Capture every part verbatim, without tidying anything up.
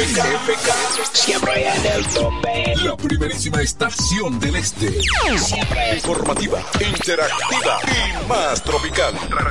F K, siempre en el tope. La primerísima estación del este. Siempre informativa, interactiva y más tropical.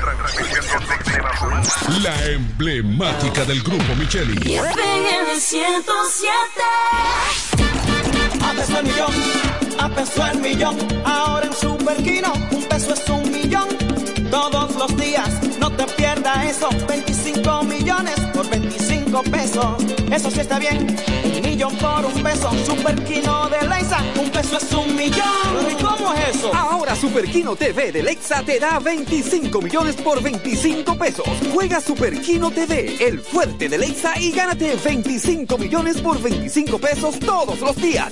La emblemática del grupo Micheli. F M ciento siete. A peso el millón, a peso el millón. Ahora en Superquino, un peso es un millón. Todos los días, no te pierdas eso. veinticinco millones por veinticinco pesos. Eso sí está bien. Un millón por un peso. Superquino de Lexa, un peso es un millón. ¿Y cómo es eso? Ahora Superquino T V de Lexa te da veinticinco millones por veinticinco pesos. Juega Superquino T V, el fuerte de Lexa, y gánate veinticinco millones por veinticinco pesos todos los días.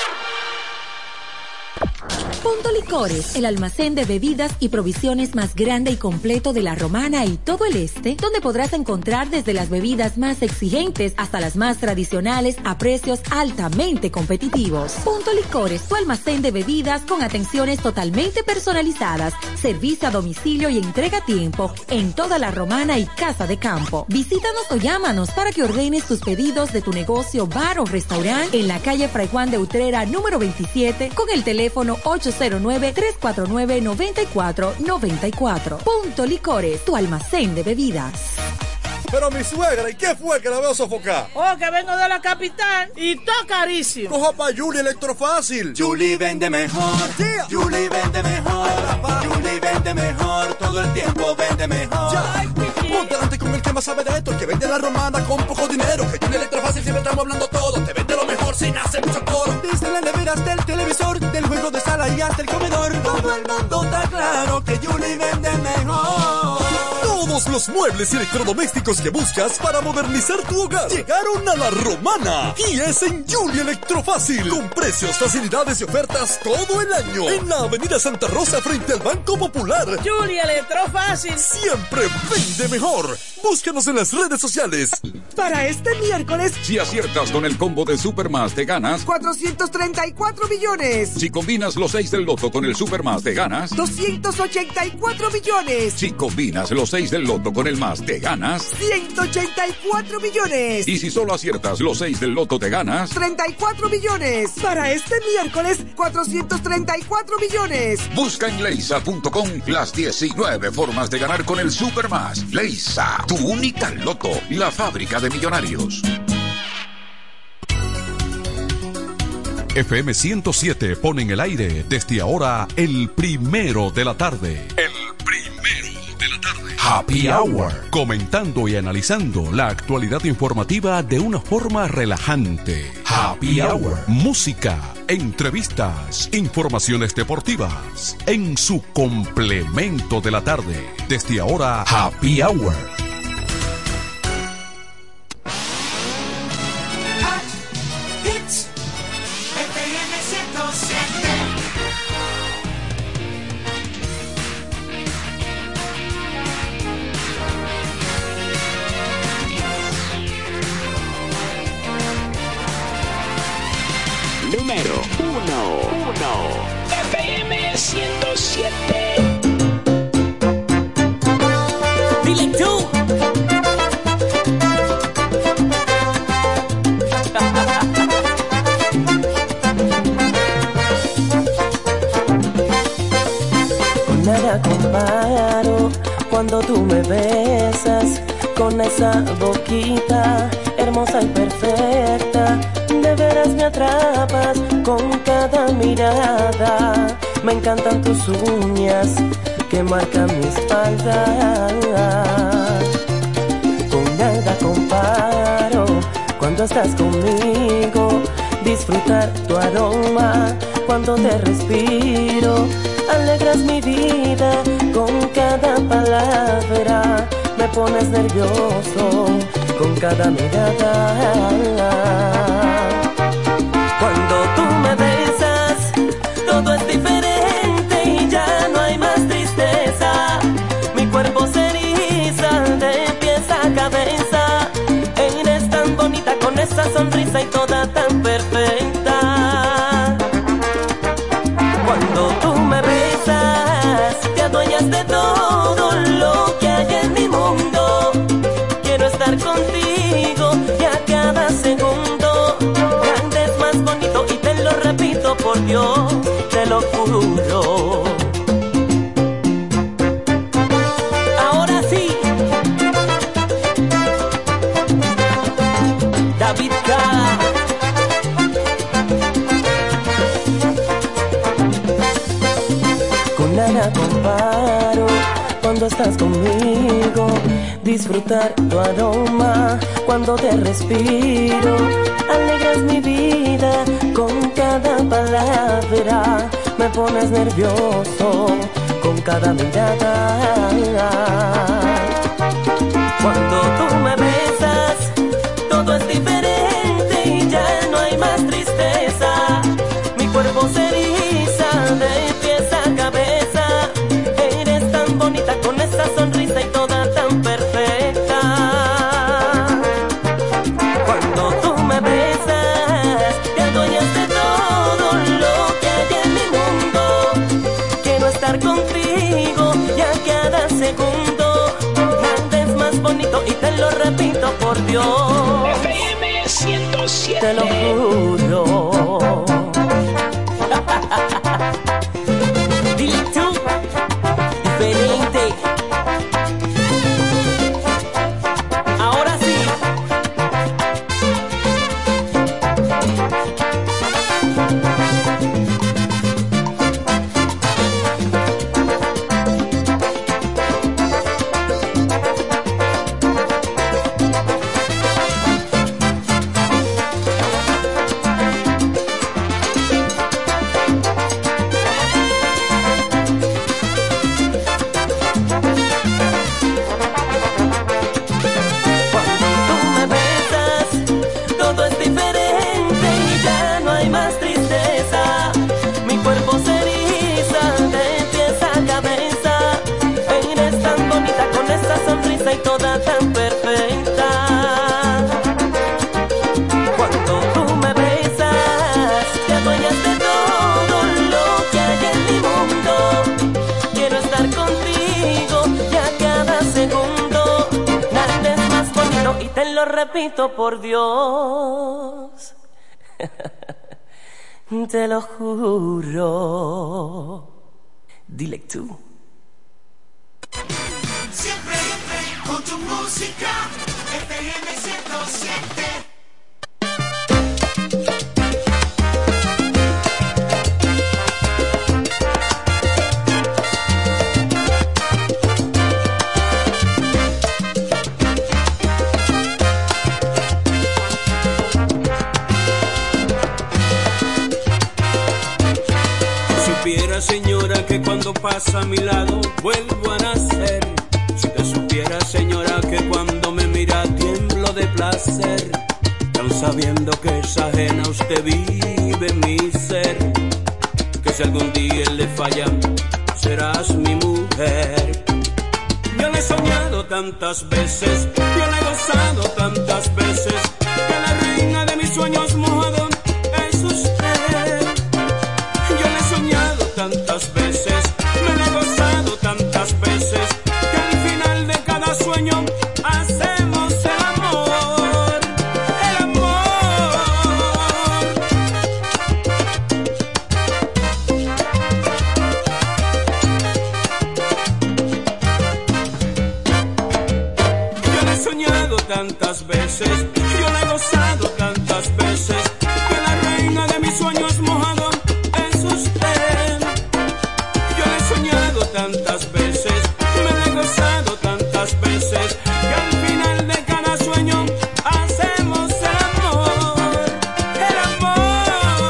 Punto Licores, el almacén de bebidas y provisiones más grande y completo de la Romana y todo el este, donde podrás encontrar desde las bebidas más exigentes hasta las más tradicionales a precios altamente competitivos. Punto Licores, tu almacén de bebidas con atenciones totalmente personalizadas, servicio a domicilio y entrega a tiempo en toda la Romana y Casa de Campo. Visítanos o llámanos para que ordenes tus pedidos de tu negocio, bar o restaurante en la calle Fray Juan de Utrera número veintisiete con el teléfono ocho cero nueve, tres cuatro nueve, nueve cuatro nueve cuatro. Punto Licores, tu almacén de bebidas. Pero mi suegra, ¿y qué fue que la veo sofocar? Oh, que vengo de la capital y está carísimo. Coja pa' Julie Electrofácil. Julie vende mejor. Yeah. Julie vende mejor. Ay, Julie vende mejor. Todo el tiempo vende mejor. Ponte delante con el que más sabe de esto, el que vende la Romana con poco dinero. Que Julie Electrofácil siempre estamos hablando todo. Te vende lo mejor sin hacer mucho coro. Desde la nevera hasta el televisor, del juego de sala y hasta el comedor. Todo el mundo está claro que Julie vende mejor. Todos los muebles y electrodomésticos que buscas para modernizar tu hogar llegaron a la Romana y es en Julie Electrofácil, con precios, facilidades y ofertas todo el año en la avenida Santa Rosa frente al Banco Popular. Julie Electrofácil siempre vende mejor. Búscanos en las redes sociales. Para este miércoles, si aciertas con el combo de Supermás te ganas cuatrocientos treinta y cuatro millones. Si combinas los seis del loto con el Supermás te ganas doscientos ochenta y cuatro millones. Si combinas los seis del loto con el más te ganas ciento ochenta y cuatro millones. Y si solo aciertas los seis del loto te ganas treinta y cuatro millones. Para este miércoles, cuatrocientos treinta y cuatro millones. Busca en leisa punto com las diecinueve formas de ganar con el Supermás. Leisa, tu única loto, la fábrica de millonarios. F M ciento siete pone en el aire desde ahora el primero de la tarde. El primero de la tarde. Happy Hour. Comentando y analizando la actualidad informativa de una forma relajante. Happy Hour. Música, entrevistas, informaciones deportivas. En su complemento de la tarde. Desde ahora, Happy Hour. Número uno, uno, F M ciento siete. Dile tú. Con nada comparo cuando tú me besas, con esa boquita hermosa y perfecta. De veras me atrapas con cada mirada. Me encantan tus uñas que marcan mi espalda. Con nada comparo cuando estás conmigo. Disfrutar tu aroma cuando te respiro. Alegras mi vida con cada palabra. Me pones nervioso con cada mirada. Cuando tú me besas, todo es diferente y ya no hay más tristeza. Mi cuerpo se eriza de pies a cabeza. Eres tan bonita con esa sonrisa y toda tan perfecta. Cuando tú me besas, te adueñas de todo lo que hay en mi mundo. Quiero estar contigo y a cada segundo cuando estás conmigo, disfrutar tu aroma cuando te respiro. Alegras mi vida con cada palabra, me pones nervioso con cada mirada. Cuando tú me besas, todo es diferente y ya no hay más tristeza. Mi cuerpo se eriza de pies a cabeza. Eres tan bonita con esa sonrisa y toda tan perfecta. Cuando tú me besas, te adueñas de todo lo que hay en mi mundo. Quiero estar contigo ya cada segundo. Nada es más bonito y te lo repito por Dios. F M ciento siete. Te lo juro. Dile tú, diferente. Ahora sí. Repito por Dios, te lo juro. Dile tú. Siempre con tu música, F M ciento siete. Señora, que cuando pasa a mi lado vuelvo a nacer. Si te supiera, señora, que cuando me mira tiemblo de placer, aun sabiendo que es ajena usted vive en mi ser. Que si algún día le falla, serás mi mujer. Yo le he soñado tantas veces, yo le he gozado tantas veces, que la reina de mis sueños mojados es usted. Yo le he soñado tantas veces, me lo he gozado tantas veces, que al final de cada sueño hacemos el amor, el amor. Yo le he soñado tantas veces, yo le he gozado tantas veces, que la reina de mis sueños mojados es usted. Yo le he soñado tantas veces, me lo he gozado tantas veces, que al final de cada sueño hacemos el amor, el amor.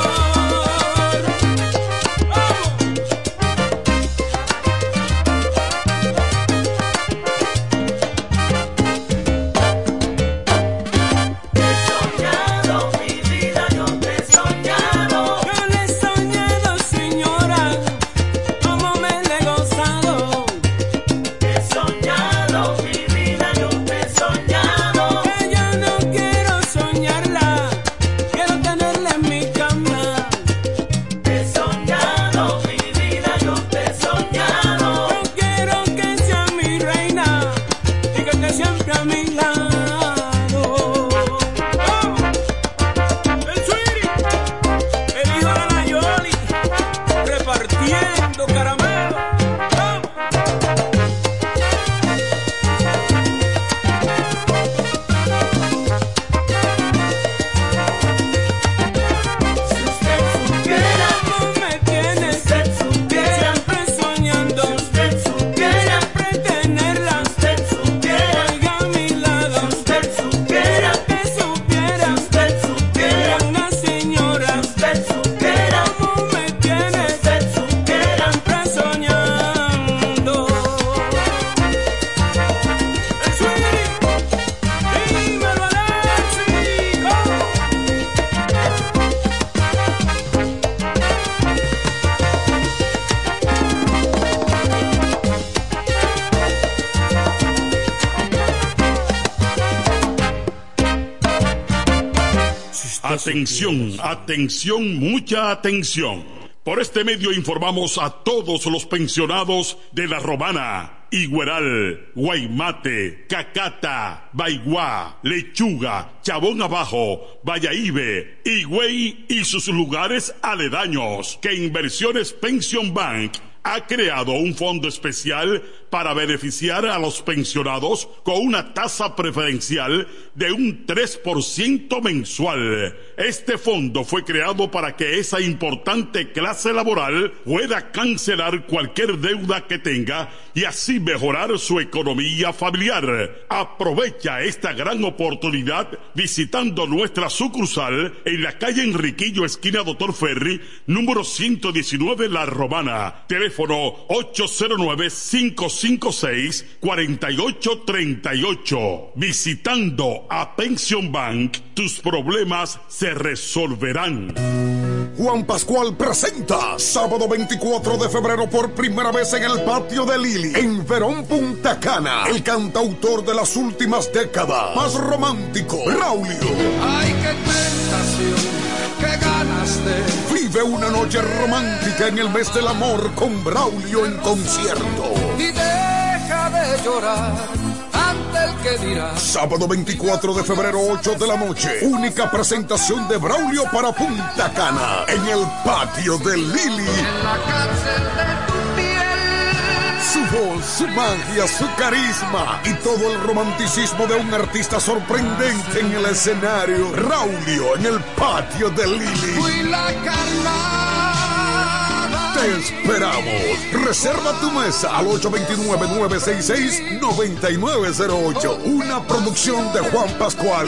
Te he soñado, mi vida, yo te he soñado. Yo le he soñado, señora, como me le he gozado. Te he soñado, mi vida, yo te he soñado. Que yo no quiero soñarla, quiero tenerla en mi cama. Te he soñado, mi vida, yo te he soñado. Yo quiero que sea mi reina y que esté siempre a mi lado. Oh, el Sweetie, el hijo de la Yoli, repartiendo caramelo. Oh. Si usted supiera, ¿Cómo me tienes? si usted supiera, Siempre soñando, si usted supiera, siempre Atención, atención, mucha atención. Por este medio informamos a todos los pensionados de La Romana, Igueral, Guaymate, Cacata, Baigua, Lechuga, Chabón Abajo, Valladolid, Higüey y sus lugares aledaños, que Inversiones Pension Bank ha creado un fondo especial para beneficiar a los pensionados con una tasa preferencial de un tres por ciento mensual. Este fondo fue creado para que esa importante clase laboral pueda cancelar cualquier deuda que tenga y así mejorar su economía familiar. Aprovecha esta gran oportunidad visitando nuestra sucursal en la calle Enriquillo, esquina Doctor Ferry, número ciento diecinueve, La Romana. Teléfono ocho cero nueve, cinco cinco seis, cuatro ocho tres ocho. Visitando a Pension Bank, tus problemas se resolverán. Juan Pascual presenta sábado veinticuatro de febrero por primera vez en el patio de Lili, en Verón, Punta Cana, el cantautor de las últimas décadas, más romántico, Braulio. Ay, qué tentación, qué ganas de... Vive una noche romántica en el mes del amor con Braulio en concierto. Y deja de llorar ante el que dirá. Sábado veinticuatro de febrero, ocho de la noche. Única presentación de Braulio para Punta Cana, en el patio de Lili. En la cárcel de tu piel. Su voz, su magia, su carisma y todo el romanticismo de un artista sorprendente en el escenario. Braulio en el patio de Lili. Fui la carnada. Te esperamos. Reserva tu mesa al ocho dos nueve, nueve seis seis, nueve nueve cero ocho. Una producción de Juan Pascual.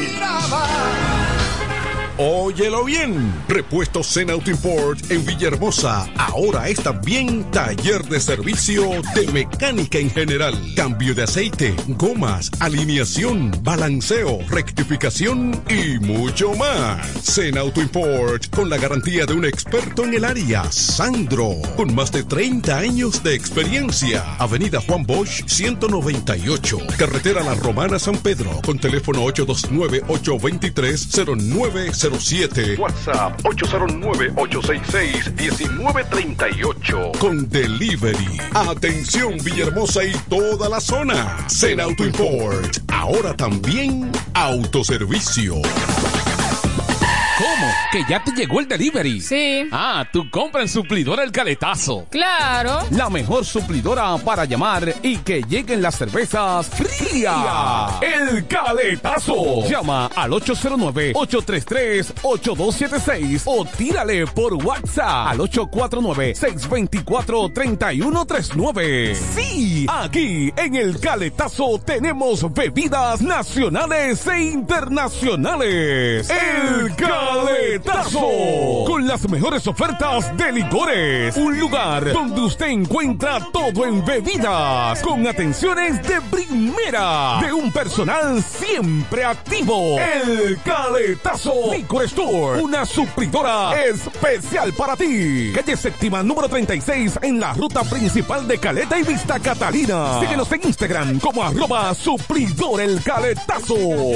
Óyelo bien. Repuestos Zen Auto Import en Villahermosa. Ahora es también taller de servicio de mecánica en general. Cambio de aceite, gomas, alineación, balanceo, rectificación y mucho más. Zen Auto Import, con la garantía de un experto en el área, Sandro, con más de treinta años de experiencia. Avenida Juan Bosch, ciento noventa y ocho. Carretera La Romana, San Pedro, con teléfono ocho dos nueve, ocho dos tres, cero nueve cero siete. WhatsApp ocho cero nueve, ocho seis seis, uno nueve tres ocho. Con delivery. Atención Villahermosa y toda la zona. Zen Auto Import. Ahora también autoservicio. ¿Cómo? ¿Que ya te llegó el delivery? Sí. Ah, tú compras en Suplidora El Caletazo. Claro. La mejor suplidora para llamar y que lleguen las cervezas frías. El Caletazo. Llama al ocho cero nueve, ocho tres tres, ocho dos siete seis o tírale por WhatsApp al ocho cuatro nueve, seis dos cuatro, tres uno tres nueve. Sí, aquí en El Caletazo tenemos bebidas nacionales e internacionales. El Caletazo. Caletazo, con las mejores ofertas de licores. Un lugar donde usted encuentra todo en bebidas, con atenciones de primera, de un personal siempre activo. El Caletazo Licor Store, una suplidora especial para ti. Calle Séptima, número treinta y seis, en la ruta principal de Caleta y Vista Catalina. Síguenos en Instagram como arroba suplidor El Caletazo.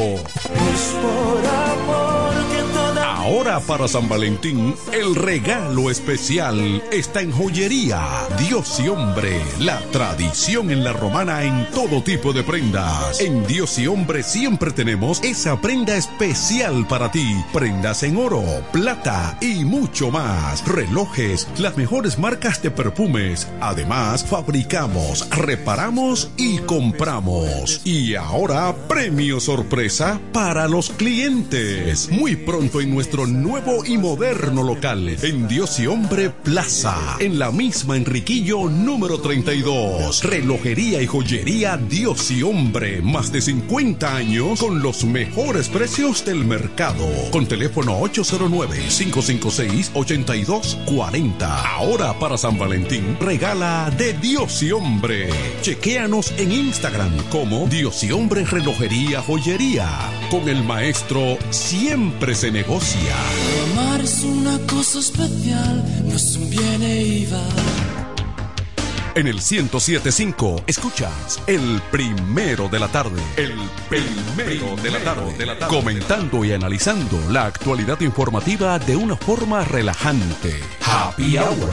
Es por amor que toda... Ahora para San Valentín, el regalo especial está en Joyería Dios y Hombre, la tradición en La Romana en todo tipo de prendas. En Dios y Hombre siempre tenemos esa prenda especial para ti. Prendas en oro, plata y mucho más. Relojes, las mejores marcas de perfumes. Además, fabricamos, reparamos y compramos. Y ahora, premio sorpresa para los clientes. Muy pronto en nuestro nuevo y moderno local, en Dios y Hombre Plaza, en la misma Enriquillo número treinta y dos. Relojería y joyería Dios y Hombre, más de cincuenta años con los mejores precios del mercado. Con teléfono ocho cero nueve, cinco cinco seis, ocho dos cuatro cero. Ahora para San Valentín, regala de Dios y Hombre. Chequéanos en Instagram como Dios y Hombre Relojería Joyería. Con el maestro siempre se negocia. Amar es una cosa especial, no es un viene y va. En el ciento siete punto cinco escuchas el primero de la tarde. El primero de la tarde. De la tarde. Comentando y analizando la actualidad informativa de una forma relajante. Happy Hour.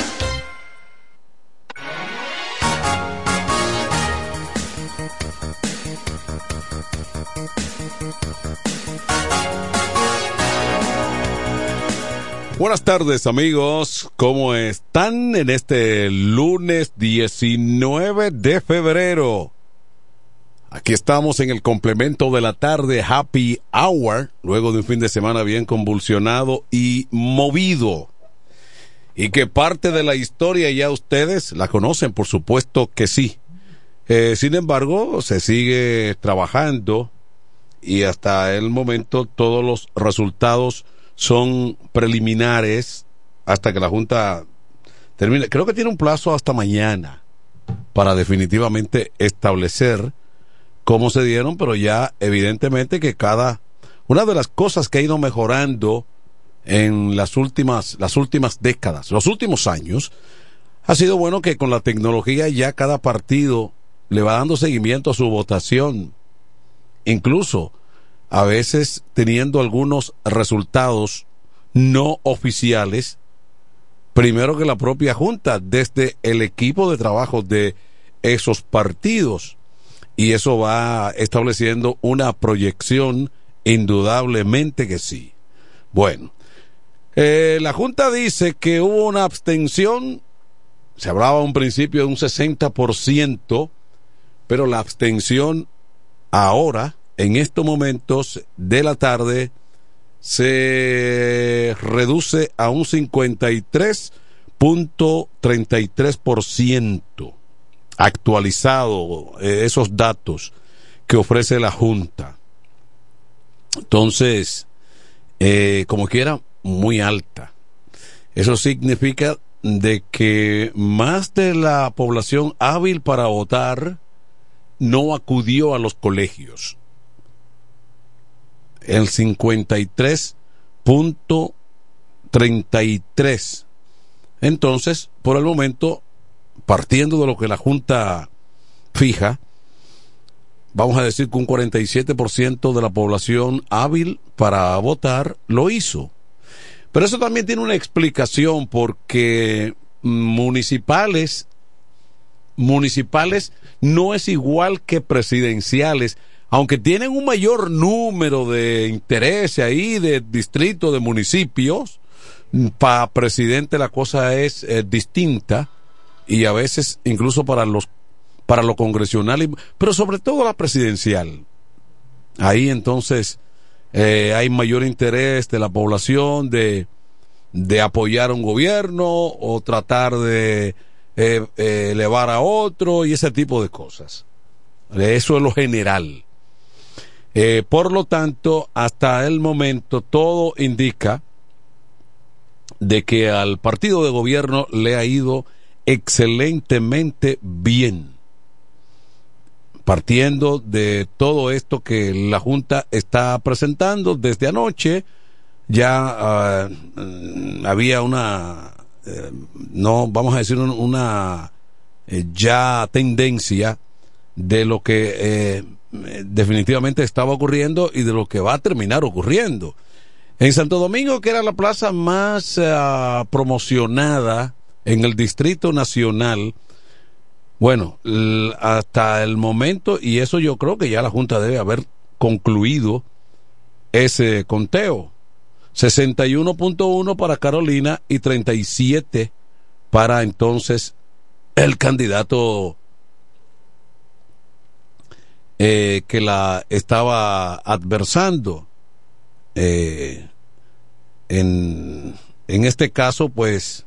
Buenas tardes, amigos. ¿Cómo están en este lunes diecinueve de febrero? Aquí estamos en el complemento de la tarde Happy Hour, luego de un fin de semana bien convulsionado y movido. Y que parte de la historia ya ustedes la conocen, por supuesto que sí. Eh, sin embargo, se sigue trabajando y hasta el momento todos los resultados son preliminares hasta que la Junta termine. Creo que tiene un plazo hasta mañana para definitivamente establecer cómo se dieron, pero ya evidentemente que cada una de las cosas que ha ido mejorando en las últimas las últimas décadas, los últimos años, ha sido bueno que con la tecnología ya cada partido le va dando seguimiento a su votación, incluso a veces teniendo algunos resultados no oficiales, primero que la propia Junta, desde el equipo de trabajo de esos partidos, y eso va estableciendo una proyección, indudablemente que sí. Bueno, eh, la Junta dice que hubo una abstención, se hablaba a un principio de un sesenta por ciento, pero la abstención ahora, en estos momentos de la tarde, se reduce a un cincuenta y tres punto treinta y tres por ciento actualizado, eh, esos datos que ofrece la Junta. Entonces, eh, como quiera, muy alta. Eso significa de que más de la población hábil para votar no acudió a los colegios. El cincuenta y tres punto treinta y tres. Entonces, por el momento, partiendo de lo que la Junta fija, vamos a decir que un cuarenta y siete por ciento de la población hábil para votar lo hizo. Pero eso también tiene una explicación, porque municipales, municipales no es igual que presidenciales, aunque tienen un mayor número de intereses ahí, de distritos, de municipios. Para presidente la cosa es eh, distinta, y a veces incluso para los para lo congresional, y, pero sobre todo la presidencial. Ahí entonces eh, hay mayor interés de la población de, de apoyar a un gobierno o tratar de eh, eh, elevar a otro y ese tipo de cosas. Eso es lo general. Eh, por lo tanto, hasta el momento todo indica de que al partido de gobierno le ha ido excelentemente bien, partiendo de todo esto que la Junta está presentando desde anoche. Ya uh, había una eh, no vamos a decir un, una eh, ya tendencia de lo que eh, definitivamente estaba ocurriendo y de lo que va a terminar ocurriendo. En Santo Domingo, que era la plaza más uh, promocionada en el Distrito Nacional, bueno, l- hasta el momento, y eso yo creo que ya la Junta debe haber concluido ese conteo, sesenta y uno punto uno para Carolina y treinta y siete para entonces el candidato Eh, que la estaba adversando. Eh, en, en este caso, pues,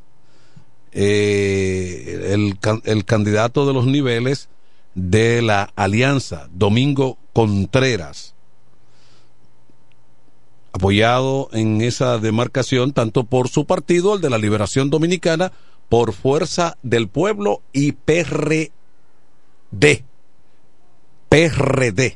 eh, el, el candidato de los niveles de la alianza, Domingo Contreras, apoyado en esa demarcación tanto por su partido, el de la Liberación Dominicana, por Fuerza del Pueblo y P R D. P R D.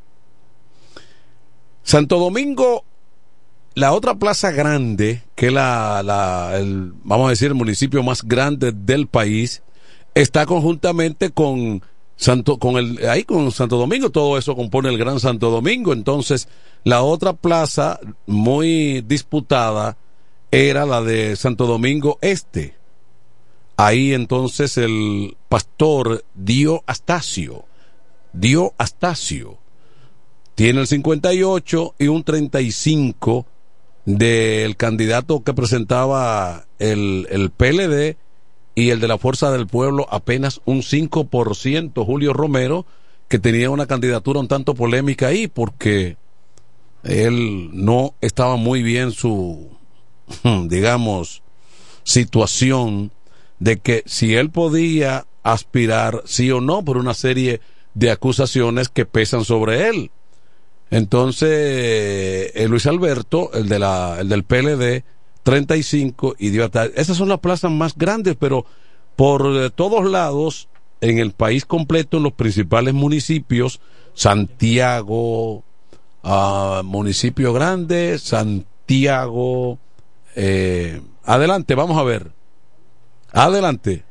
Santo Domingo, la otra plaza grande, que es la, la el, vamos a decir, el municipio más grande del país, está conjuntamente con Santo, con el, ahí con Santo Domingo, todo eso compone el Gran Santo Domingo. Entonces, la otra plaza muy disputada era la de Santo Domingo Este. Ahí entonces el pastor Dio Astacio, Dio Astacio, tiene el cincuenta y ocho y un treinta y cinco del candidato que presentaba el, el P L D, y el de la Fuerza del Pueblo apenas un cinco por ciento, Julio Romero, que tenía una candidatura un tanto polémica ahí porque él no estaba muy bien su, digamos, situación de que si él podía aspirar sí o no por una serie de acusaciones que pesan sobre él. Entonces, eh, Luis Alberto, el de la, el del P L D, treinta y cinco, y dio hasta, esas son las plazas más grandes, pero por eh, todos lados, en el país completo, en los principales municipios, Santiago, uh, municipio grande, Santiago, eh, adelante, vamos a ver, adelante.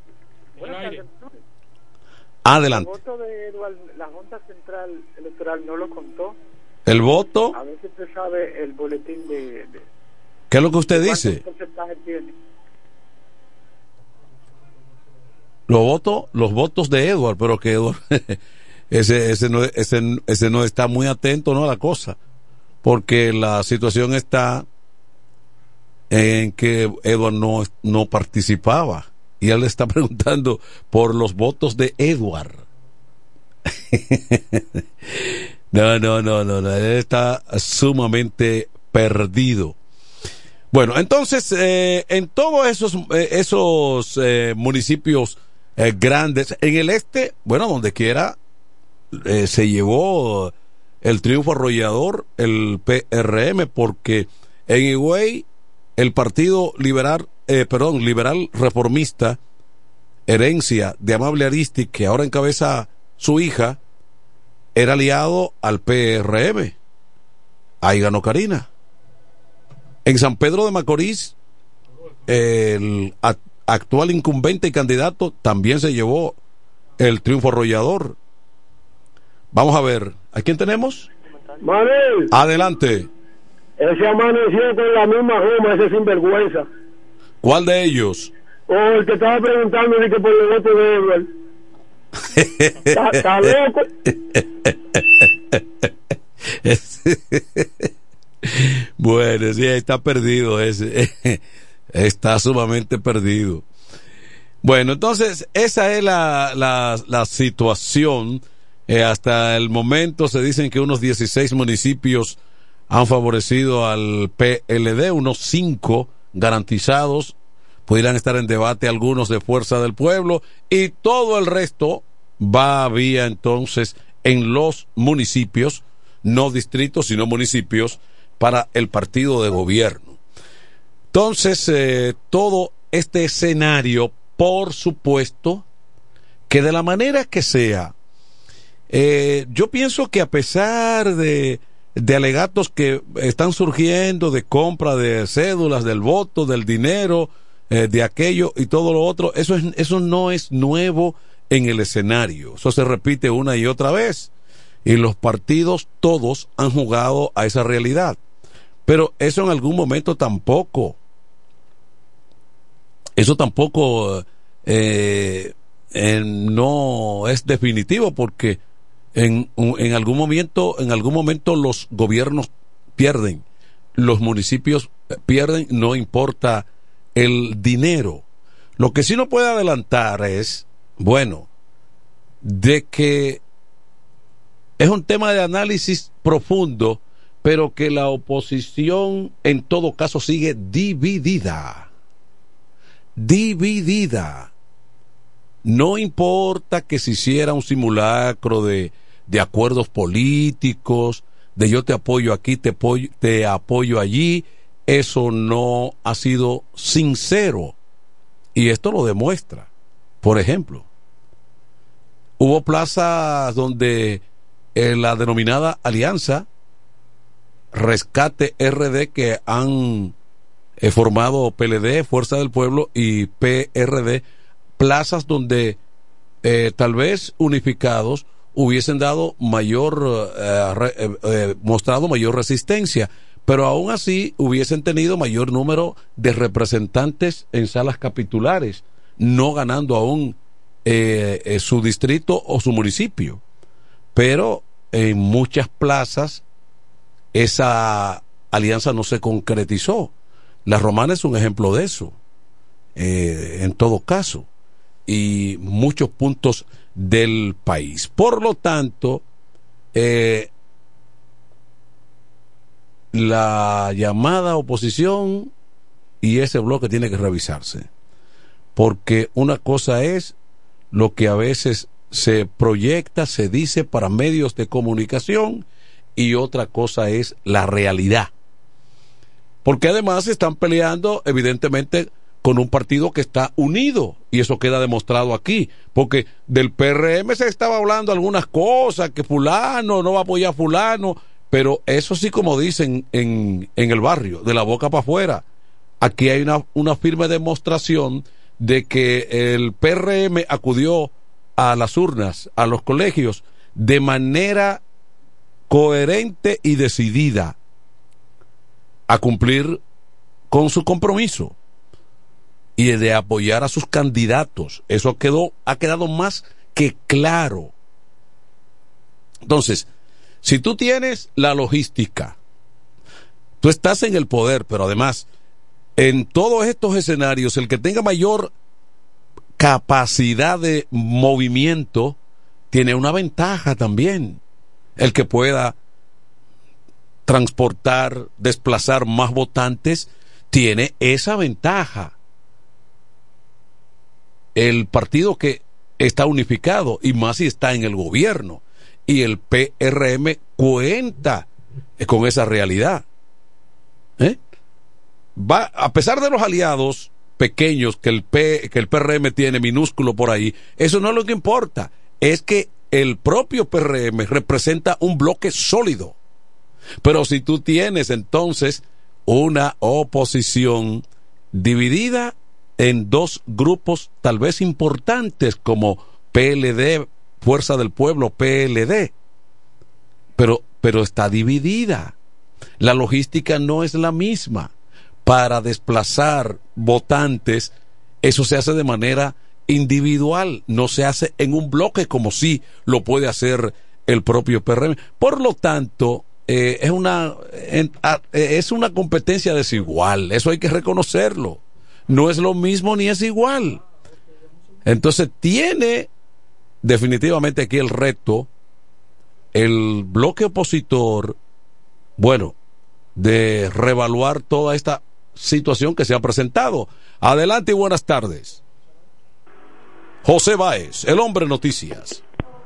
Adelante. El voto de Eduardo, la Junta Central Electoral no lo contó. ¿El voto? A ver si usted sabe el boletín de... de ¿Qué es lo que usted dice? ¿Cuánto porcentaje tiene? Los votos, los votos de Edward, pero que Edward, ese, ese no, ese, ese no está muy atento, ¿no?, a la cosa, porque la situación está en que Edward no, no participaba, y él le está preguntando por los votos de Edward. No, no, no, no, no, él está sumamente perdido. Bueno, entonces, eh, en todos esos, eh, esos eh, municipios eh, grandes, en el este, bueno, donde quiera, eh, se llevó el triunfo arrollador, el P R M, porque en Higüey, el Partido Liberal, eh, perdón, Liberal Reformista, herencia de Amable Aristi, que ahora encabeza su hija, era aliado al P R M. Ahí ganó Karina. En San Pedro de Macorís, el actual incumbente y candidato también se llevó el triunfo arrollador. Vamos a ver, ¿a quién tenemos? Manuel. Adelante. Ese amaneció con la misma goma, ese sinvergüenza. ¿Cuál de ellos? O oh, el que estaba preguntando de que por el voto de Edward. ¿Está, está loco? Bueno, sí, está perdido ese. Está sumamente perdido. Bueno, entonces, esa es la, la, la situación. Eh, hasta el momento se dicen que unos dieciséis municipios han favorecido al P L D, unos cinco garantizados, pudieran estar en debate algunos de Fuerza del Pueblo, y todo el resto va vía entonces en los municipios, no distritos, sino municipios, para el partido de gobierno. Entonces, eh, todo este escenario, por supuesto, que de la manera que sea, eh, yo pienso que a pesar de, de alegatos que están surgiendo de compra de cédulas, del voto, del dinero, eh, de aquello y todo lo otro, eso, es, eso no es nuevo en el escenario. Eso se repite una y otra vez. Y los partidos todos han jugado a esa realidad. Pero eso en algún momento tampoco, eso tampoco eh, eh, no es definitivo, porque en, en algún momento, en algún momento los gobiernos pierden, los municipios pierden, no importa el dinero. Lo que sí no puede adelantar es, bueno, de que es un tema de análisis profundo, pero que la oposición en todo caso sigue dividida. Dividida. No importa que se hiciera un simulacro de, de acuerdos políticos, de yo te apoyo aquí, te apoyo, te apoyo allí, eso no ha sido sincero. Y esto lo demuestra. Por ejemplo, hubo plazas donde eh, la denominada alianza Rescate R D, que han eh, formado P L D, Fuerza del Pueblo, y P R D, plazas donde eh, tal vez unificados hubiesen dado mayor, eh, re, eh, eh, mostrado mayor resistencia, pero aún así hubiesen tenido mayor número de representantes en salas capitulares, no ganando aún eh, eh, su distrito o su municipio. Pero en muchas plazas esa alianza no se concretizó. La Romana es un ejemplo de eso, eh, en todo caso, y muchos puntos del país. Por lo tanto, eh, la llamada oposición y ese bloque tiene que revisarse, porque una cosa es lo que a veces se proyecta, se dice para medios de comunicación, y otra cosa es la realidad, porque además están peleando evidentemente con un partido que está unido, y eso queda demostrado aquí, porque del P R M se estaba hablando algunas cosas, que fulano no va a apoyar a fulano, pero eso sí, como dicen en, en el barrio, de la boca para afuera. Aquí hay una, una firme demostración de que el P R M acudió a las urnas, a los colegios, de manera coherente y decidida a cumplir con su compromiso y de apoyar a sus candidatos. Eso quedó, ha quedado más que claro. Entonces, si tú tienes la logística, tú estás en el poder, pero además, en todos estos escenarios, el que tenga mayor capacidad de movimiento tiene una ventaja también. El que pueda transportar, desplazar más votantes, tiene esa ventaja. El partido que está unificado, y más si está en el gobierno, y el P R M cuenta con esa realidad. ¿Eh? Va, a pesar de los aliados pequeños que el, P, que el P R M tiene, minúsculo por ahí, eso no es lo que importa, es que el propio P R M representa un bloque sólido. Pero si tú tienes entonces una oposición dividida en dos grupos tal vez importantes como P L D, Fuerza del Pueblo, P L D, pero, pero está dividida. La logística no es la misma. Para desplazar votantes, eso se hace de manera individual, no se hace en un bloque como sí lo puede hacer el propio P R M. Por lo tanto, eh, es una en, a, es una competencia desigual, eso hay que reconocerlo. No es lo mismo ni es igual. Entonces tiene definitivamente aquí el reto el bloque opositor, bueno, de reevaluar toda esta situación que se ha presentado. Adelante y buenas tardes. José Báez, el hombre noticias.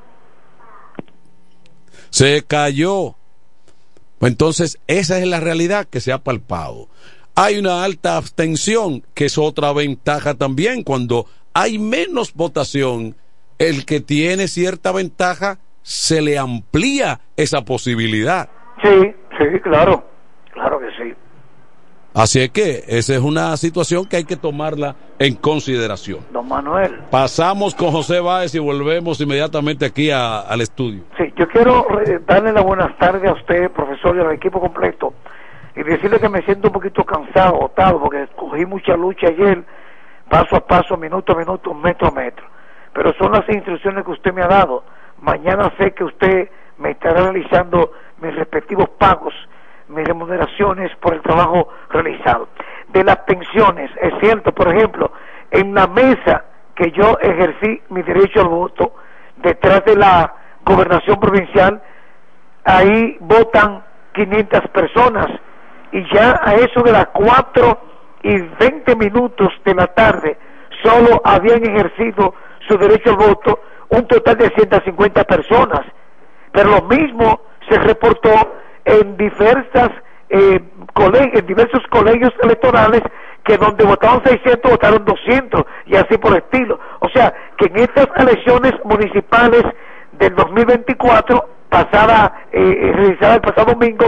Se cayó. Entonces, esa es la realidad que se ha palpado. Hay una alta abstención, que es otra ventaja también. Cuando hay menos votación, el que tiene cierta ventaja, se le amplía esa posibilidad. Sí, sí, claro, claro que sí. Así es que esa es una situación que hay que tomarla en consideración. Don Manuel. Pasamos con José Báez y volvemos inmediatamente aquí a, al estudio. Sí, yo quiero darle las buenas tardes a usted, profesor, y al equipo completo, y decirle que me siento un poquito cansado, agotado, porque cogí mucha lucha ayer, paso a paso, minuto a minuto, metro a metro. Pero son las instrucciones que usted me ha dado. Mañana sé que usted me estará realizando mis respectivos pagos, mis remuneraciones por el trabajo realizado. De las pensiones, es cierto, por ejemplo, en la mesa que yo ejercí mi derecho al voto, detrás de la gobernación provincial, ahí votan quinientas personas, y ya a eso de las cuatro y veinte minutos de la tarde, solo habían ejercido su derecho al voto un total de ciento cincuenta personas, pero lo mismo se reportó en diversas eh, colegios, en diversos colegios electorales, que donde votaban seiscientos votaron doscientos y así por el estilo. O sea que en estas elecciones municipales del dos mil veinticuatro, pasada, eh, realizada el pasado domingo,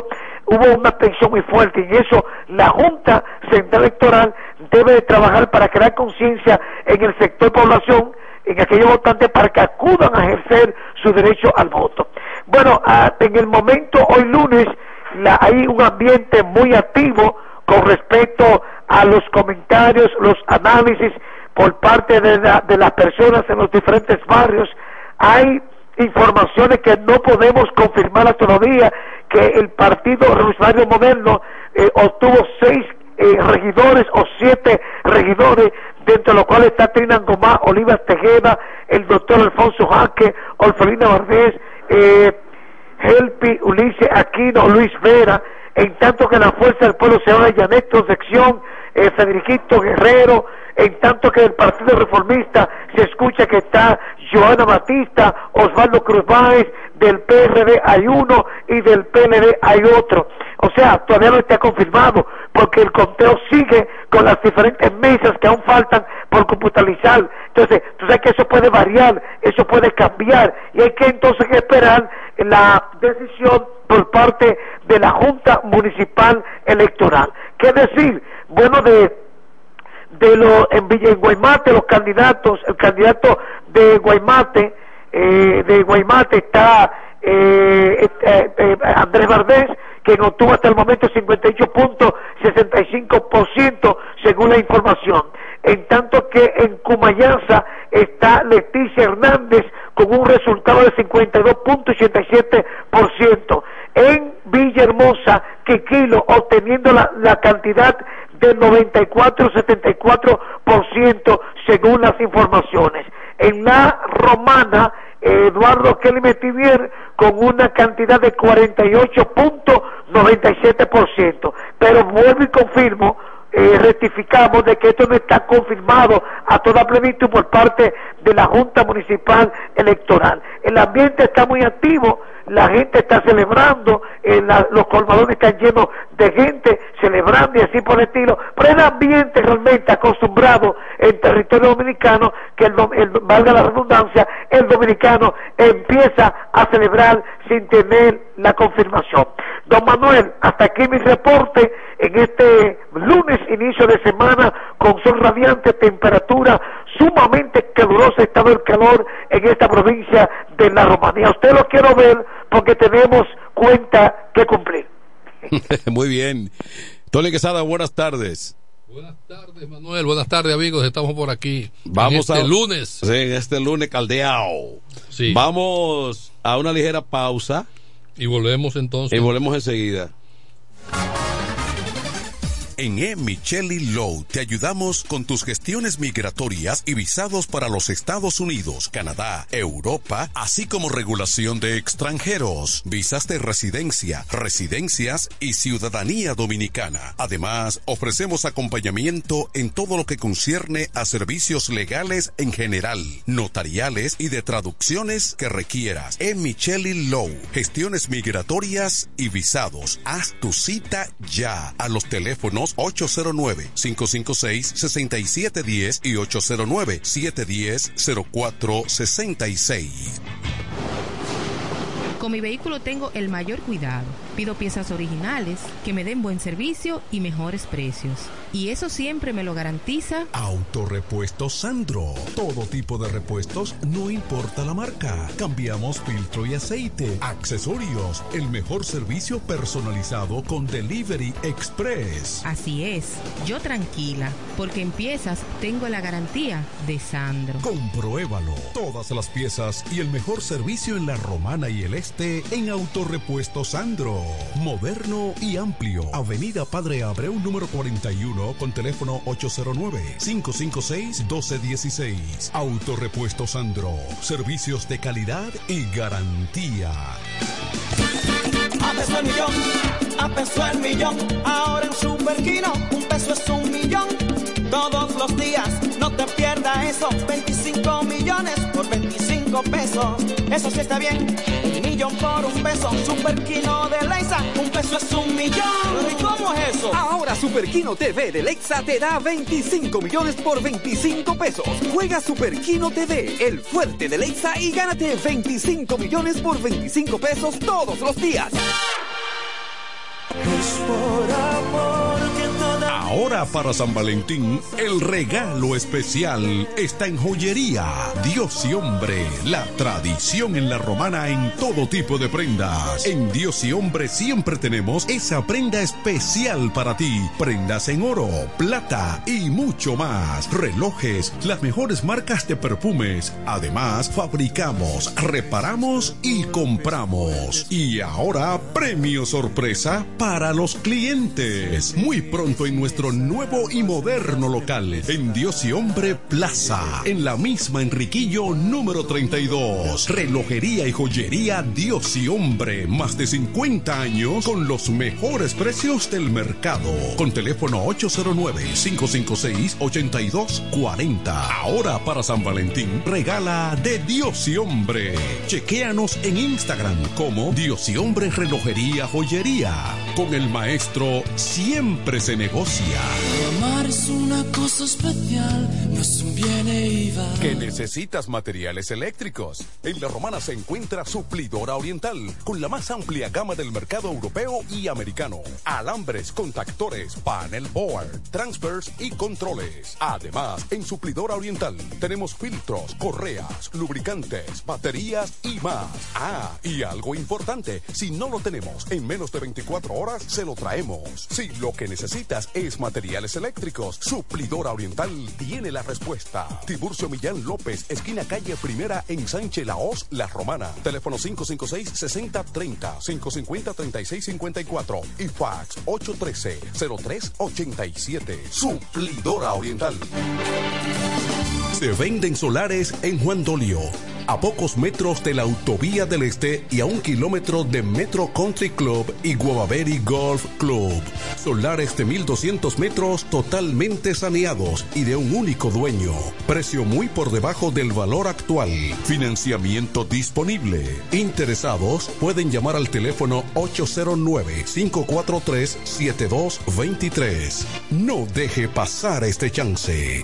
hubo una tensión muy fuerte, y eso la Junta Central Electoral debe de trabajar para crear conciencia en el sector población, en aquellos votantes, para que acudan a ejercer su derecho al voto. Bueno, en el momento, hoy lunes, la, hay un ambiente muy activo con respecto a los comentarios, los análisis por parte de, la, de las personas en los diferentes barrios. Hay informaciones que no podemos confirmar todavía, que el Partido Revolucionario Moderno eh, obtuvo seis eh, regidores o siete regidores, dentro de los cuales está Trina Gomá, Olivas Tejeda, el doctor Alfonso Jaque, Orfelina Vardés, eh, Helpi, Ulises Aquino, Luis Vera, en tanto que la Fuerza del Pueblo se llama Janet Concepción, eh, Federiquito Guerrero, en tanto que el Partido Reformista se escucha que está Joana Batista, Osvaldo Cruz Báez, del P R D hay uno y del P L D hay otro. O sea, todavía no está confirmado, porque el conteo sigue con las diferentes mesas que aún faltan por computarizar. Entonces, tú sabes que eso puede variar, eso puede cambiar, y hay que entonces esperar la decisión por parte de la Junta Municipal Electoral. ¿Qué decir? Bueno, de de los en Villa en Guaymate, los candidatos, el candidato de Guaymate, eh, de Guaymate está eh, eh, eh, Andrés Vardés, quien obtuvo hasta el momento cincuenta y ocho punto sesenta y cinco por ciento según la información. En tanto que en Cumayanza está Leticia Hernández con un resultado de cincuenta y dos punto ochenta y siete por ciento. En Villahermosa, Quiquilo obteniendo la, la cantidad de noventa y cuatro punto setenta y cuatro por ciento según las informaciones. En la Romana, Eduardo Kelly Metivier con una cantidad de cuarenta y ocho punto noventa y siete por ciento. Pero vuelvo y confirmo, eh, rectificamos de que esto no está confirmado a toda plenitud por parte de la Junta Municipal Electoral. El ambiente está muy activo, la gente está celebrando, eh, la, los colmadones están llenos de gente celebrando y así por el estilo, pero el ambiente realmente acostumbrado en territorio dominicano, que el, el, valga la redundancia, el dominicano empieza a celebrar sin tener la confirmación. Don Manuel, hasta aquí mi reporte en este lunes, inicio de semana, con sol radiante, temperatura sumamente calurosa, estado el calor en esta provincia de La Romanía. Usted lo quiero ver porque tenemos cuenta que cumplir. Muy bien. Tony Quesada, buenas tardes. Buenas tardes, Manuel. Buenas tardes, amigos. Estamos por aquí. Vamos este a, lunes. Sí, en este lunes caldeado. Sí. Vamos a una ligera pausa. Y volvemos entonces. Y volvemos enseguida. En E. Micheli Law te ayudamos con tus gestiones migratorias y visados para los Estados Unidos, Canadá, Europa, así como regulación de extranjeros, visas de residencia, residencias y ciudadanía dominicana. Además, ofrecemos acompañamiento en todo lo que concierne a servicios legales en general, notariales y de traducciones que requieras. E. Micheli Law, gestiones migratorias y visados. Haz tu cita ya a los teléfonos ocho cero nueve, cinco cinco seis, seis siete uno cero y ocho cero nueve, siete uno cero, cero cuatro seis seis. Con mi vehículo tengo el mayor cuidado. Pido piezas originales, que me den buen servicio y mejores precios. Y eso siempre me lo garantiza Autorepuestos Sandro. Todo tipo de repuestos, no importa la marca. Cambiamos filtro y aceite, accesorios, el mejor servicio personalizado con Delivery Express. Así es, yo tranquila, porque en piezas tengo la garantía de Sandro. Compruébalo. Todas las piezas y el mejor servicio en La Romana y el Este en Autorepuestos Sandro. Moderno y amplio. Avenida Padre Abreu número cuarenta y uno con teléfono ocho cero nueve, cinco cinco seis, uno dos uno seis. Autorepuestos Sandro. Servicios de calidad y garantía. A peso el millón, a peso el millón. Ahora en Superquino, un peso es un millón. Todos los días, no te pierdas eso. veinticinco millones por veinticinco pesos. Eso sí está bien. Un millón por un peso. Superquino de Leisa, un peso es un millón. ¿Y cómo es eso? Ahora Superquino T V de Lexa te da veinticinco millones por veinticinco pesos. Juega Superquino T V, el fuerte de Lexa, y gánate veinticinco millones por veinticinco pesos todos los días. Es por amor que toda... Ahora para San Valentín, el regalo especial está en Joyería Dios y Hombre, la tradición en la Romana en todo tipo de prendas. En Dios y Hombre siempre tenemos esa prenda especial para ti. Prendas en oro, plata y mucho más. Relojes, las mejores marcas de perfumes. Además, fabricamos, reparamos y compramos. Y ahora, premio sorpresa para los clientes. Muy pronto en nuestro nuevo y moderno local, en Dios y Hombre Plaza, en la misma Enriquillo número treinta y dos. Relojería y joyería Dios y Hombre, más de cincuenta años con los mejores precios del mercado. Con teléfono ocho cero nueve, cinco cinco seis, ocho dos cuatro cero. Ahora para San Valentín, regala de Dios y Hombre. Chequéanos en Instagram como Dios y Hombre Relojería Joyería. Con el maestro siempre se negocia. Amar es una cosa especial, no es un bien e iba. ¿Que necesitas materiales eléctricos? En La Romana se encuentra Suplidora Oriental, con la más amplia gama del mercado europeo y americano. Alambres, contactores, panel board, transfers y controles. Además, en Suplidora Oriental tenemos filtros, correas, lubricantes, baterías y más. Ah, y algo importante, si no lo tenemos en menos de veinticuatro horas, se lo traemos. Si lo que necesitas es materiales eléctricos, Suplidora Oriental tiene la respuesta. Tiburcio Millán López, esquina calle Primera en Sánchez Laos, La Romana. Teléfono cinco cinco seis, seis cero tres cero, cinco cinco cero, tres seis cinco cuatro y fax ocho uno tres, cero tres ocho siete. Suplidora Oriental. Se venden solares en Juan Dolio, a pocos metros de la Autovía del Este y a un kilómetro de Metro Country Club y Guavaberi Golf Club. Solares de mil doscientos metros totalmente saneados y de un único dueño. Precio muy por debajo del valor actual. Financiamiento disponible. Interesados pueden llamar al teléfono ocho cero nueve, cinco cuatro tres, siete dos dos tres. No deje pasar este chance.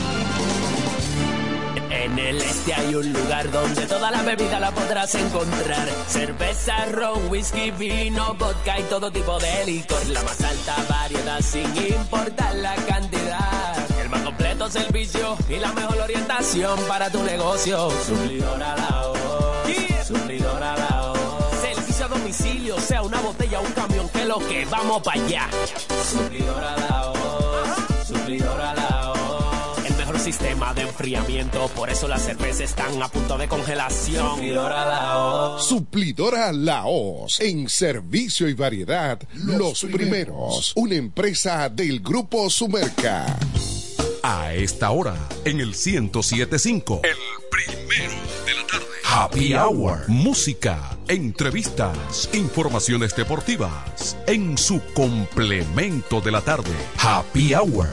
En el este hay un lugar donde toda la bebida la podrás encontrar. Cerveza, ron, whisky, vino, vodka y todo tipo de licor. La más alta variedad sin importar la cantidad. El más completo servicio y la mejor orientación para tu negocio. Suplidora La O. Yeah. Suplidora La O. Servicio a domicilio, sea una botella o un camión, que lo que vamos para allá. Suplidora La O. Suplidora La O. Sistema de enfriamiento, por eso las cervezas están a punto de congelación. Suplidora Laos. Suplidora Laos, en servicio y variedad, los, los primeros. primeros. Una empresa del Grupo Sumerca. A esta hora, en el ciento siete punto cinco, el primero de la tarde. Happy Hour. Música, entrevistas, informaciones deportivas, en su complemento de la tarde. Happy Hour.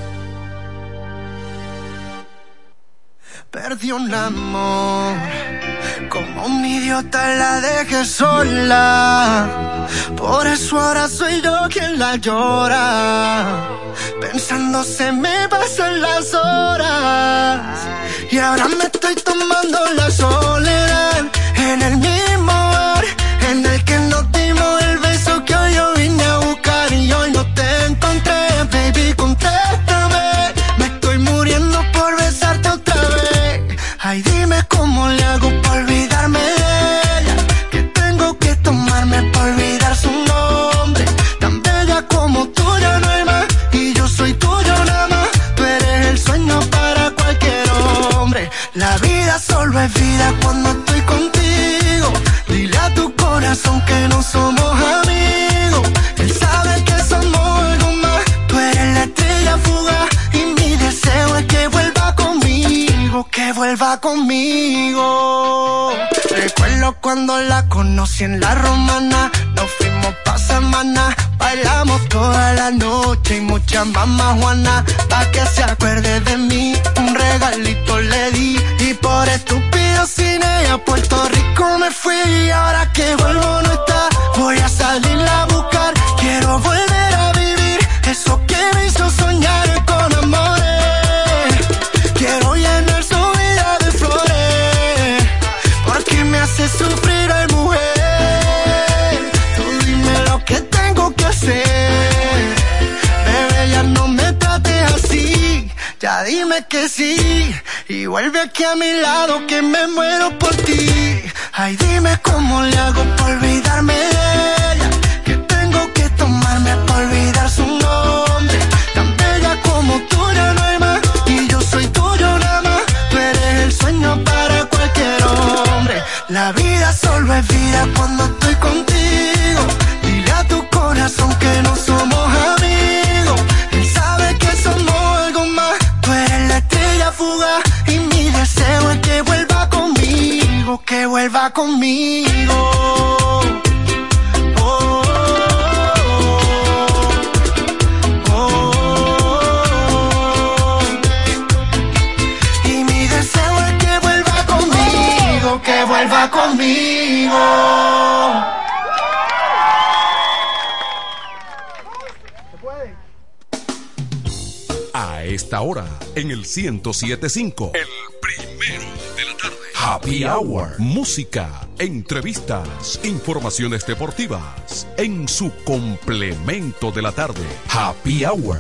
Perdí un amor, como un idiota la dejé sola. Por eso ahora soy yo quien la llora. Pensando se me pasan las horas. Y ahora me estoy tomando la soledad. En el mismo bar en el que nos dimos el beso que hoy yo vine a buscar. Y hoy no te encontré, baby, contéstame. Me estoy muriendo por besarte otra vez. Ay, dime cómo le hago para olvidarme de ella. Que tengo que tomarme para olvidar su nombre. Tan bella como tú ya no hay más. Y yo soy tuyo nada más. Tú eres el sueño para cualquier hombre. La vida solo es vida cuando estoy contigo. Dile a tu corazón que no somos amigos. Él sabe que somos algo más. Tú eres la estrella fugaz. Y mi deseo es que vuelva conmigo. Que vuelva conmigo. Recuerdo cuando la conocí en La Romana. Nos fuimos pa' semana. Bailamos toda la noche y muchas mamás Juana. Pa' que se acuerde de mí, un regalito le di. Y por estúpido sin ella a Puerto Rico me fui. Y ahora que vuelvo no está, voy a salirla a buscar. Quiero volver a vivir eso que me hizo soñar con amores. Quiero llenar su vida de flores, porque me hace sufrir, ay mujer. Tú dime lo que tengo que hacer dime que sí y vuelve aquí a mi lado que me muero por ti. Ay, dime cómo le hago para olvidarme de ella, que tengo que tomarme para olvidar su nombre. Tan bella como tú ya no hay más, y yo soy tuyo nada más. Tú eres el sueño para cualquier hombre. La vida solo es vida cuando estoy contigo. Dile a tu corazón que no somos amigos. Él sabe que somos algo más. Tú eres la estrella fugaz y mi deseo es que vuelva conmigo, que vuelva conmigo. Oh, oh, oh, oh. Y mi deseo es que vuelva conmigo, que vuelva conmigo. A esta hora, en el ciento siete punto cinco, el primero de la tarde. Happy Hour. Música, entrevistas, informaciones deportivas. En su complemento de la tarde. Happy Hour.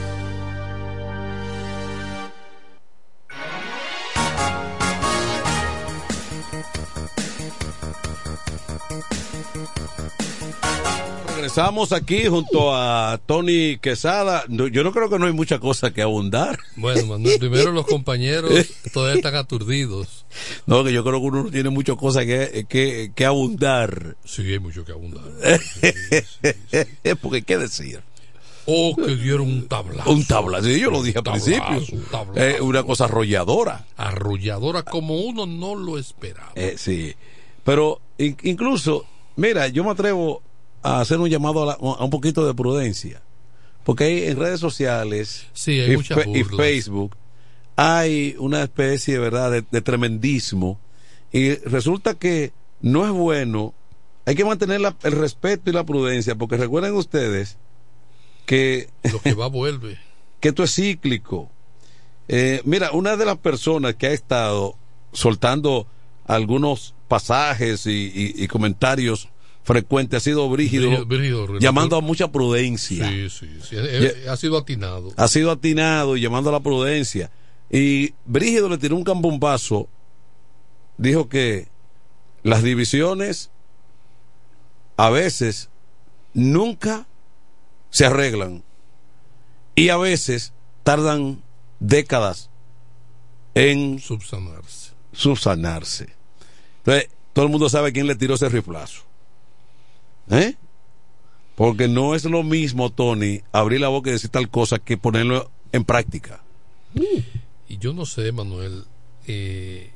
Regresamos aquí junto a Tony Quesada. No, yo no creo que no hay mucha cosa que abundar. Bueno, Manuel, primero los compañeros todavía están aturdidos. No, que yo creo que uno tiene muchas cosas que, que, que abundar. Sí, hay mucho que abundar. Sí, sí, sí. Porque qué decir. O que dieron un tablazo. Un tablazo, sí, yo lo dije al principio. Un eh, una cosa arrolladora. Arrolladora como uno no lo esperaba. Eh, sí, pero in, incluso, mira, yo me atrevo a hacer un llamado a, la, a un poquito de prudencia, porque hay en redes sociales, sí, hay y, muchas fe, y Facebook hay una especie, ¿verdad?, de, de tremendismo, y resulta que no es bueno. Hay que mantener la, el respeto y la prudencia, porque recuerden ustedes que lo que va vuelve, que esto es cíclico. Eh, mira, una de las personas que ha estado soltando algunos pasajes y, y, y comentarios frecuentes ha sido Brígido, Brígido, Brígido llamando a mucha prudencia. Sí, sí, sí. Ha, ha sido atinado. Ha sido atinado y llamando a la prudencia. Y Brígido le tiró un cambombazo. Dijo que las divisiones a veces nunca se arreglan y a veces tardan décadas en subsanarse. subsanarse. Entonces, todo el mundo sabe quién le tiró ese riflazo. ¿Eh? Porque no es lo mismo, Tony, abrir la boca y decir tal cosa que ponerlo en práctica. Y yo no sé, Manuel, eh,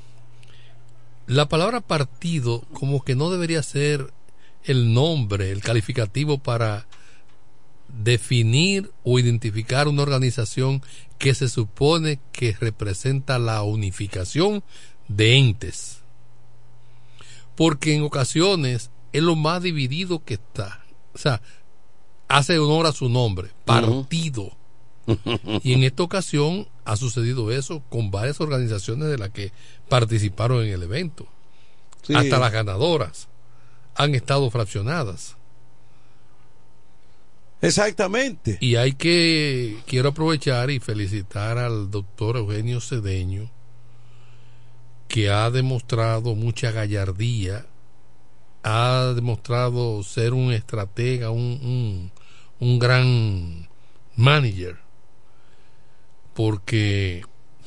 la palabra partido como que no debería ser el nombre, el calificativo para definir o identificar una organización que se supone que representa la unificación de entes, porque en ocasiones es lo más dividido que está. O sea, hace honor a su nombre, partido. Uh-huh. Y en esta ocasión ha sucedido eso con varias organizaciones de las que participaron en el evento. Sí. Hasta las ganadoras han estado fraccionadas. Exactamente. Y hay que, quiero aprovechar y felicitar al doctor Eugenio Cedeño, que ha demostrado mucha gallardía, ha demostrado ser un estratega, un, un, un gran manager, porque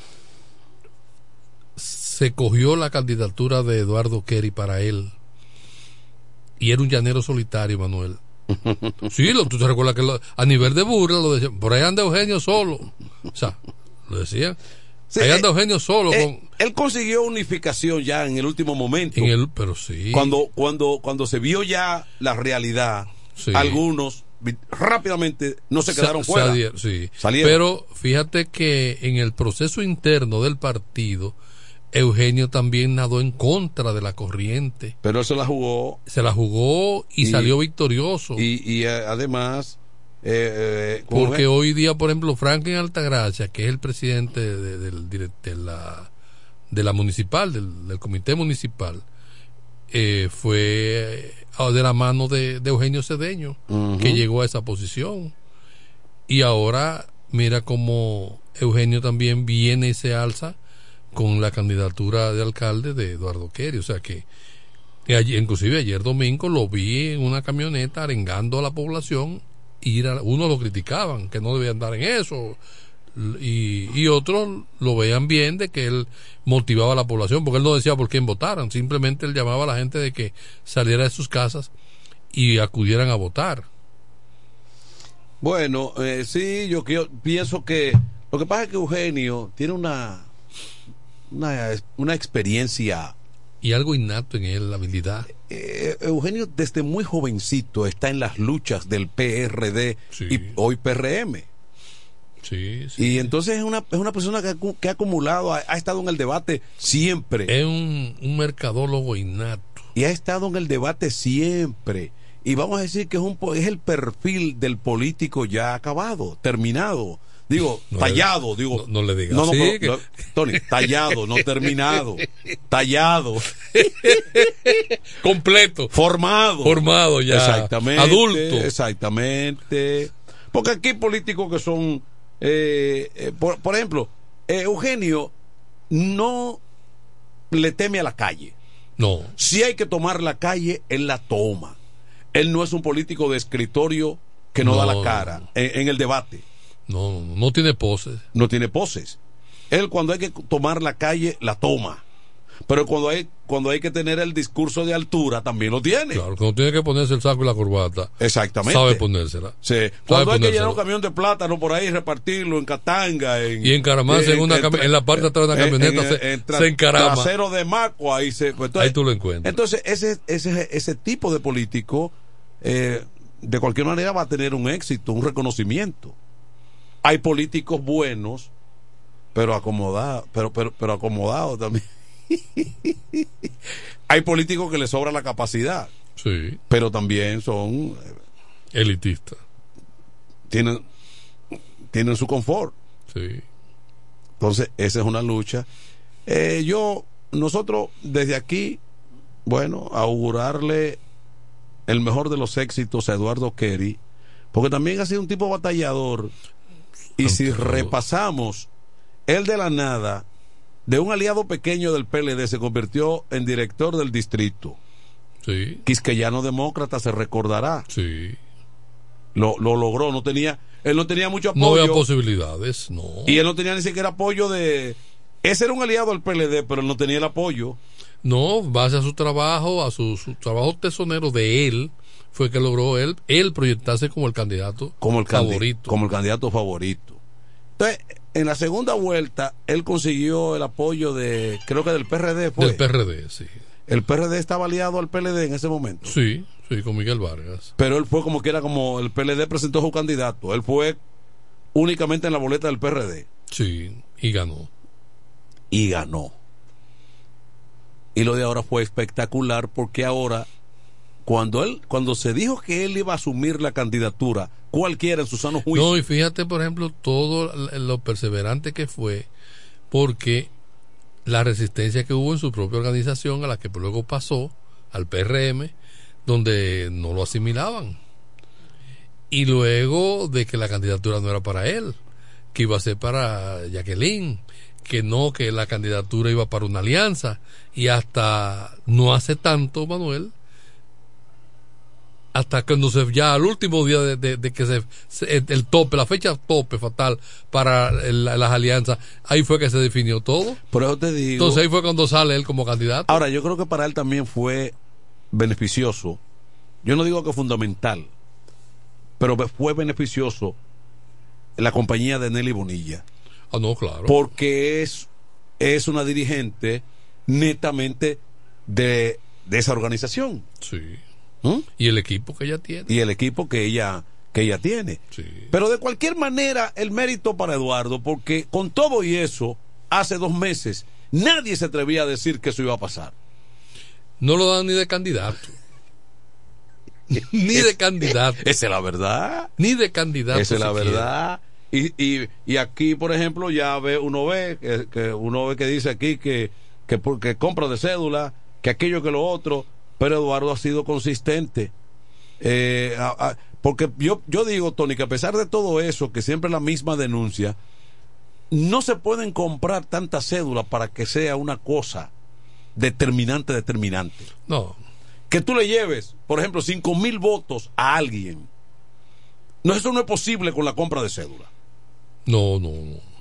se cogió la candidatura de Eduardo Kerry para él, y era un llanero solitario, Manuel. Sí, lo, tú te recuerdas que lo, a nivel de burla lo decían, por ahí anda Eugenio solo, o sea, lo decían. Sí, ahí anda Eugenio solo. Eh, con... Él consiguió unificación ya en el último momento. En el, pero sí. Cuando, cuando, cuando se vio ya la realidad, sí. Algunos rápidamente no se quedaron Sa- fuera. Salier, sí. Salieron. Pero fíjate que en el proceso interno del partido, Eugenio también nadó en contra de la corriente. Pero él se la jugó. Se la jugó y, y salió victorioso. Y, y además... Eh, eh, porque es? Hoy día, por ejemplo, Franklin Altagracia, que es el presidente de, de, de, de la de la municipal, del, del comité municipal, eh, fue de la mano de, de Eugenio Cedeño, uh-huh. que llegó a esa posición. Y ahora mira cómo Eugenio también viene y se alza con la candidatura de alcalde de Eduardo Kerry. O sea que, que ayer, inclusive ayer domingo lo vi en una camioneta arengando a la población. Ir a, unos lo criticaban, que no debía andar en eso, y, y otros lo veían bien de que él motivaba a la población, porque él no decía por quién votaran, simplemente él llamaba a la gente de que saliera de sus casas y acudieran a votar. Bueno, eh, sí, yo, yo pienso que lo que pasa es que Eugenio tiene una una, una experiencia y algo innato en él, la habilidad. Eh, Eugenio desde muy jovencito está en las luchas del P R D, sí, y hoy P R M. Sí, sí. Y entonces es una, es una persona que ha, que ha acumulado, ha, ha estado en el debate siempre. Es un, un mercadólogo innato. Y ha estado en el debate siempre. Y vamos a decir que es, un, es el perfil del político ya acabado, terminado. Digo, no tallado, le, digo. No, no le digas no, no, así, pero, que... no, Tony, tallado, no terminado. Tallado. Completo. Formado. Formado ya. Exactamente. Adulto. Exactamente. Porque aquí hay políticos que son, eh, eh, por, por ejemplo, eh, Eugenio no le teme a la calle. No. Si hay que tomar la calle, él la toma. Él no es un político de escritorio que no, no da la cara en, en el debate. No, no tiene poses. No tiene poses. Él cuando hay que tomar la calle, la toma. Pero cuando hay cuando hay que tener el discurso de altura, también lo tiene. Claro, cuando tiene que ponerse el saco y la corbata. Exactamente. Sabe ponérsela. Sí. Cuando hay que llenar un camión de plátano por ahí, repartirlo en Catanga. En, y encaramarse en, en, una en, en la parte de atrás de una camioneta, en, en, en, se, se encarama. Trasero de Maco, ahí se... Pues, entonces, ahí tú lo encuentras. Entonces, ese, ese, ese tipo de político, eh, de cualquier manera va a tener un éxito, un reconocimiento. Hay políticos buenos, pero acomodados, pero, pero, pero acomodados también. Hay políticos que les sobra la capacidad, sí, pero también son elitistas, tienen tienen su confort, sí. Entonces esa es una lucha. eh, yo nosotros desde aquí, bueno, augurarle el mejor de los éxitos a Eduardo Kerry, porque también ha sido un tipo batallador. Y si repasamos, él de la nada, de un aliado pequeño del P L D, se convirtió en director del distrito. Sí. Quisqueyano Demócrata, se recordará. Sí. Lo, lo logró, no tenía, él no tenía mucho apoyo. No había posibilidades, no. Y él no tenía ni siquiera apoyo de... Ese era un aliado del P L D, pero él no tenía el apoyo. No, base a su trabajo, a su, su trabajo tesonero de él, fue que logró él, él proyectarse como el candidato como el favorito. Como el candidato favorito. Entonces, en la segunda vuelta, él consiguió el apoyo de, creo que del P R D fue. Del P R D, sí. El P R D estaba aliado al P L D en ese momento. Sí, sí, con Miguel Vargas. Pero él fue como que era como el P L D presentó a su candidato. Él fue únicamente en la boleta del P R D. Sí, y ganó. Y ganó. Y lo de ahora fue espectacular porque ahora, cuando él, cuando se dijo que él iba a asumir la candidatura, cualquiera en su sano juicio. No, y fíjate, por ejemplo, todo lo perseverante que fue, porque la resistencia que hubo en su propia organización, a la que luego pasó al P R M, donde no lo asimilaban. Y luego de que la candidatura no era para él, que iba a ser para Jacqueline, que no, que la candidatura iba para una alianza, y hasta no hace tanto, Manuel, hasta cuando se ya al último día de, de, de que se, se el tope, la fecha tope fatal para el, las alianzas, ahí fue que se definió todo. Por eso te digo. Entonces ahí fue cuando sale él como candidato. Ahora, yo creo que para él también fue beneficioso. Yo no digo que fundamental, pero fue beneficioso la compañía de Nelly Bonilla. Ah, no, claro. Porque es, es una dirigente netamente de, de esa organización. Sí. ¿Mm? Y el equipo que ella tiene. Y el equipo que ella, que ella tiene. Sí. Pero de cualquier manera, el mérito para Eduardo, porque con todo y eso, hace dos meses, nadie se atrevía a decir que eso iba a pasar. No lo dan ni de candidato. Ni de candidato. Esa es la verdad. Ni de candidato. Esa es la verdad. Y, y, y aquí, por ejemplo, ya ve uno ve que, que uno ve que dice aquí que, que, que compra de cédula, que aquello que lo otro, pero Eduardo ha sido consistente. Eh, a, a, porque yo, yo digo, Tony, que a pesar de todo eso, que siempre es la misma denuncia, no se pueden comprar tantas cédulas para que sea una cosa determinante, determinante. No. Que tú le lleves, por ejemplo, cinco mil votos a alguien. No, eso no es posible con la compra de cédula. No, no,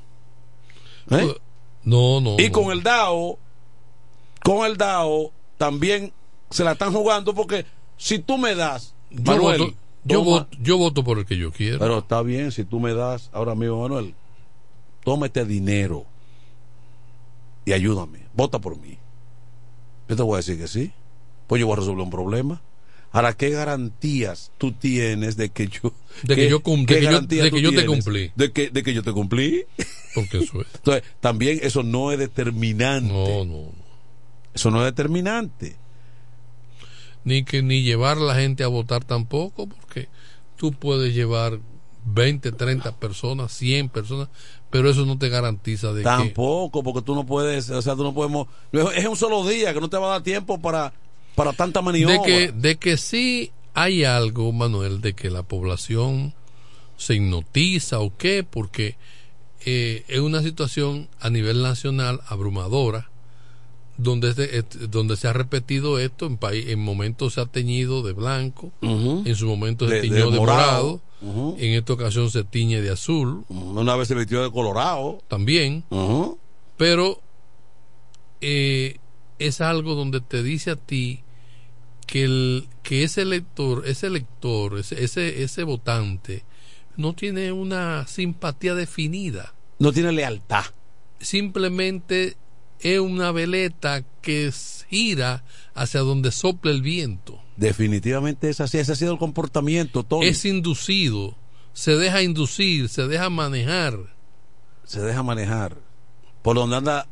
no. ¿Eh? No, no. Y no. con el D A O, con el D A O también se la están jugando, porque si tú me das, Yo, Manuel, voto, yo, toma- voto, yo voto por el que yo quiero. Pero está bien, si tú me das ahora mismo, Manuel, tómate dinero y ayúdame, vota por mí. Yo te voy a decir que sí, pues yo voy a resolver un problema. Ahora, ¿qué garantías tú tienes de que yo De que qué- yo cum- qué de que yo- garantías de tú que yo te tienes cumplí? De que, de que yo te cumplí. Porque eso es. Entonces, también eso no es determinante. No, no. Eso no es determinante. Ni que ni llevar a la gente a votar tampoco, porque tú puedes llevar veinte, treinta personas, cien personas, pero eso no te garantiza de que Tampoco, porque tú no puedes, o sea, tú no podemos. Es un solo día que no te va a dar tiempo para, para tanta maniobra. de que de que sí hay algo, Manuel, de que la población se hipnotiza o qué, porque eh, es una situación a nivel nacional abrumadora, donde este- este- donde se ha repetido esto en país, en momentos se ha teñido de blanco, Ujú. en su momento se De- tiñó de de, morado. morado, Ujú. en esta ocasión se tiñe de azul, Una vez se vistió de colorado. también, Ujú. pero eh, es algo donde te dice a ti que el que ese elector, ese elector, ese ese, ese votante no tiene una simpatía definida, No tiene lealtad. simplemente es una veleta que gira hacia donde sopla el viento. Definitivamente es así. Ese ha sido el comportamiento, Tony. Es inducido, se deja inducir, se deja manejar. Se deja manejar. Por donde anda,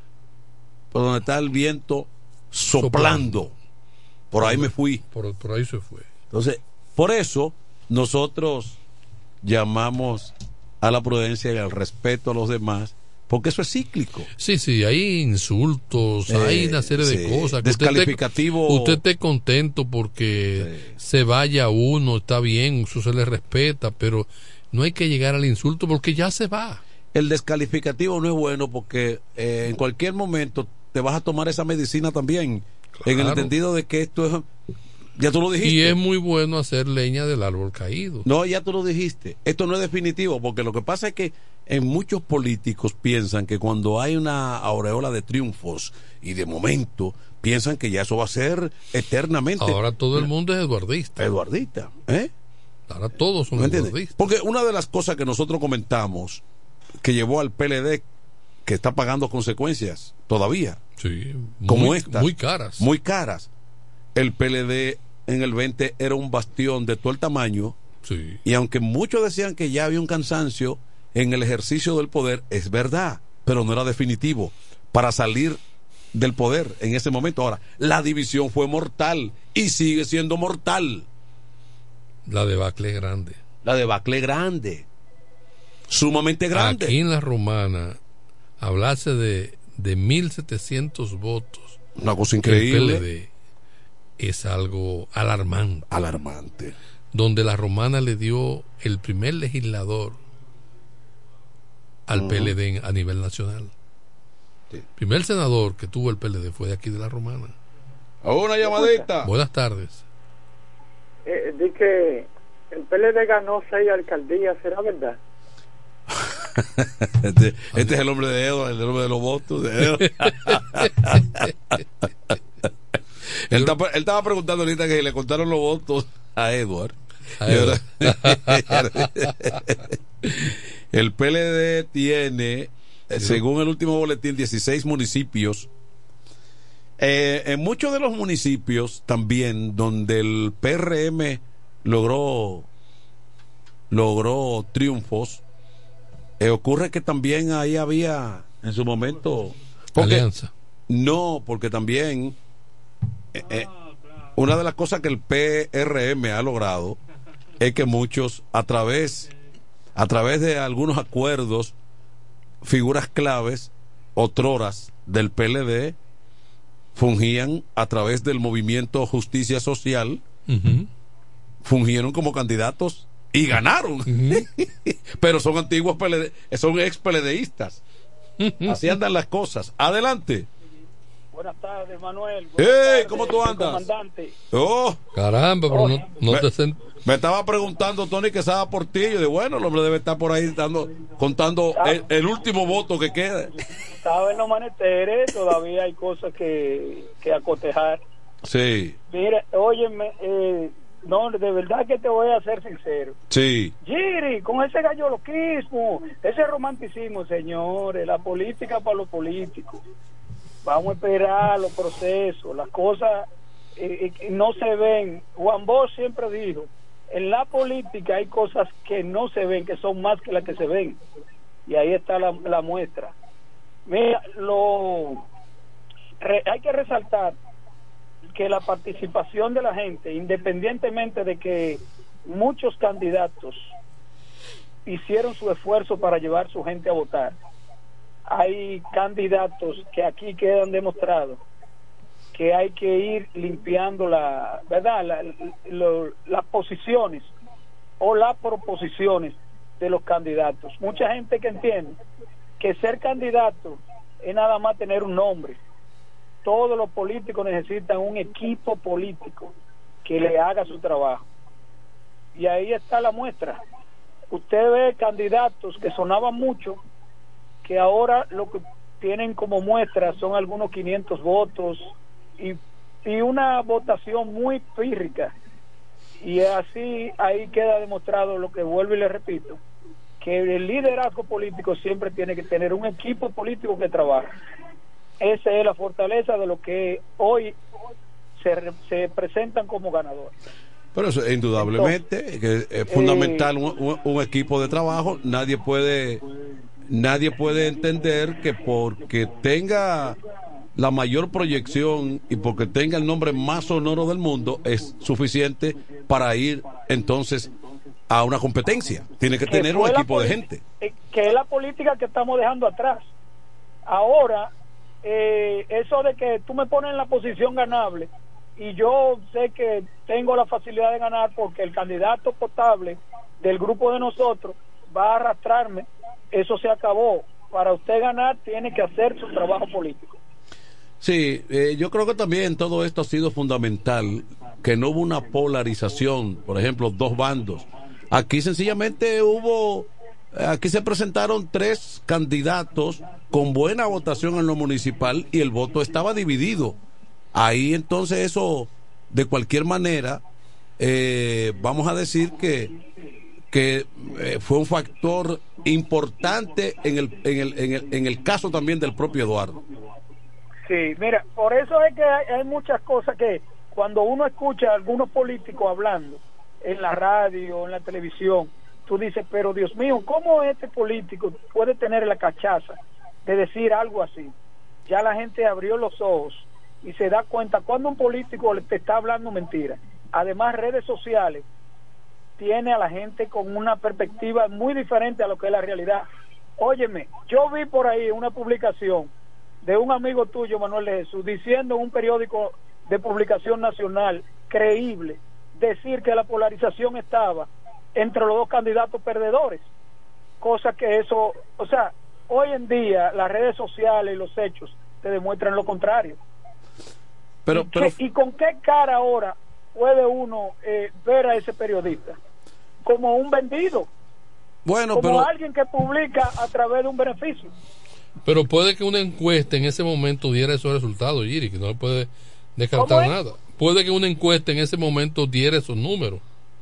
por donde está el viento soplando. Soplando. Por ahí me fui. Por, por ahí se fue. Entonces, por eso nosotros llamamos a la prudencia y al respeto a los demás, porque eso es cíclico. Sí, sí, hay insultos, Eh, hay una serie de sí. cosas. Que Descalificativo. Usted esté, usted esté contento porque se vaya uno, está bien, eso se le respeta, pero no hay que llegar al insulto porque ya se va. El descalificativo no es bueno porque eh, en cualquier momento te vas a tomar esa medicina también, en el Claro. entendido de que esto es, ya tú lo dijiste. Y es muy bueno hacer leña del árbol caído. No, ya tú lo dijiste. Esto no es definitivo, porque lo que pasa es que en muchos políticos piensan que cuando hay una aureola de triunfos y de momento piensan que ya eso va a ser eternamente. Ahora todo el mundo es eduardista. Eduardista, ¿eh? Ahora todos son ¿Me entiendes? eduardistas. Porque una de las cosas que nosotros comentamos que llevó al P L D, que está pagando consecuencias todavía, sí, como muy, estas, muy caras. muy caras. El P L D en el veinte era un bastión de todo el tamaño, sí. y aunque muchos decían que ya había un cansancio en el ejercicio del poder, es verdad, pero no era definitivo para salir del poder en ese momento. Ahora, la división fue mortal y sigue siendo mortal. La debacle es grande. La debacle grande, sumamente grande. Aquí en la Romana, hablarse de, de mil setecientos votos. Una cosa increíble. El P L D es algo alarmante. Alarmante. Donde la Romana le dio el primer legislador al Uh-huh. P L D a nivel nacional. Sí. Primer senador que tuvo el P L D fue de aquí de la Romana. A una llamadita. Buenas tardes. Eh, di que el P L D ganó seis alcaldías, ¿será verdad? este, este es el hombre de Edward, el hombre de los votos de Edward. él, está, él estaba preguntando ahorita que le contaron los votos a Edward. A Edward. El P L D tiene, eh, según el último boletín, dieciséis municipios. Eh, en muchos de los municipios también donde el P R M logró logró triunfos, eh, ocurre que también ahí había en su momento porque, alianza. No, porque también eh, eh, una de las cosas que el P R M ha logrado es que muchos a través a través de algunos acuerdos, figuras claves otroras del P L D fungían a través del movimiento Justicia Social, uh-huh. fungieron como candidatos y ganaron. Pero son antiguos P L D, son ex PLDistas. Así andan las cosas. Adelante. Buenas tardes, Manuel. ¡Hey! Tardes, ¿Cómo tú andas? Comandante. Oh, caramba, pero no, no me, te sent... me estaba preguntando Tony Quesada por ti. Yo de bueno, el hombre debe estar por ahí dando, contando el, el último voto que queda. Saben los maneteres, todavía hay cosas que, que acotejar. Sí. Mira, óyeme, eh, no, de verdad que te voy a ser sincero. Sí. Giri, con ese galloloquismo, ese romanticismo, señores, la política para los políticos. Vamos a esperar los procesos, las cosas eh, eh, no se ven. Juan Bosch siempre dijo, en la política hay cosas que no se ven, que son más que las que se ven. Y ahí está la, la muestra. Mira, lo re, hay que resaltar que la participación de la gente, independientemente de que muchos candidatos hicieron su esfuerzo para llevar su gente a votar, hay candidatos que aquí quedan demostrados que hay que ir limpiando la verdad la, lo, las posiciones o las proposiciones de los candidatos. Mucha gente que entiende que ser candidato es nada más tener un nombre. Todos los políticos necesitan un equipo político que le haga su trabajo, y ahí está la muestra. Usted ve candidatos que sonaban mucho, que ahora lo que tienen como muestra son algunos quinientos votos y, y una votación muy pírrica, y así ahí queda demostrado lo que vuelvo y le repito, que el liderazgo político siempre tiene que tener un equipo político que trabaje. Esa es la fortaleza de lo que hoy se, se presentan como ganadores. Pero eso indudablemente Entonces, que es fundamental eh, un, un equipo de trabajo. Nadie puede nadie puede entender que porque tenga la mayor proyección y porque tenga el nombre más sonoro del mundo es suficiente para ir entonces a una competencia. Tiene que, que tener un equipo de gente. Que es la política que estamos dejando atrás. Ahora, eh, eso de que tú me pones en la posición ganable y yo sé que tengo la facilidad de ganar porque el candidato potable del grupo de nosotros va a arrastrarme, eso se acabó. Para usted ganar tiene que hacer su trabajo político. Sí, eh, yo creo que también todo esto ha sido fundamental, que no hubo una polarización, por ejemplo, dos bandos. Aquí sencillamente hubo, aquí se presentaron tres candidatos con buena votación en lo municipal y el voto estaba dividido. Ahí entonces eso, de cualquier manera, eh, vamos a decir que que eh, fue un factor importante en el, en el en el en el caso también del propio Eduardo. Sí, mira, por eso es que hay, hay muchas cosas que cuando uno escucha a algunos políticos hablando en la radio, en la televisión, tú dices, pero Dios mío, ¿cómo este político puede tener la cachaza de decir algo así? Ya la gente abrió los ojos y se da cuenta cuando un político te está hablando mentira. Además, redes sociales tiene a la gente con una perspectiva muy diferente a lo que es la realidad. Óyeme, yo vi por ahí una publicación de un amigo tuyo, Manuel de Jesús, diciendo en un periódico de publicación nacional creíble, decir que la polarización estaba entre los dos candidatos perdedores, cosa que eso, o sea, hoy en día las redes sociales y los hechos te demuestran lo contrario. Pero, ¿Y, pero... qué, ¿Y con qué cara ahora puede uno eh, ver a ese periodista? Como un vendido, bueno, como pero... alguien que publica a través de un beneficio. Pero puede que una encuesta en ese momento diera esos resultados, Giri, que no le puede descartar nada. Puede que una encuesta en ese momento diera esos números.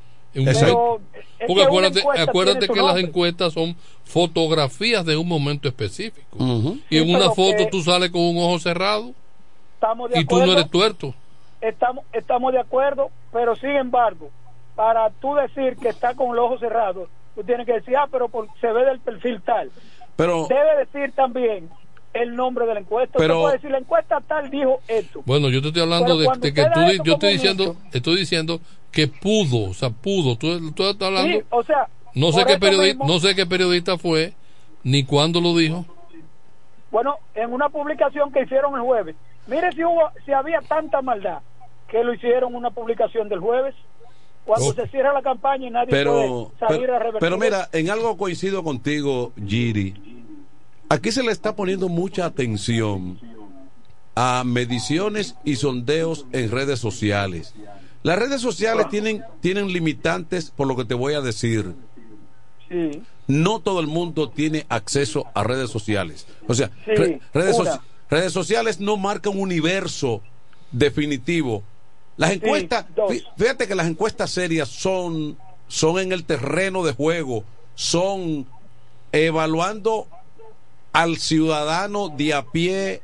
Pero Porque acuérdate, acuérdate que las encuestas son fotografías de un momento específico. Uh-huh. Y en sí, una foto que... tú sales con un ojo cerrado estamos de y acuerdo, tú no eres tuerto. Estamos, estamos de acuerdo, pero sin embargo, para tú decir que está con los ojos cerrados, tú tienes que decir, ah, pero por, se ve del perfil tal. Pero debe decir también el nombre de la encuesta. Pero, usted puede decir, la encuesta tal dijo esto. Bueno, yo te estoy hablando de, de que tú, yo estoy diciendo, hecho, estoy diciendo que pudo, o sea, pudo. Tú, tú estás hablando. Sí, o sea, no sé qué periodista, no sé qué periodista fue, ni cuándo lo dijo. Bueno, en una publicación que hicieron el jueves. Mire si hubo, si había tanta maldad que lo hicieron una publicación del jueves. cuando Oh. se cierra la campaña y nadie Pero, puede salir pero, a revertir. pero mira, en algo coincido contigo, Giri. Aquí se le está poniendo mucha atención a mediciones y sondeos en redes sociales. Las redes sociales tienen, tienen limitantes, por lo que te voy a decir. Sí. No todo el mundo tiene acceso a redes sociales. O sea, Sí, re- redes, una. soci- redes sociales no marcan un universo definitivo. Las Sí, encuestas, dos. fí- fíjate que las encuestas serias son, son en el terreno de juego, son evaluando al ciudadano de a pie,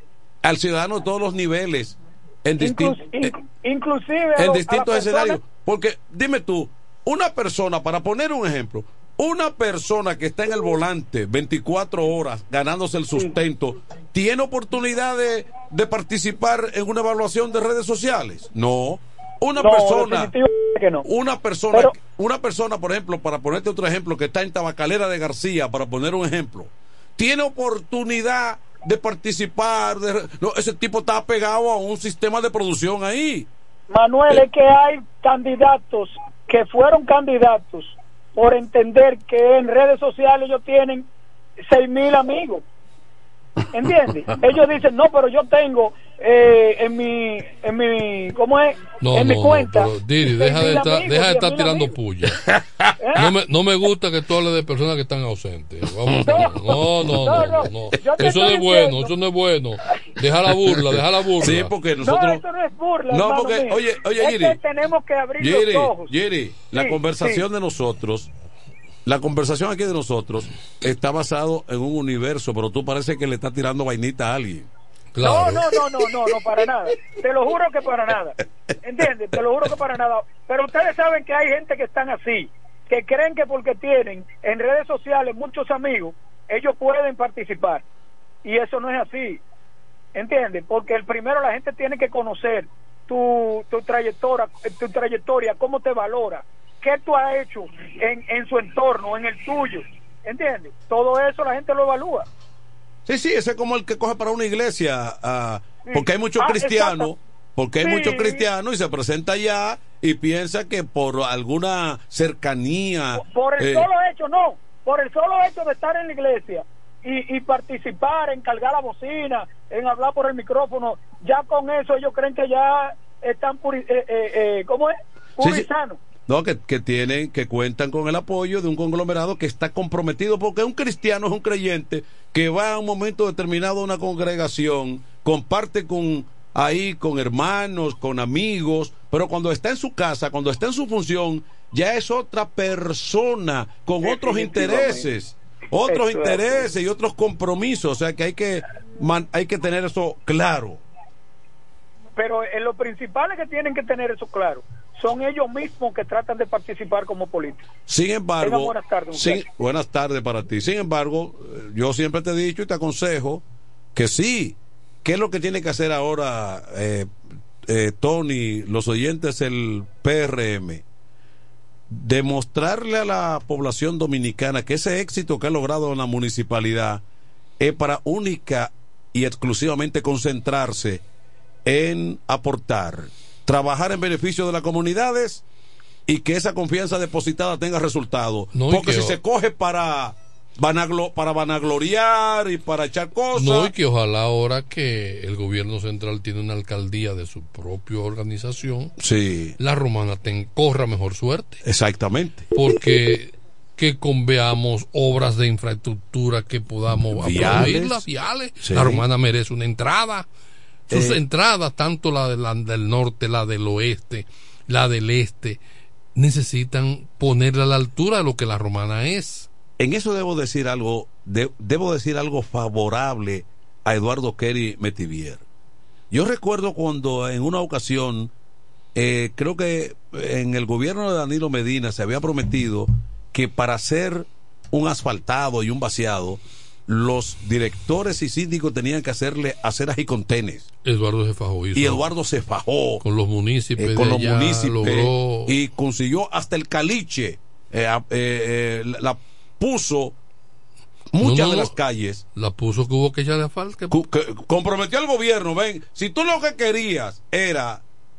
al ciudadano de todos los niveles, en distintos Inclus- inc- inclusive a en los- a distintos las personas- escenarios. Porque dime tú, una persona, para poner un ejemplo, una persona que está en el volante veinticuatro horas ganándose el sustento, ¿tiene oportunidad de, de participar en una evaluación de redes sociales? No. Una No, persona, definitivamente que no. una persona, Pero- una persona, por ejemplo, para ponerte otro ejemplo, que está en Tabacalera de García, para poner un ejemplo, tiene oportunidad de participar, de, no, ese tipo está pegado a un sistema de producción ahí. Manuel, es que hay candidatos que fueron candidatos por entender que en redes sociales ellos tienen seis mil amigos. ¿Entiendes? Ellos dicen, no, pero yo tengo eh, en mi, en mi, ¿cómo es? No, en no, mi cuenta. no, pero Diri, deja de seis mil estar, amigos, deja de diez estar mil tirando amigos. puya. No me, no me gusta que tú hables de personas que están ausentes. Vamos, no, no, no, no, no, no. Yo te Eso no estoy es bueno, diciendo- eso no es bueno. Deja la burla, deja la burla. Sí, porque No, nosotros... eso no es burla, No, hermano porque, mío. oye, oye, es Giri. que tenemos que abrir Giri, los ojos. Giri, la Sí, conversación sí. de nosotros, la conversación aquí de nosotros está basado en un universo, pero tú parece que le estás tirando vainita a alguien. No, no, no, no, no, no, para nada. Te lo juro que para nada. ¿Entiendes? Te lo juro que para nada. Pero ustedes saben que hay gente que están así, que creen que porque tienen en redes sociales muchos amigos, ellos pueden participar. Y eso no es así. ¿Entiendes? Porque el primero la gente tiene que conocer tu, tu trayectoria, tu trayectoria, cómo te valora, qué tú has hecho en, en su entorno, en el tuyo. ¿Entiendes? Todo eso la gente lo evalúa. Sí, sí, ese es como el que coge para una iglesia, ah, porque hay muchos Ah, cristianos, exacto. porque hay Sí. muchos cristianos y se presenta allá y piensa que por alguna cercanía... Por el eh, solo hecho, no, por el solo hecho de estar en la iglesia y, y participar, en cargar la bocina, en hablar por el micrófono, ya con eso ellos creen que ya están puri, eh, eh, eh, ¿cómo es? Sí, sí. Purizanos. No, que, que tienen, que cuentan con el apoyo de un conglomerado que está comprometido, porque un cristiano es un creyente que va a un momento determinado a una congregación, comparte con ahí con hermanos, con amigos, pero cuando está en su casa, cuando está en su función, ya es otra persona con otros intereses, otros Eso es intereses y otros compromisos, o sea que hay que man- hay que tener eso claro. Pero en lo principal es que tienen que tener eso claro. Son ellos mismos que tratan de participar como políticos. Sin embargo, Tengan buenas tardes, sin- muchachos. buenas tardes para ti. Sin embargo, eh, yo siempre te he dicho y te aconsejo que sí. ¿Qué es lo que tiene que hacer ahora, eh, eh, Tony, los oyentes del P R M? Demostrarle a la población dominicana que ese éxito que ha logrado en la municipalidad es para única y exclusivamente concentrarse en aportar, trabajar en beneficio de las comunidades y que esa confianza depositada tenga resultados. No, y Porque que si o- se coge para vanaglo, para vanagloriar y para echar cosas, No, y que ojalá ahora que el gobierno central tiene una alcaldía de su propia organización, sí, la romana ten, corra mejor suerte. exactamente. Porque que conveamos obras de infraestructura que podamos Viales. aplaudirlas, viales. Sí. La romana merece una entrada. Sus Eh. entradas, tanto la, de la del norte, la del oeste, la del este, necesitan ponerla a la altura de lo que la romana es. En eso debo decir algo, de- debo decir algo favorable a Eduardo Kerry Metivier. Yo recuerdo cuando en una ocasión, eh, creo que en el gobierno de Danilo Medina se había prometido que para hacer un asfaltado y un vaciado, los directores y síndicos tenían que hacerle aceras y contenes. Eduardo se fajó. hizo Y Eduardo se fajó con los municipios, eh, con de los allá, municipios logró- y consiguió hasta el caliche, eh, a- eh, eh, la, la puso muchas No, no, de no. las calles, la puso que hubo que echarle a falta. cu- que comprometió al gobierno. Ven, si tú lo que querías era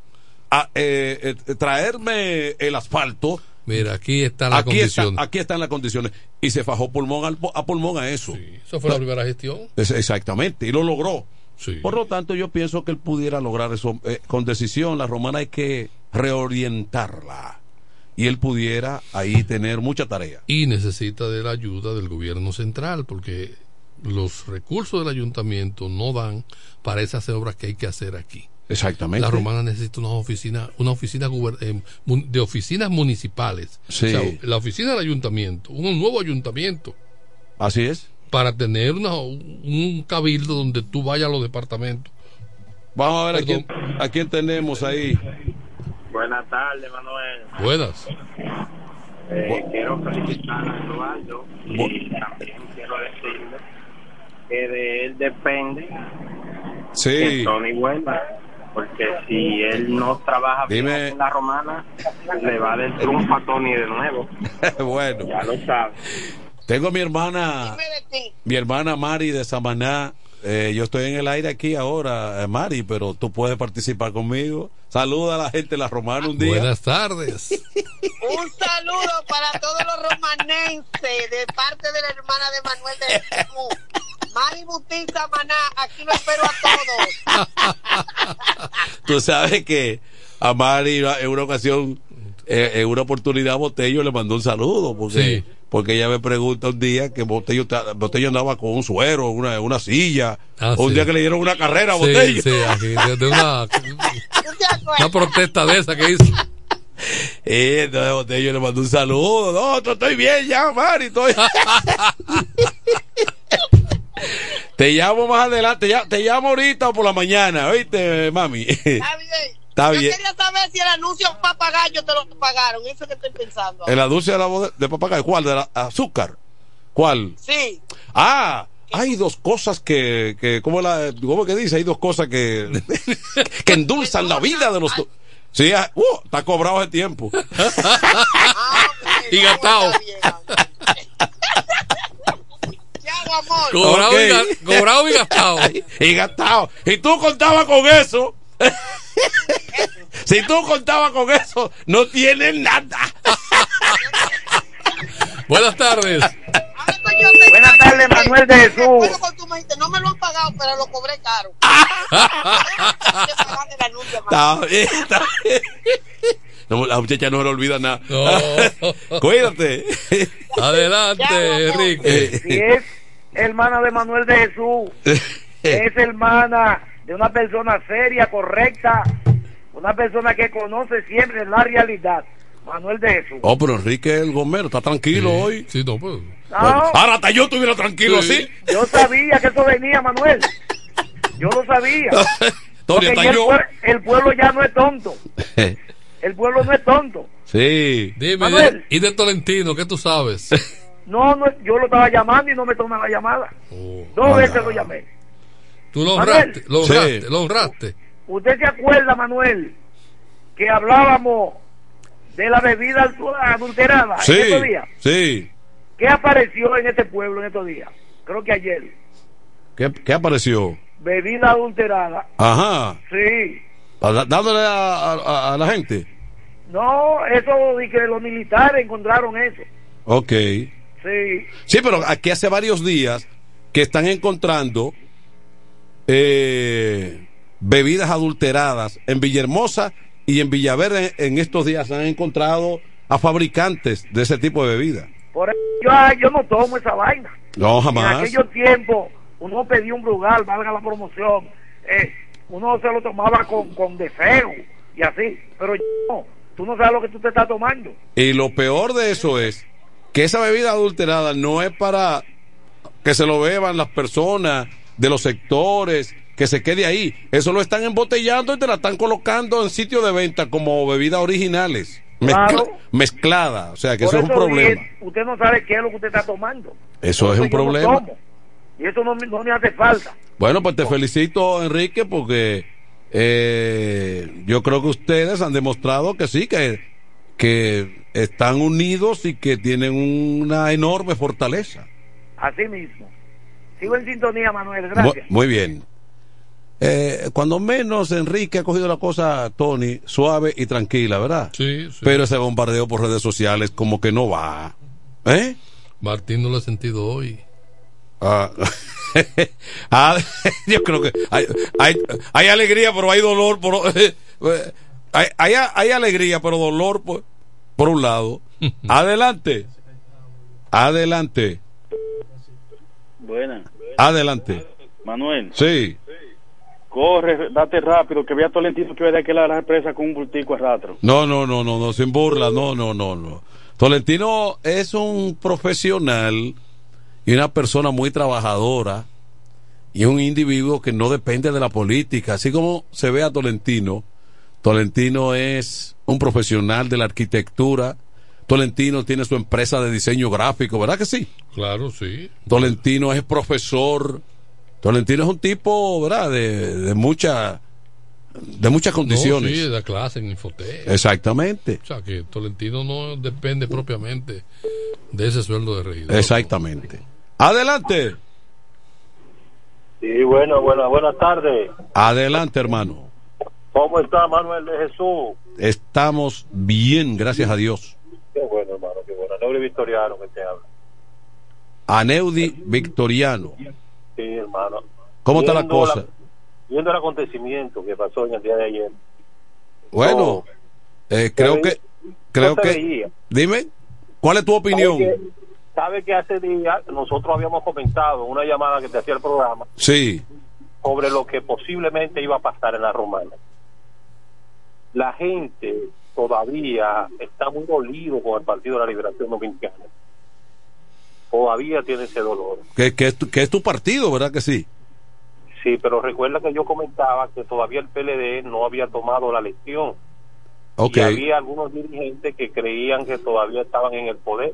a, eh, eh, traerme el asfalto. Mira, aquí están las aquí condiciones. Está, aquí están las condiciones. Y se fajó pulmón al, a pulmón a eso. Sí, eso fue la primera gestión. Es, exactamente, y lo logró. Sí. Por lo tanto, yo pienso que él pudiera lograr eso eh, con decisión. La Romana hay que reorientarla. Y él pudiera ahí tener mucha tarea. Y necesita de la ayuda del gobierno central, porque los recursos del ayuntamiento no dan para esas obras que hay que hacer aquí. Exactamente. La Romana necesita una oficina, una oficina eh, de oficinas municipales. Sí. O sea, la oficina del ayuntamiento, un nuevo ayuntamiento. Así es. Para tener una, un cabildo donde tú vayas a los departamentos. Vamos a ver a quién, a quién tenemos ahí. Buenas tardes, Manuel. Buenas. Eh, quiero felicitar a Eduardo y también quiero decirle que de él depende sí. que Tony vuelva, porque si él no trabaja bien Dime. en la Romana, le va a dar triunfo a Tony de nuevo. Bueno, ya lo sabes. Tengo a mi hermana, mi hermana Mari de Samaná. Eh, yo estoy en el aire aquí ahora, eh, Mari, pero tú puedes participar conmigo. Saluda a la gente de la Romana un día. Buenas tardes. Un saludo para todos los romanenses de parte de la hermana de Manuel de Jesús. Mari Butista Maná, aquí lo espero a todos. Tú sabes que a Mari en una ocasión, eh, en una oportunidad, Botello le mandó un saludo porque, sí. porque ella me pregunta un día que Botello, Botello andaba con un suero, una, una silla, ah, o un sí. día que le dieron una carrera a sí, Botello. Sí, aquí, de, de una, una protesta de esa que hizo. Y entonces Botello le mandó un saludo. No, yo estoy bien ya, Mari, estoy... Te llamo más adelante, te, te llamo ahorita o por la mañana, ¿oíste, mami? Está bien. Está Yo bien. quería saber si el anuncio papagayo te lo pagaron, eso que estoy pensando. El anuncio de la voz de, de papagayo, ¿cuál? ¿De la azúcar? ¿Cuál? Sí. Ah, hay dos cosas que, que ¿cómo, la, ¿cómo que dice? Hay dos cosas que, que endulzan la vida de los... Sí, uh, está cobrado ese tiempo. Y gastado. Amor. Cobrado, Okay. y, ga- cobrado y gastado. Y gastado. Y tú contabas con eso. Si tú contabas con eso, no tienes nada. Buenas tardes. Buenas tardes, Manuel de Jesús. No me lo han pagado, pero lo cobré caro. Está bien, está bien. No, la muchacha no se le olvida nada. No. Cuídate. Adelante, Enrique. Si es hermana de Manuel de Jesús, es hermana de una persona seria, correcta, una persona que conoce siempre la realidad. Manuel de Jesús. Oh, pero Enrique el Gomero está tranquilo Sí. hoy. Sí, no, pues. No, Ahora hasta yo estuviera tranquilo Sí. así. yo sabía que eso venía, Manuel. Yo lo sabía. Tony, Porque hasta ya el, yo. pue- el pueblo ya no es tonto. El pueblo no es tonto. Sí. Dime, Manuel. ¿y de Tolentino qué tú sabes? No, no, yo lo estaba llamando y no me tomó la llamada. Oh. Dos Anda. veces lo llamé. Tú lo Manuel. honraste, lo Sí. honraste, lo honraste. ¿Usted se acuerda, Manuel, que hablábamos de la bebida altu- adulterada Sí. en estos días? Sí. ¿Qué apareció en este pueblo en estos días? Creo que ayer. ¿Qué, qué apareció? Bebida adulterada. Ajá. Sí. Pa- Dándole a, a- a la gente. No, eso de que los militares encontraron eso. Ok. Sí. Sí, pero aquí hace varios días que están encontrando eh, bebidas adulteradas en Villahermosa y en Villaverde. En estos días han encontrado a fabricantes de ese tipo de bebidas. Por eso yo, ah, yo no tomo esa vaina. No, En jamás. aquellos tiempos, uno pedía un brugal, valga la promoción. Eh, uno se lo tomaba con, con deseo y así. Pero yo no. Tú no sabes lo que tú te estás tomando. Y lo peor de eso es que esa bebida adulterada no es para que se lo beban las personas de los sectores, que se quede ahí. Eso lo están embotellando y te la están colocando en sitios de venta como bebidas originales, mezcla- Claro. mezclada. O sea que Por eso es un eso problema. dije, usted no sabe qué es lo que usted está tomando. Eso Por es un yo no problema. tomo. Y eso no, me- no me hace falta. Bueno, pues te felicito, Enrique, porque eh, yo creo que ustedes han demostrado que sí, que, que están unidos y que tienen una enorme fortaleza. Así mismo. Sigo en sintonía, Manuel. Mu- Gracias. Muy bien. Eh, cuando menos Enrique ha cogido la cosa, Tony, suave y tranquila, ¿verdad? Sí, sí. Pero ese bombardeo por redes sociales como que no va. ¿Eh? Martín no lo ha sentido hoy. Ah, ah, yo creo que hay, hay, hay alegría, pero hay dolor. Por, hay, hay, hay alegría, pero dolor por, por un lado. Adelante. Adelante. Buena. Adelante. Manuel. Sí. Corre, date rápido, que vea Tolentino que vaya de aquel lado de la presa con un bultico a ratro. No, no, no, no, no, sin burla, no, no, no, no. Tolentino es un profesional y una persona muy trabajadora y un individuo que no depende de la política. Así como se ve a Tolentino, Tolentino es un profesional de la arquitectura. Tolentino tiene su empresa de diseño gráfico, ¿verdad que sí? Claro, sí. Tolentino es profesor. Tolentino es un tipo, ¿verdad? De, de mucha, de muchas condiciones. No, sí, da clase en Infotec. Exactamente. O sea, que Tolentino no depende propiamente de ese sueldo de regidor. Exactamente. Adelante. Sí, bueno, buenas, buenas tardes. Adelante, hermano. ¿Cómo está Manuel de Jesús? Estamos bien, gracias a Dios. Qué bueno, hermano, qué bueno. Aneudi Victoriano que te habla. Aneudi Victoriano. Sí, hermano. ¿Cómo está la cosa? La, viendo el acontecimiento que pasó en el día de ayer. Bueno, eh, creo ve, que... creo que veía. Dime, ¿cuál es tu opinión? ¿Sabe que, sabe que hace días nosotros habíamos comentado una llamada que te hacía el programa? Sí. Sobre lo que posiblemente iba a pasar en la Romana. La gente todavía está muy dolido con el Partido de la Liberación Dominicana. Todavía tiene ese dolor. Que, que, es tu, que es tu partido, ¿verdad que sí? Sí, pero recuerda que yo comentaba que todavía el P L D no había tomado la lección. Okay. Y había algunos dirigentes que creían que todavía estaban en el poder,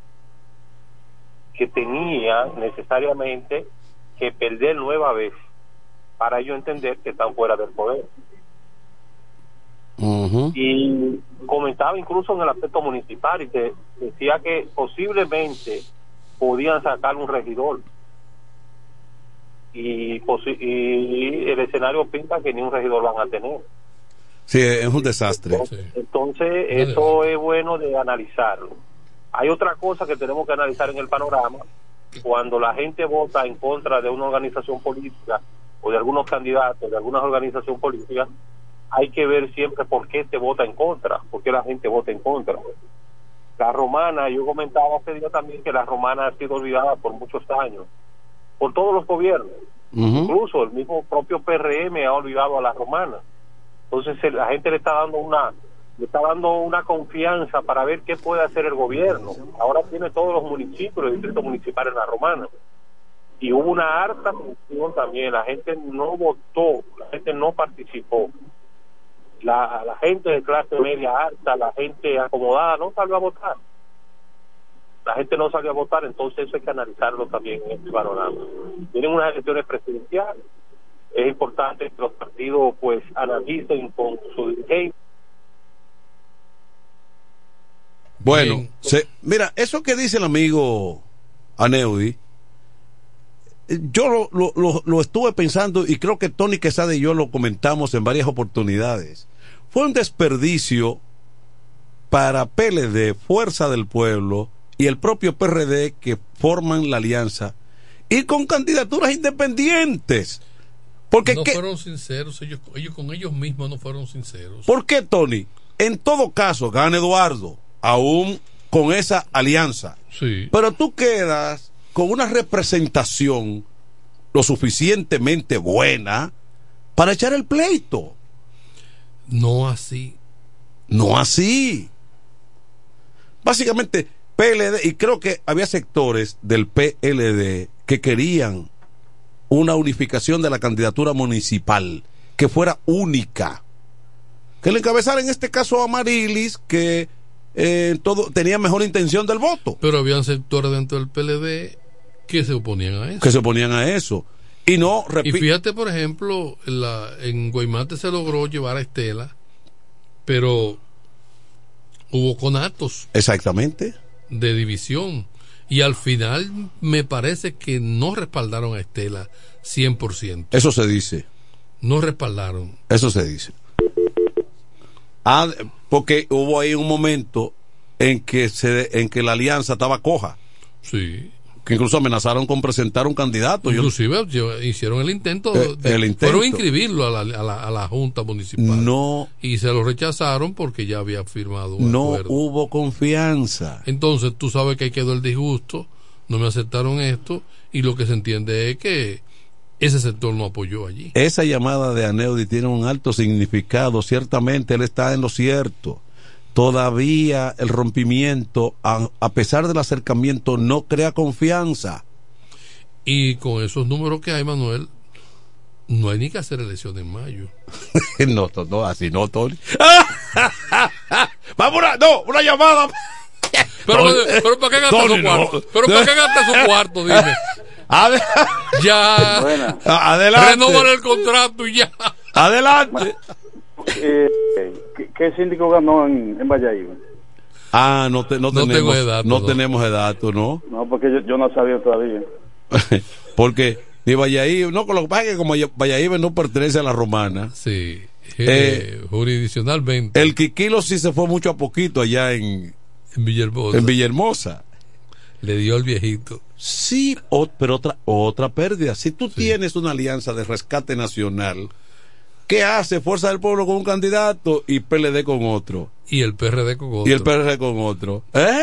que tenían necesariamente que perder nueva vez para ellos entender que están fuera del poder. Uh-huh. Y comentaba incluso en el aspecto municipal y que decía que posiblemente podían sacar un regidor y, y el escenario pinta que ni un regidor van a tener. Sí, es un desastre. Entonces, entonces eso es bueno de analizarlo. Hay otra cosa que tenemos que analizar en el panorama. Cuando la gente vota en contra de una organización política o de algunos candidatos de alguna organización política, hay que ver siempre por qué se vota en contra, por qué la gente vota en contra. La Romana, yo comentaba hace día también que la Romana ha sido olvidada por muchos años, por todos los gobiernos. Uh-huh. Incluso el mismo propio P R M ha olvidado a la Romana. Entonces la gente le está dando una le está dando una confianza para ver qué puede hacer el gobierno. Ahora tiene todos los municipios, los distritos municipales en la Romana. Y hubo una harta función también, la gente no votó, la gente no participó. La, la gente de clase media alta, la gente acomodada no salió a votar. La gente no salió a votar, entonces eso hay que analizarlo también en este panorama. Tienen unas elecciones presidenciales, es importante que los partidos pues analicen con su dirigencia. Bueno, se, mira, eso que dice el amigo Aneudi, yo lo, lo, lo, lo estuve pensando y creo que Tony Quesada y yo lo comentamos en varias oportunidades. Fue un desperdicio para P L D, Fuerza del Pueblo y el propio P R D que forman la alianza y con candidaturas independientes. Porque no ¿qué? fueron sinceros, ellos, ellos con ellos mismos no fueron sinceros. ¿Por qué, Tony? En todo caso, gana Eduardo, aún con esa alianza. Sí. Pero tú quedas con una representación lo suficientemente buena para echar el pleito. No así. No así. Básicamente, P L D, y creo que había sectores del P L D que querían una unificación de la candidatura municipal, que fuera única. Que le encabezara en este caso a Marilis, que eh, todo tenía mejor intención del voto. Pero habían sectores dentro del P L D que se oponían a eso. Que se oponían a eso. Y no, y fíjate, por ejemplo, en, la, en Guaymate se logró llevar a Estela, pero hubo conatos. Exactamente. De división. Y al final me parece que no respaldaron a Estela cien por ciento. Eso se dice. no respaldaron. Eso se dice. Ah, porque hubo ahí un momento en que se en que la alianza estaba coja. Sí. Que incluso amenazaron con presentar un candidato. Inclusive yo, hicieron el intento, eh, de, el intento. fueron a inscribirlo a la, a, la, a la Junta Municipal. No. Y se lo rechazaron porque ya había firmado un no acuerdo. hubo confianza. Entonces tú sabes que ahí quedó el disgusto, no me aceptaron esto, y lo que se entiende es que ese sector no apoyó allí. Esa llamada de Aneudi tiene un alto significado. Ciertamente él está en lo cierto. Todavía el rompimiento, a, a pesar del acercamiento, no crea confianza. Y con esos números que hay, Manuel, no hay ni que hacer elecciones en mayo. no, no, así no, Tony. Vamos, una, no, una llamada. Pero, pero ¿para qué gasta su cuarto? No. Pero ¿para qué gasta su cuarto? Dime. Adel- ya. Buena. Adelante. Renovar el contrato y ya. Adelante. Eh, ¿qué, ¿Qué síndico ganó en, en Valladolid? Ah, no, te, no, no tenemos edad, no no. tenemos edad, ¿no? No, porque yo, yo no sabía todavía. Porque ni Valladolid, no, con lo que pasa es que como Valladolid no pertenece a la romana. Sí. Eh, eh, jurisdiccionalmente. El Quiquilo sí se fue mucho a poquito allá en, en Villahermosa. En Villahermosa. Le dio al viejito. Sí, o, pero otra otra pérdida. Si tú sí. tienes una alianza de rescate nacional, ¿qué hace Fuerza del Pueblo con un candidato y P L D con otro? Y el P R D con otro. Y el P R D con otro. ¿Eh?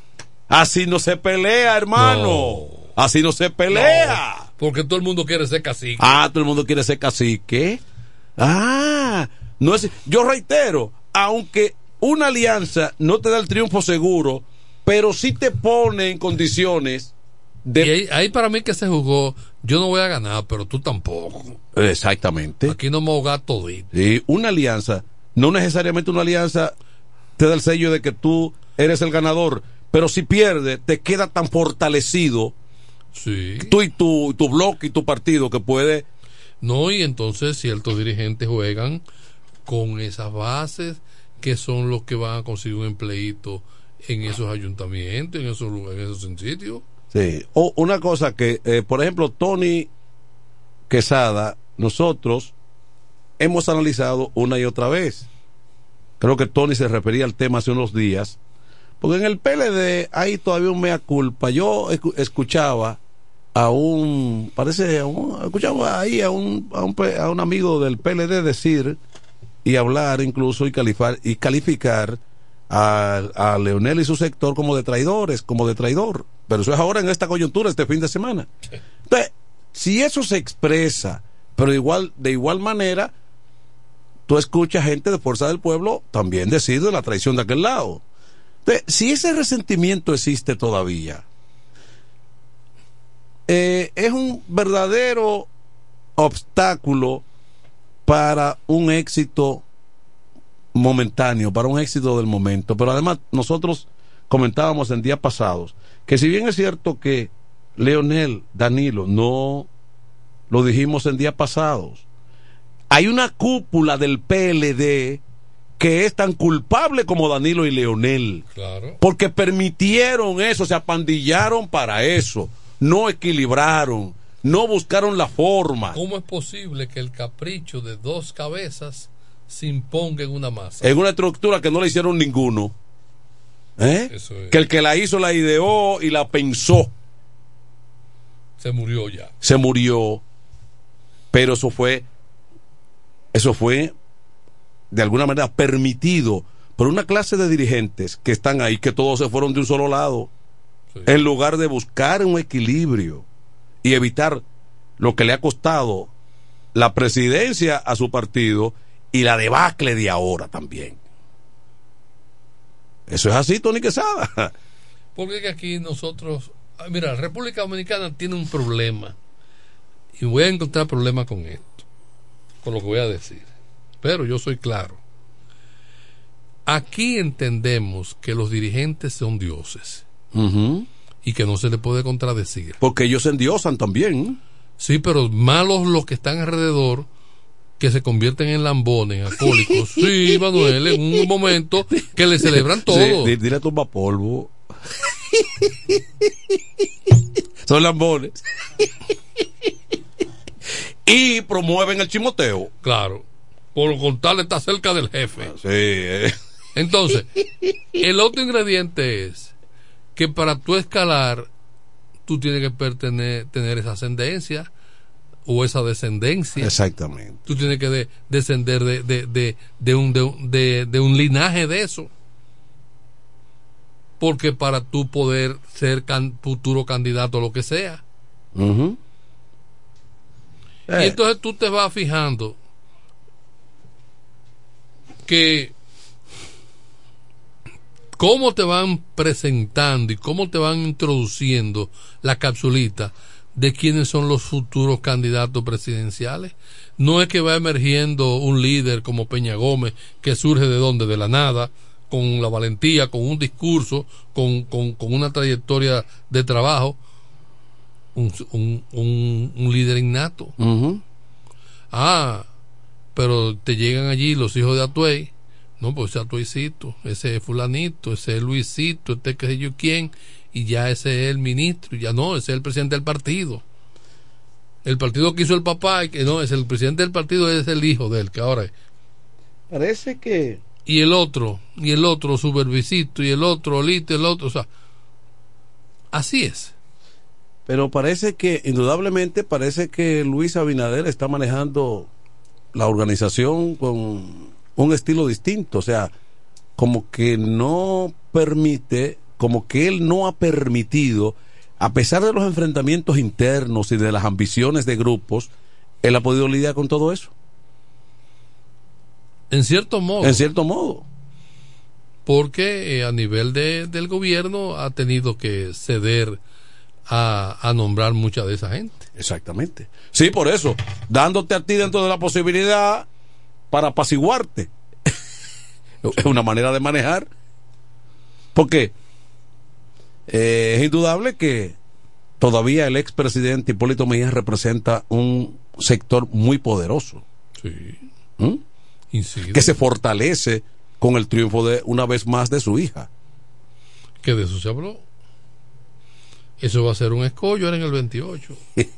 Así no se pelea, hermano. No. Así no se pelea. No, porque todo el mundo quiere ser cacique. Ah, todo el mundo quiere ser cacique. Ah, no es. Yo reitero, aunque una alianza no te da el triunfo seguro, pero sí te pone en condiciones de... Y ahí, ahí para mí que se jugó, yo no voy a ganar, pero tú tampoco. Exactamente. Aquí no me ahoga todito. Sí, una alianza, no necesariamente una alianza te da el sello de que tú eres el ganador, pero si pierdes, te queda tan fortalecido sí. tú y tu, tu bloque y tu partido que puede... No, y entonces ciertos dirigentes juegan con esas bases que son los que van a conseguir un empleito en esos ayuntamientos, en esos lugares, en esos sitios. Sí. O una cosa que, eh, por ejemplo, Tony Quesada, nosotros hemos analizado una y otra vez. Creo que Tony se refería al tema hace unos días, porque en el P L D hay todavía un mea culpa. Yo escuchaba a un, parece, a un, escuchaba ahí a un, a un, a un amigo del P L D decir y hablar incluso y calificar, y calificar a, a Leonel y su sector como de traidores, como de traidor. Pero eso es ahora en esta coyuntura, este fin de semana. Entonces, si eso se expresa, pero igual, de igual manera, tú escuchas gente de Fuerza del Pueblo también decir de la traición de aquel lado. Entonces, si ese resentimiento existe todavía, eh, es un verdadero obstáculo para un éxito momentáneo, para un éxito del momento. Pero además nosotros comentábamos en días pasados que si bien es cierto que Leonel, Danilo, no lo dijimos en días pasados, hay una cúpula del P L D que es tan culpable como Danilo y Leonel. Claro. Porque permitieron eso, se apandillaron para eso, no equilibraron, no buscaron la forma. ¿Cómo es posible que el capricho de dos cabezas se imponga en una masa? En una estructura que no le hicieron ninguno. ¿Eh? Eso es. Que el que la hizo la ideó y la pensó. Se murió ya. Se murió. Pero eso fue, eso fue de alguna manera permitido por una clase de dirigentes que están ahí, que todos se fueron de un solo lado, sí. En lugar de buscar un equilibrio y evitar lo que le ha costado la presidencia a su partido y la debacle de ahora también. Eso es así, Tony Quesada. Porque que aquí nosotros, mira, la República Dominicana tiene un problema y voy a encontrar problemas con esto, con lo que voy a decir, pero yo soy claro. Aquí entendemos que los dirigentes son dioses, uh-huh, y que no se le puede contradecir, porque ellos se endiosan también. Sí, pero malos los que están alrededor, que se convierten en lambones, en alcohólicos. Sí, Manuel, en un momento que le celebran todo. Sí, dile a tumba polvo. Son lambones. y promueven el chimoteo. Claro, por contarle está cerca del jefe. Sí. Eh. Entonces, el otro ingrediente es que para tú escalar, tú tienes que pertenecer, tener esa ascendencia o esa descendencia. Exactamente. Tú tienes que de, descender de, de, de, de, un, de, un, de, de un linaje de eso. Porque para tú poder ser can, futuro candidato o lo que sea. Uh-huh. Eh. Y entonces tú te vas fijando que cómo te van presentando y cómo te van introduciendo la capsulita de quiénes son los futuros candidatos presidenciales. No es que va emergiendo un líder como Peña Gómez que surge de donde, de la nada, con la valentía, con un discurso, con, con, con una trayectoria de trabajo, un, un, un, un líder innato. Uh-huh. Ah, pero te llegan allí los hijos de Atuey. No, pues ese Atueycito, ese es fulanito, ese es Luisito, este que sé yo quién, y ya ese es el ministro, y ya no, ese es el presidente del partido. El partido que hizo el papá, y que no, es el presidente del partido, es el hijo de él, que ahora es. Parece que... Y el otro, y el otro supervisito, y el otro Olito, el otro, o sea, así es. Pero parece que, indudablemente, parece que Luis Abinader está manejando la organización con un estilo distinto, o sea, como que no permite, como que él no ha permitido, a pesar de los enfrentamientos internos y de las ambiciones de grupos, él ha podido lidiar con todo eso. En cierto modo. En cierto modo. Porque eh, a nivel de, del gobierno ha tenido que ceder a, a nombrar mucha de esa gente. Exactamente. Sí, por eso, dándote a ti dentro de la posibilidad para apaciguarte. Es una manera de manejar. Porque eh, es indudable que todavía el expresidente Hipólito Mejía representa un sector muy poderoso. Sí. ¿Mm? Que se fortalece con el triunfo de una vez más de su hija. Que de eso se habló. Eso va a ser un escollo en el veintiocho.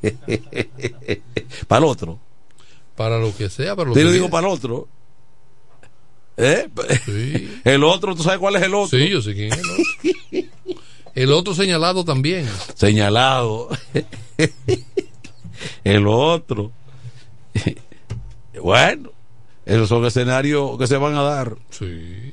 Para el otro. Para lo que sea. Para lo Te que lo digo sea. para el otro. ¿Eh? Sí. El otro, ¿tú sabes cuál es el otro? Sí, yo sé quién es el otro. El otro señalado también. Señalado. El otro. Bueno. Esos son escenarios que se van a dar. Sí.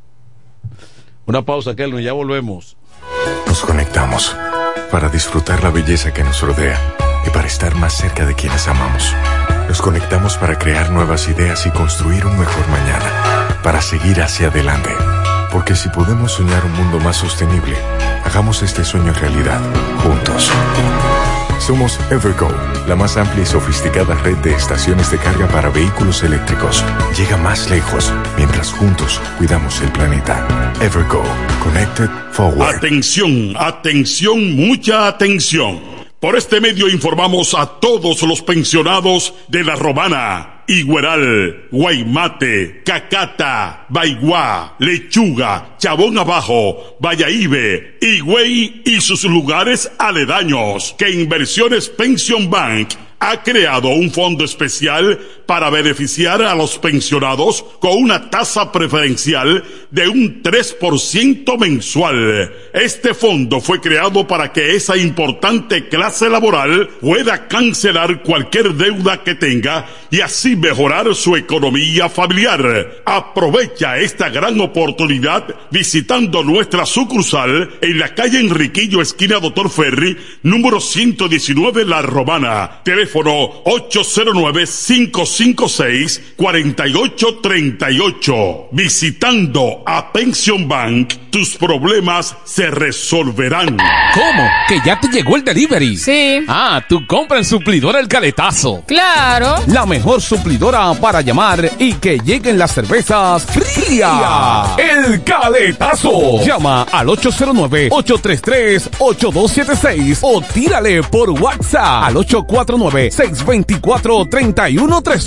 Una pausa, Kelvin, ya volvemos. Nos conectamos para disfrutar la belleza que nos rodea y para estar más cerca de quienes amamos. Nos conectamos para crear nuevas ideas y construir un mejor mañana, para seguir hacia adelante. Porque si podemos soñar un mundo más sostenible, hagamos este sueño realidad, juntos. Somos Evergo, la más amplia y sofisticada red de estaciones de carga para vehículos eléctricos. Llega más lejos mientras juntos cuidamos el planeta. Evergo, Connected Forward. Atención, atención, mucha atención. Por este medio informamos a todos los pensionados de La Romana, Igueral, Guaymate, Cacata, Baigua, Lechuga, Chabón Abajo, Valladolid, Higüey y sus lugares aledaños, que Inversiones Pension Bank ha creado un fondo especial para beneficiar a los pensionados con una tasa preferencial de un tres por ciento mensual. Este fondo fue creado para que esa importante clase laboral pueda cancelar cualquier deuda que tenga y así mejorar su economía familiar. Aprovecha esta gran oportunidad visitando nuestra sucursal en la calle Enriquillo, esquina Doctor Ferry, número ciento diecinueve, La Romana. Teléfono ocho cero nueve, cinco cinco seis, cuatro ocho tres ocho. Visitando a Pension Bank, tus problemas se resolverán. ¿Cómo? ¿Que ya te llegó el delivery? Sí. Ah, tú compras en Suplidora El Caletazo. Claro. La mejor suplidora para llamar y que lleguen las cervezas frías. El Caletazo. Llama al ocho cero nueve, ocho tres tres, ocho dos siete seis o tírale por WhatsApp al ocho cuatro nueve, seis dos cuatro, tres uno tres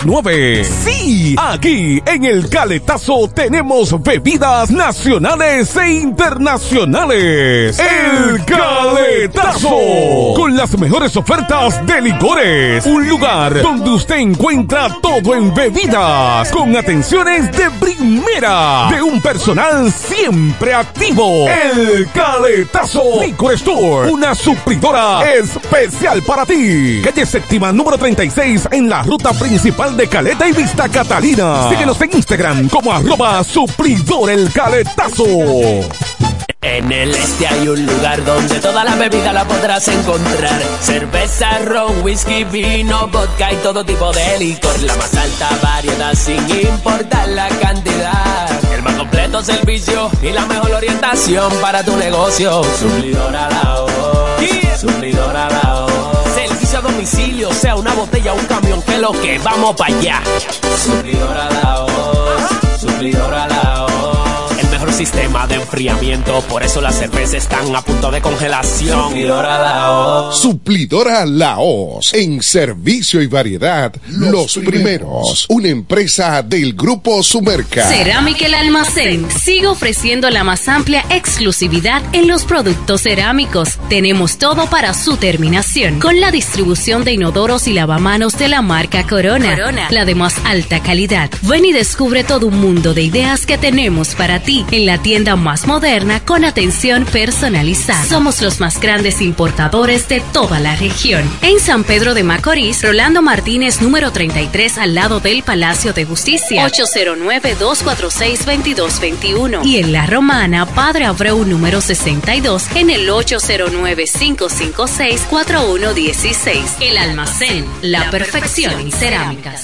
nueve. Sí, aquí en el Caletazo tenemos bebidas nacionales e internacionales. El Caletazo, con las mejores ofertas de licores. Un lugar donde usted encuentra todo en bebidas, con atenciones de primera, de un personal siempre activo. El Caletazo Liquor Store, una suplidora especial para ti. Calle Séptima, número treinta y seis, en la ruta principal de Caleta y Vista Catalina. Síguenos en Instagram como arroba suplidor el Caletazo. En el este hay un lugar donde toda la bebida la podrás encontrar. Cerveza, ron, whisky, vino, vodka y todo tipo de licor. La más alta variedad sin importar la cantidad. El más completo servicio y la mejor orientación para tu negocio. Suplidora La Hoz, yeah. Suplidora La Hoz. Servicio a domicilio, sea una botella o un camión, que lo que vamos para allá. Suplidora La Hoz, Suplidora La Hoz. Sistema de enfriamiento, por eso las cervezas están a punto de congelación. Suplidora La Hoz. Suplidora La Hoz, en servicio y variedad, los, los primeros. primeros. Una empresa del Grupo Sumerca. Cerámica El Almacén sigue ofreciendo la más amplia exclusividad en los productos cerámicos. Tenemos todo para su terminación, con la distribución de inodoros y lavamanos de la marca Corona, Corona, la de más alta calidad. Ven y descubre todo un mundo de ideas que tenemos para ti en la tienda más moderna con atención personalizada. Somos los más grandes importadores de toda la región. En San Pedro de Macorís, Rolando Martínez, número treinta y tres, al lado del Palacio de Justicia, ocho cero nueve, dos cuatro seis, dos dos dos uno. Y en La Romana, Padre Abreu, número sesenta y dos, en el ocho cero nueve, cinco cinco seis, cuatro uno uno seis. El Almacén, la perfección en cerámicas.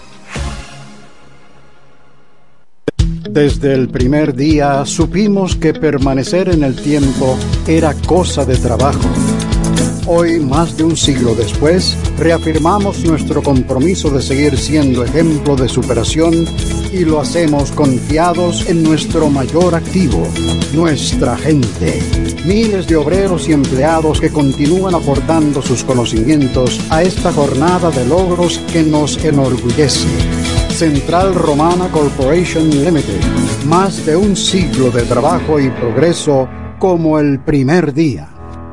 Desde el primer día supimos que permanecer en el tiempo era cosa de trabajo. Hoy, más de un siglo después, reafirmamos nuestro compromiso de seguir siendo ejemplo de superación y lo hacemos confiados en nuestro mayor activo, nuestra gente. Miles de obreros y empleados que continúan aportando sus conocimientos a esta jornada de logros que nos enorgullece. Central Romana Corporation Limited. Más de un siglo de trabajo y progreso como el primer día.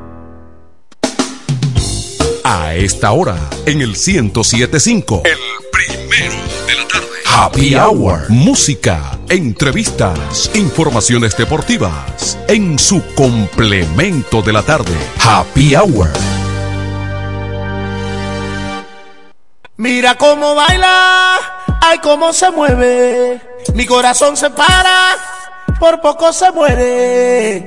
A esta hora, en el ciento siete punto cinco, el primero de la tarde. Happy Hour. Música, entrevistas, informaciones deportivas. En su complemento de la tarde. Happy Hour. Mira cómo baila, ay cómo se mueve, mi corazón se para, por poco se muere.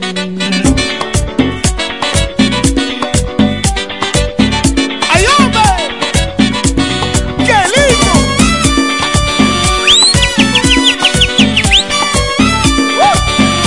¡Ay, hombre! ¡Qué lindo! ¡Uh!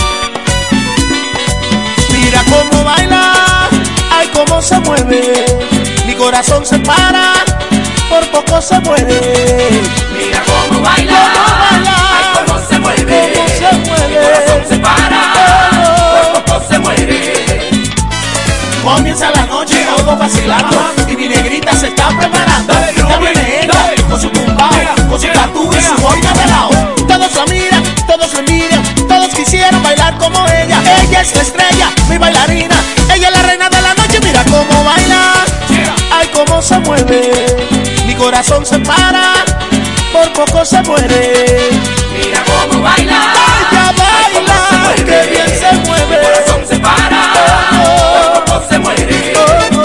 Mira cómo baila, ay cómo se mueve, mi corazón se para, por poco se muere. Mira cómo baila, cómo baila, ay cómo se mueve, cómo se mueve, mi corazón se para, oh, por poco se muere. Comienza la noche, todos vacilando, y mi negrita se está preparando. Ya viene ella, con su tumbao, con su tatu y su boina de lado. Todos la miran, todos la envidian, todos quisieran bailar como ella. Ella es la estrella, mi bailarina, ella es la reina de la noche. Mira cómo baila, ay cómo se mueve, mi corazón se para, por poco se muere. Mira cómo baila, ella baila, que bien se mueve, mi corazón se para, oh, por poco se muere. Oh, oh.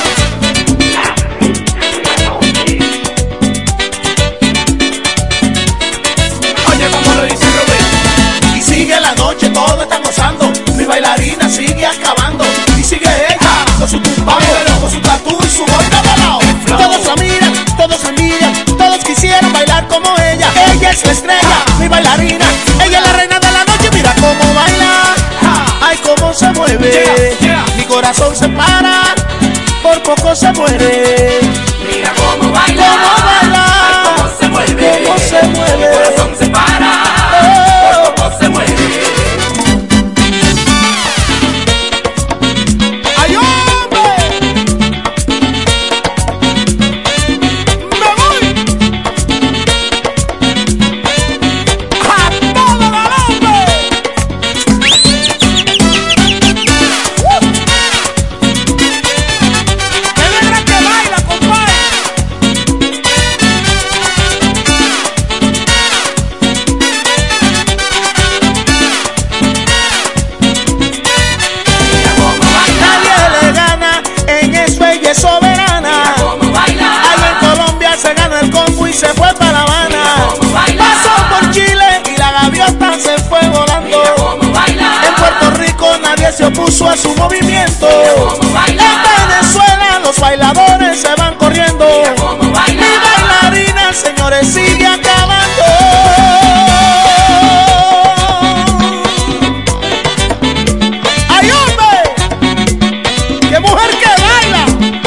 Oye como lo dice Rubén, y sigue la noche, todos están gozando, mi bailarina sigue acabando, y sigue ella, con su tumbao, con su tatu y su boina de lado. Todos la miran, todos la envidian, todos quisieran bailar como ella. Ella es la estrella, mi bailarina, ella es la reina de la noche. Mira cómo baila, ay cómo se mueve, mi corazón se para, por poco se muere. Mira cómo baila, cómo baila, ay cómo se mueve, cómo se mueve, mi corazón se para, oh, por poco se muere. puso a su movimiento. En Venezuela los bailadores se van corriendo. Mi bailarina, señores, sigue acabando. ¡Ay, hombre! ¡Qué mujer que baila!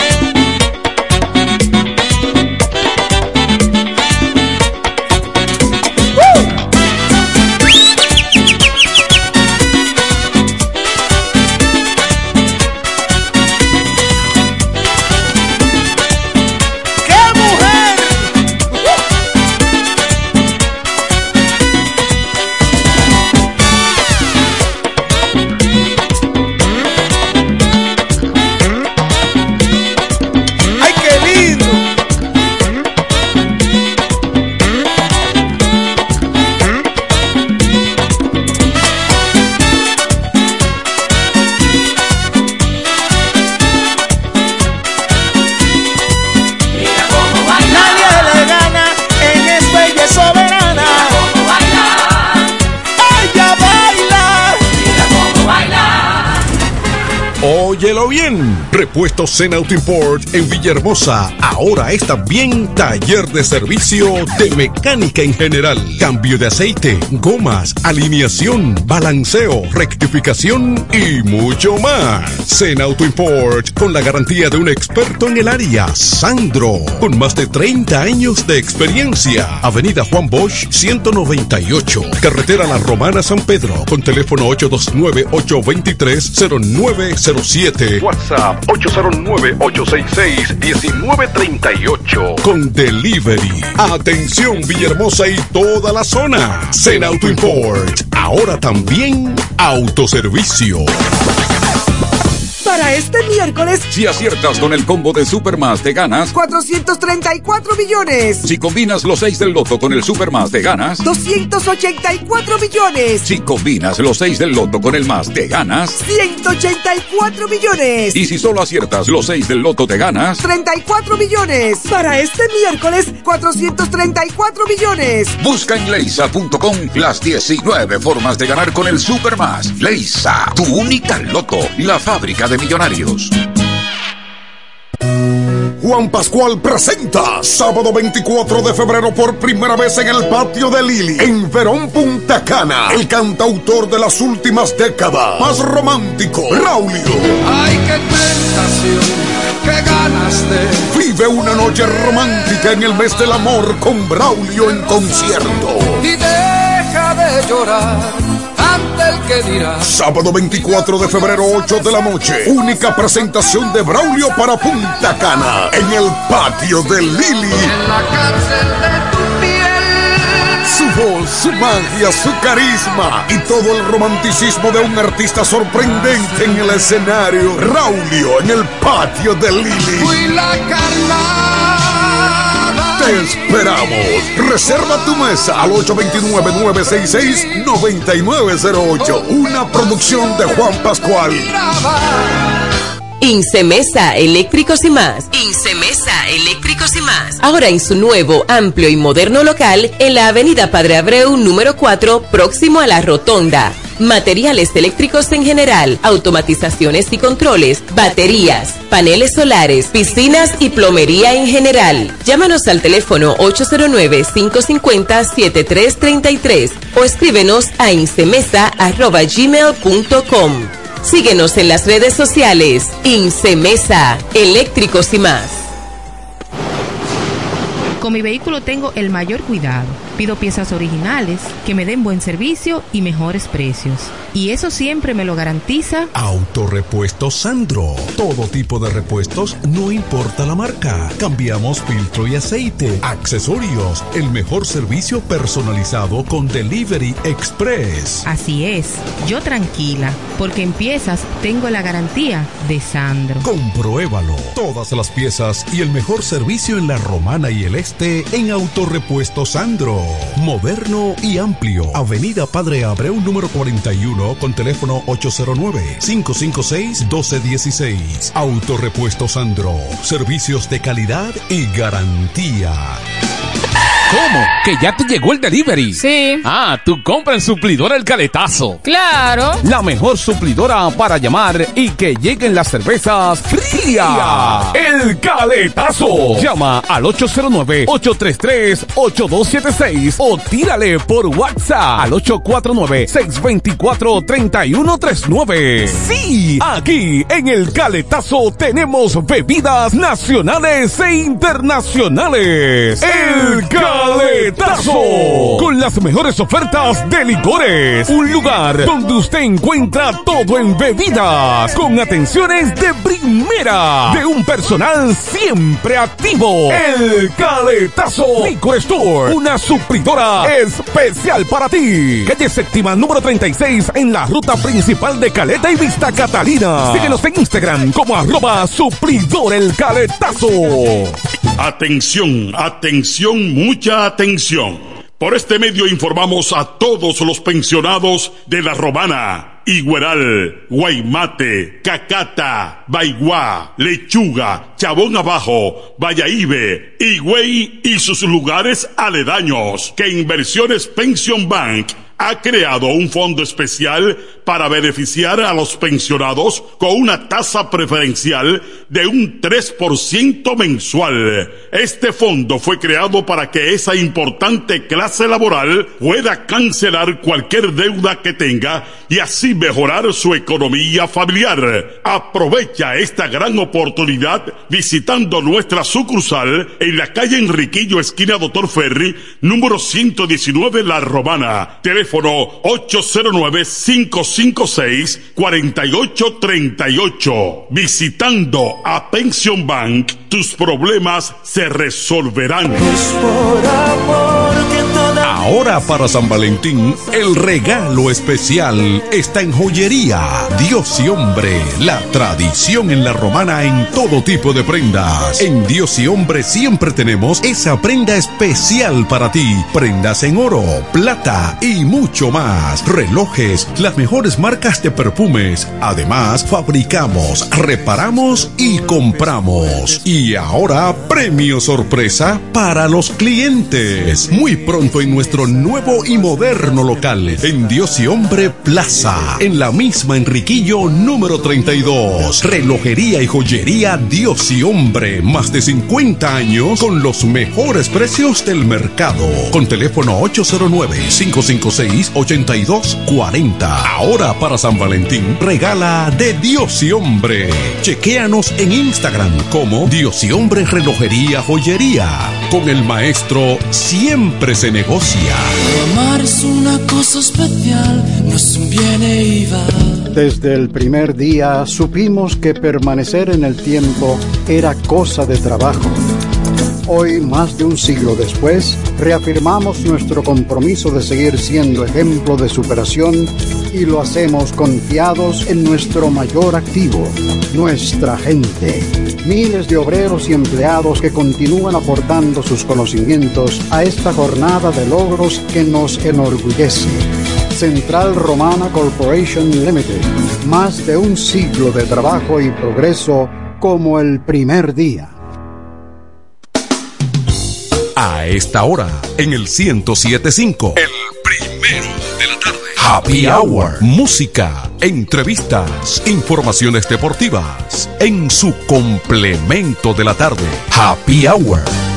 Óyelo bien. Repuestos Zen Auto Import en Villahermosa. Ahora es también taller de servicio de mecánica en general. Cambio de aceite, gomas, alineación, balanceo, rectificación y mucho más. Zen Auto Import con la garantía de un experto en el área, Sandro, con más de treinta años de experiencia. Avenida Juan Bosch ciento noventa y ocho, carretera La Romana San Pedro, con teléfono ocho dos nueve, ocho dos tres, cero nueve cero siete. WhatsApp ocho cero nueve, ocho seis seis, uno nueve tres ocho. Con delivery. Atención Villahermosa y toda la zona. Zen Auto Import. Ahora también autoservicio. Para este miércoles, si aciertas con el combo de Supermás te ganas cuatrocientos treinta y cuatro millones. Si combinas los seis del loto con el Supermás te ganas doscientos ochenta y cuatro millones. Si combinas los seis del loto con el más te ganas ciento ochenta y cuatro millones. Y si solo aciertas los seis del loto te ganas treinta y cuatro millones. Para este miércoles, cuatrocientos treinta y cuatro millones. Busca en leisa punto com las diecinueve formas de ganar con el Supermás. Leisa, tu única loto, la fábrica de millonarios. Juan Pascual presenta sábado veinticuatro de febrero por primera vez en el patio de Lili, en Verón Punta Cana, el cantautor de las últimas décadas, más romántico, Braulio. Ay, qué tentación, qué ganas de... Vive una noche romántica en el mes del amor con Braulio en concierto. Y deja de llorar ante el que dirá. Sábado veinticuatro de febrero, ocho de la noche. Única presentación de Braulio para Punta Cana, en el patio de Lili. En la cárcel de tu piel. Su voz, su magia, su carisma y todo el romanticismo de un artista sorprendente en el escenario. Braulio en el patio de Lili. Fui la carnada. Te esperamos. Reserva tu mesa al ocho dos nueve, nueve seis seis, nueve nueve cero ocho. Una producción de Juan Pascual. Incemesa Eléctricos y más. Incemesa Eléctricos y más. Ahora en su nuevo, amplio y moderno local en la avenida Padre Abreu número cuatro, próximo a la Rotonda. Materiales eléctricos en general, automatizaciones y controles, baterías, paneles solares, piscinas y plomería en general. Llámanos al teléfono ocho cero nueve, cinco cinco cero, siete tres tres tres o escríbenos a incemesa arroba gmail punto com. Síguenos en las redes sociales. Incemesa, Eléctricos y más. Con mi vehículo tengo el mayor cuidado. Pido piezas originales, que me den buen servicio y mejores precios. Y eso siempre me lo garantiza Autorepuestos Sandro. Todo tipo de repuestos, no importa la marca. Cambiamos filtro y aceite, accesorios, el mejor servicio personalizado con Delivery Express. Así es, yo tranquila, porque en piezas tengo la garantía de Sandro. Compruébalo. Todas las piezas y el mejor servicio en La Romana y el Este en Autorepuestos Sandro. Moderno y amplio. Avenida Padre Abreu número cuarenta y uno con teléfono ocho cero nueve, cinco cinco seis, uno dos uno seis. Autorepuestos Sandro. Servicios de calidad y garantía. ¿Cómo? ¿Que ya te llegó el delivery? Sí. Ah, tú compra en Suplidora El Caletazo. Claro. La mejor suplidora para llamar y que lleguen las cervezas frías. El Caletazo. Llama al ocho cero nueve, ocho tres tres, ocho dos siete seis o tírale por WhatsApp al ocho cuatro nueve, seis dos cuatro, tres uno tres nueve. Sí, aquí en El Caletazo tenemos bebidas nacionales e internacionales. El Caletazo, con las mejores ofertas de licores. Un lugar donde usted encuentra todo en bebidas, con atenciones de primera, de un personal siempre activo. El Caletazo Liquor Store, una suplidora especial para ti. Calle Séptima, número treinta y seis, en la ruta principal de Caleta y Vista Catalina. Síguenos en Instagram como arroba suplidor El Caletazo. Atención, atención, mucha atención. Por este medio informamos a todos los pensionados de La Romana, Igueral, Guaymate, Cacata, Baigua, Lechuga, Chabón Abajo, Valladolid, Higüey y sus lugares aledaños, que Inversiones Pension Bank ha creado un fondo especial para beneficiar a los pensionados con una tasa preferencial de un tres por ciento mensual. Este fondo fue creado para que esa importante clase laboral pueda cancelar cualquier deuda que tenga y así mejorar su economía familiar. Aprovecha esta gran oportunidad visitando nuestra sucursal en la calle Enriquillo, esquina Doctor Ferry, número ciento diecinueve, La Romana. Teléfono ocho cero nueve, cinco cinco seis, cuatro ocho tres ocho. Visitando a Pension Bank, tus problemas se resolverán. Ahora para San Valentín, el regalo especial está en Joyería Dios y Hombre, la tradición en La Romana en todo tipo de prendas. En Dios y Hombre siempre tenemos esa prenda especial para ti. Prendas en oro, plata y mucho más. Relojes, las mejores marcas de perfumes. Además, fabricamos, reparamos y compramos. Y ahora, premio sorpresa para los clientes. Muy pronto en nuestro nuevo y moderno local, en Dios y Hombre Plaza, en la misma Enriquillo número treinta y dos. Relojería y joyería Dios y Hombre, más de cincuenta años con los mejores precios del mercado. Con teléfono ocho cero nueve, cinco cinco seis, ocho dos cuatro cero. Ahora para San Valentín, regala de Dios y Hombre. Chequéanos en Instagram como Dios y Hombre Relojería Joyería. Con el maestro siempre se negocia. Amar es una cosa especial, no es un viene y va. Desde el primer día supimos que permanecer en el tiempo era cosa de trabajo. Hoy, más de un siglo después, reafirmamos nuestro compromiso de seguir siendo ejemplo de superación y lo hacemos confiados en nuestro mayor activo, nuestra gente. Miles de obreros y empleados que continúan aportando sus conocimientos a esta jornada de logros que nos enorgullece. Central Romana Corporation Limited, más de un siglo de trabajo y progreso como el primer día. A esta hora, en el ciento siete punto cinco, el primero de la tarde. Happy Hour. Música, entrevistas, informaciones deportivas. En su complemento de la tarde. Happy Hour.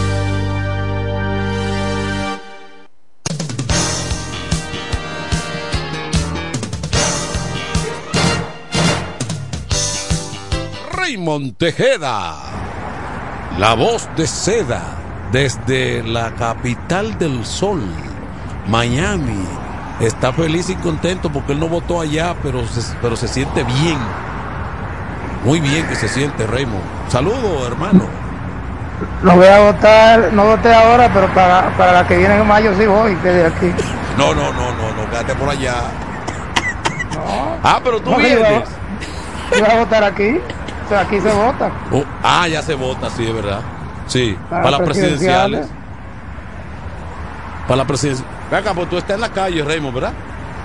Raymond Tejeda, la voz de seda. Desde la capital del sol, Miami, está feliz y contento porque él no votó allá, pero se, pero se siente bien. Muy bien que se siente, Raymond. Saludos, hermano. No voy a votar, no voté ahora, pero para, para la que viene en mayo sí voy, desde aquí. No, no, no, no, no, quédate por allá. No. Ah, pero tú no, vienes. Yo voy a votar aquí, o sea, aquí se vota. Oh, ah, ya se vota, sí, es verdad. Sí, para, para las presidenciales. Para la presidencia. Venga, pues tú estás en la calle, Raymond, ¿verdad?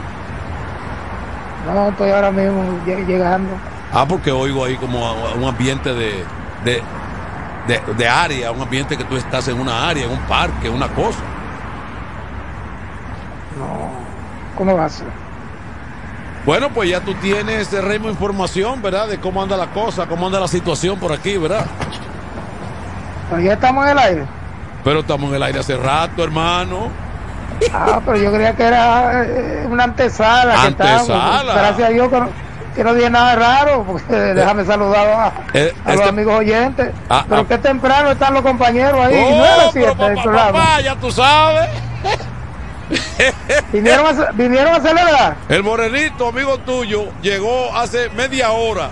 No, estoy ahora mismo llegando. Ah, porque oigo ahí como un ambiente de, de, de, de área, un ambiente que tú estás en una área, en un parque, una cosa. cómo va a ser. Bueno, pues ya tú tienes, Raymond, información, ¿verdad? De cómo anda la cosa, cómo anda la situación por aquí, ¿verdad? Pues ya estamos en el aire. Pero estamos en el aire hace rato, hermano. Ah, pero yo creía que era eh, una antesala. Antesala. Que estábamos, gracias a Dios que no, que no dije nada de raro, porque déjame saludar a, eh, a este, los amigos oyentes. Ah, pero ah, qué temprano están los compañeros ahí. Oh, No es la pero siete del papá, programa. papá, ya tú sabes. ¿Vinieron a, ¿Vinieron a celebrar? El morenito, amigo tuyo, llegó hace media hora.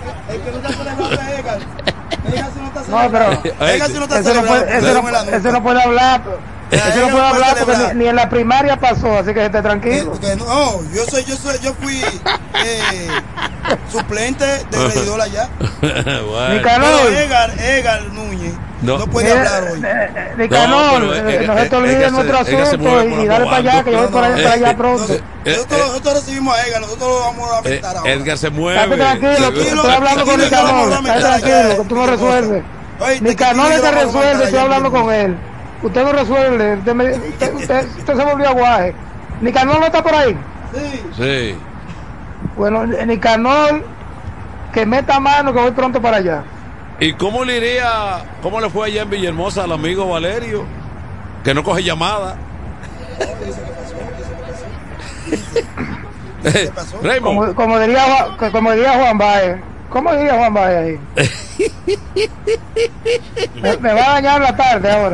No, pero ese no puede, ese no, ese no puede hablar. Ese no puede hablar porque ni, ni en la primaria pasó, así que esté tranquilo. Eh, no, yo soy, yo soy, yo fui eh, suplente de regidor allá. Bueno. Nicanor, Edgar, Edgar Núñez no, no puede eh, hablar hoy. Eh, Nicanor, no, eh, no se te olvide nuestro asunto y dale para allá, que yo voy para allá, para allá pronto. Nosotros, nosotros recibimos a Edgar, nosotros lo vamos a afectar ahora. Edgar se mueve. Estate tranquilo, que estoy hablando con Nicanor. Estate tranquilo, que tú no resuelves. Nicanor es que resuelve, estoy hablando con él. Usted no resuelve, usted, me, usted, usted, usted se volvió aguaje. Nicanor no está por ahí. Sí. Sí. Bueno, Nicanor, que meta mano, que voy pronto para allá. ¿Y cómo le iría, cómo le fue allá en Villahermosa al amigo Valerio? Que no coge llamada. ¿Qué pasó? Como, como, diría, como diría Juan Baez. ¿Cómo diría Juan Baez ahí? me, me va a dañar la tarde ahora.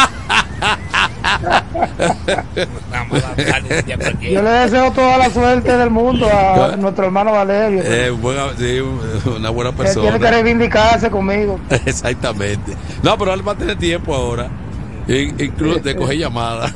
Yo le deseo toda la suerte del mundo a nuestro hermano Valerio. Eh, buena, sí, una buena persona. Él tiene que reivindicarse conmigo. Exactamente. No, pero él va a tener tiempo ahora. Incluso de coger llamadas.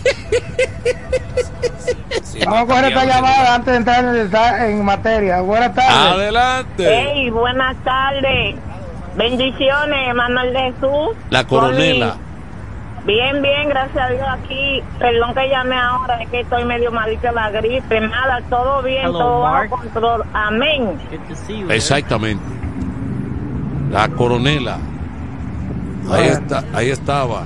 Vamos a coger esta llamada antes de entrar en, en materia. Buenas tardes. Adelante. Hey, buenas tardes. Bendiciones, Manuel de Jesús. La coronela. Bien, bien, gracias a Dios aquí. Perdón que llame ahora, es que estoy medio malita la gripe. Nada, todo bien, Hello, todo bajo control. Amén. Exactamente. La coronela. Ahí está, ahí estaba.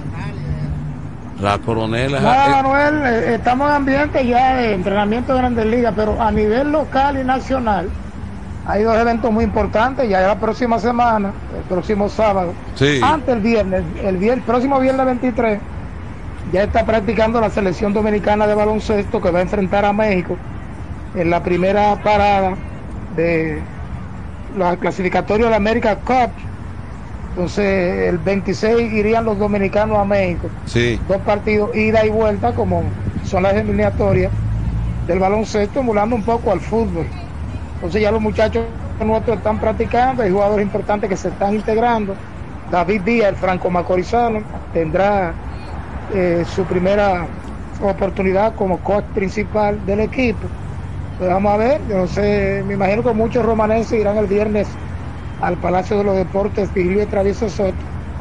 La coronela. No, Manuel, eh, estamos en ambiente ya de entrenamiento de Grandes Ligas, pero a nivel local y nacional hay dos eventos muy importantes. Ya la próxima semana, el próximo sábado, sí. antes el viernes, el viernes, próximo viernes veintitrés, ya está practicando la selección dominicana de baloncesto que va a enfrentar a México en la primera parada de la clasificatoria de la America Cup. Entonces el veintiséis irían los dominicanos a México. Sí. Dos partidos ida y vuelta, como son las eliminatorias del baloncesto, emulando un poco al fútbol. Entonces ya los muchachos nuestros están practicando, hay jugadores importantes que se están integrando. David Díaz, el franco macorizano, tendrá eh, su primera oportunidad como coach principal del equipo. Pues vamos a ver, yo no sé, me imagino que muchos romanenses irán el viernes al Palacio de los Deportes Vigilio y Travieso Soto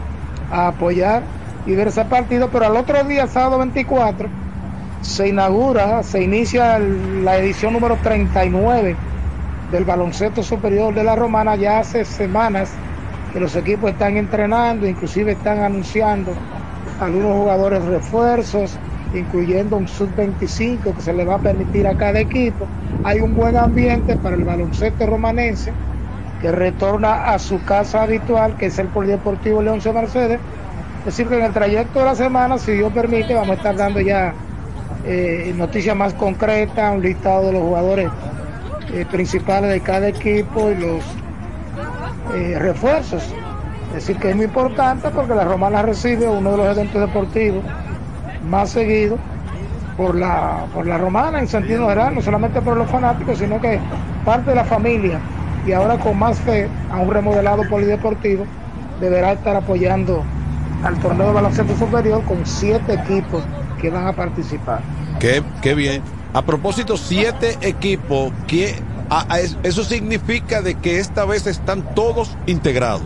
a apoyar y ver ese partido, pero al otro día, sábado veinticuatro, se inaugura, se inicia el, la edición número treinta y nueve del baloncesto superior de la Romana. Ya hace semanas que los equipos están entrenando, inclusive están anunciando algunos jugadores refuerzos, incluyendo un sub veinticinco que se le va a permitir a cada equipo. Hay un buen ambiente para el baloncesto romanense, que retorna a su casa habitual, que es el Polideportivo Leoncio Mercedes. Es decir, que en el trayecto de la semana, si Dios permite, vamos a estar dando ya eh, noticias más concretas, un listado de los jugadores eh, principales de cada equipo y los eh, refuerzos. Es decir, que es muy importante porque la Romana recibe uno de los eventos deportivos más seguidos por la, por la Romana en sentido general, no solamente por los fanáticos, sino que parte de la familia, y ahora con más fe a un remodelado polideportivo, deberá estar apoyando al torneo de baloncesto superior con siete equipos que van a participar. Qué, qué bien. A propósito, siete equipos, que a, a, eso significa de que esta vez están todos integrados.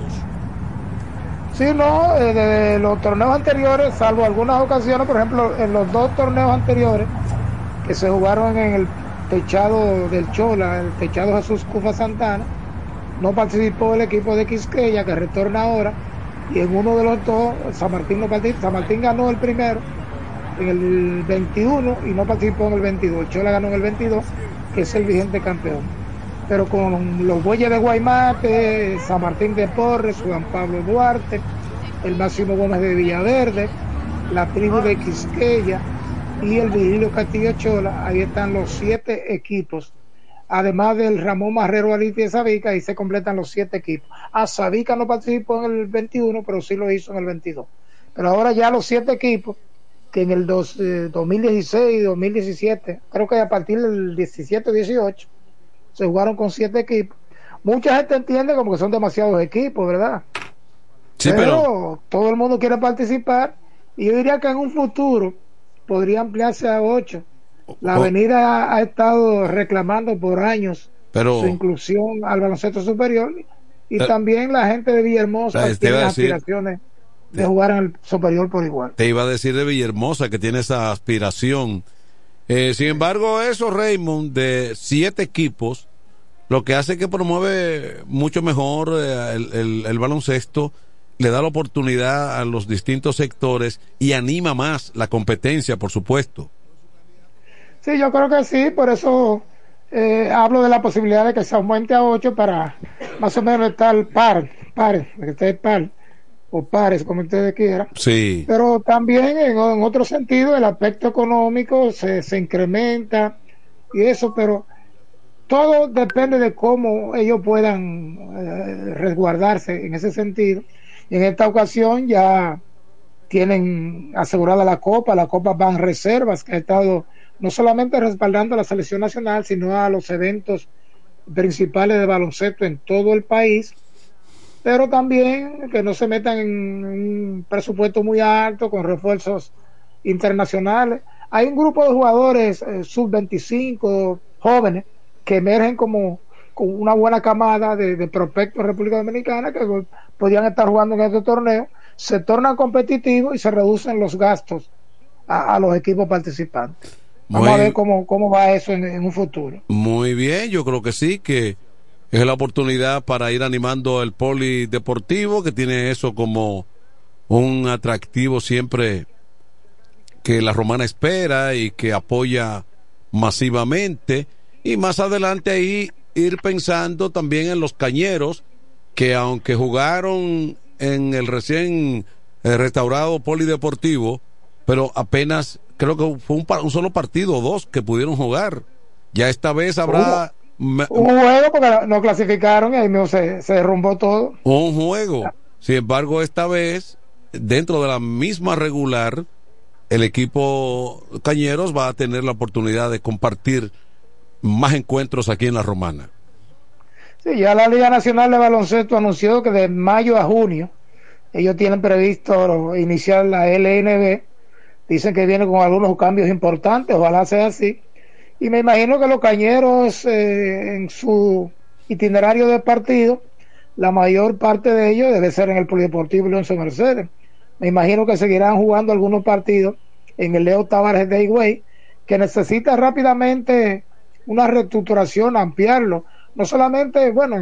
Sí, no, eh, de los torneos anteriores, salvo algunas ocasiones, por ejemplo, en los dos torneos anteriores que se jugaron en el techado del Chola, el techado Jesús Cufa Santana, no participó el equipo de Quisqueya, que retorna ahora, y en uno de los dos San Martín, no participó. San Martín ganó el primero en el veintiuno y no participó en el veintidós. Chola ganó en el veintidós, que es el vigente campeón. Pero con los Bueyes de Guaymate, San Martín de Porres, Juan Pablo Duarte, el Máximo Gómez de Villaverde, la tribu de Quisqueya y el Virgilio Castillo Chola, ahí están los siete equipos. Además del Ramón Marrero Aliti de Sabica, ahí se completan los siete equipos. Ah, Sabica no participó en el veintiuno, pero sí lo hizo en el veintidós. Pero ahora ya los siete equipos, que en el dos, eh, dos mil dieciséis y dos mil diecisiete, creo que a partir del diecisiete dieciocho, se jugaron con siete equipos. Mucha gente entiende como que son demasiados equipos, ¿verdad? Sí, pero, pero todo el mundo quiere participar, y yo diría que en un futuro podría ampliarse a ocho. La oh, avenida ha, ha estado reclamando por años pero, su inclusión al baloncesto superior, y pero, también la gente de Villahermosa te tiene iba a decir, aspiraciones de jugar en el superior por igual. Te iba a decir de Villahermosa que tiene esa aspiración. Eh, sin embargo, eso, Raymond, de siete equipos, lo que hace que promueve mucho mejor eh, el, el, el baloncesto, le da la oportunidad a los distintos sectores y anima más la competencia, por supuesto. Sí, yo creo que sí, por eso eh, hablo de la posibilidad de que se aumente a ocho para más o menos estar par, par, que esté par, o pares, como ustedes quieran. Sí. Pero también en, en otro sentido, el aspecto económico se, se incrementa y eso, pero todo depende de cómo ellos puedan eh, resguardarse en ese sentido. Y en esta ocasión ya tienen asegurada la Copa, la Copa Ban Reservas, que ha estado no solamente respaldando a la selección nacional, sino a los eventos principales de baloncesto en todo el país, pero también que no se metan en un presupuesto muy alto con refuerzos internacionales. Hay un grupo de jugadores eh, sub veinticinco jóvenes que emergen como con una buena camada de, de prospectos en República Dominicana que podrían estar jugando en este torneo, se tornan competitivos y se reducen los gastos a, a los equipos participantes. Vamos muy, a ver cómo, cómo va eso en, en un futuro. Muy bien, yo creo que sí, que es la oportunidad para ir animando el polideportivo, que tiene eso como un atractivo siempre que la Romana espera y que apoya masivamente. Y más adelante ahí ir pensando también en los Cañeros, que aunque jugaron en el recién eh, restaurado polideportivo, pero apenas creo que fue un, un solo partido o dos que pudieron jugar. Ya esta vez habrá un, un juego porque no clasificaron y ahí mismo se, se derrumbó todo. Un juego. Sin embargo, esta vez dentro de la misma regular, el equipo Cañeros va a tener la oportunidad de compartir más encuentros aquí en la Romana. Sí, ya la Liga Nacional de Baloncesto anunció que de mayo a junio ellos tienen previsto iniciar la L N B. Dicen que viene con algunos cambios importantes, ojalá sea así. Y me imagino que los Cañeros eh, en su itinerario de partido, la mayor parte de ellos debe ser en el Polideportivo Leoncio Mercedes. Me imagino que seguirán jugando algunos partidos en el Leo Tavares de Higüey, que necesita rápidamente una reestructuración, ampliarlo. No solamente, bueno,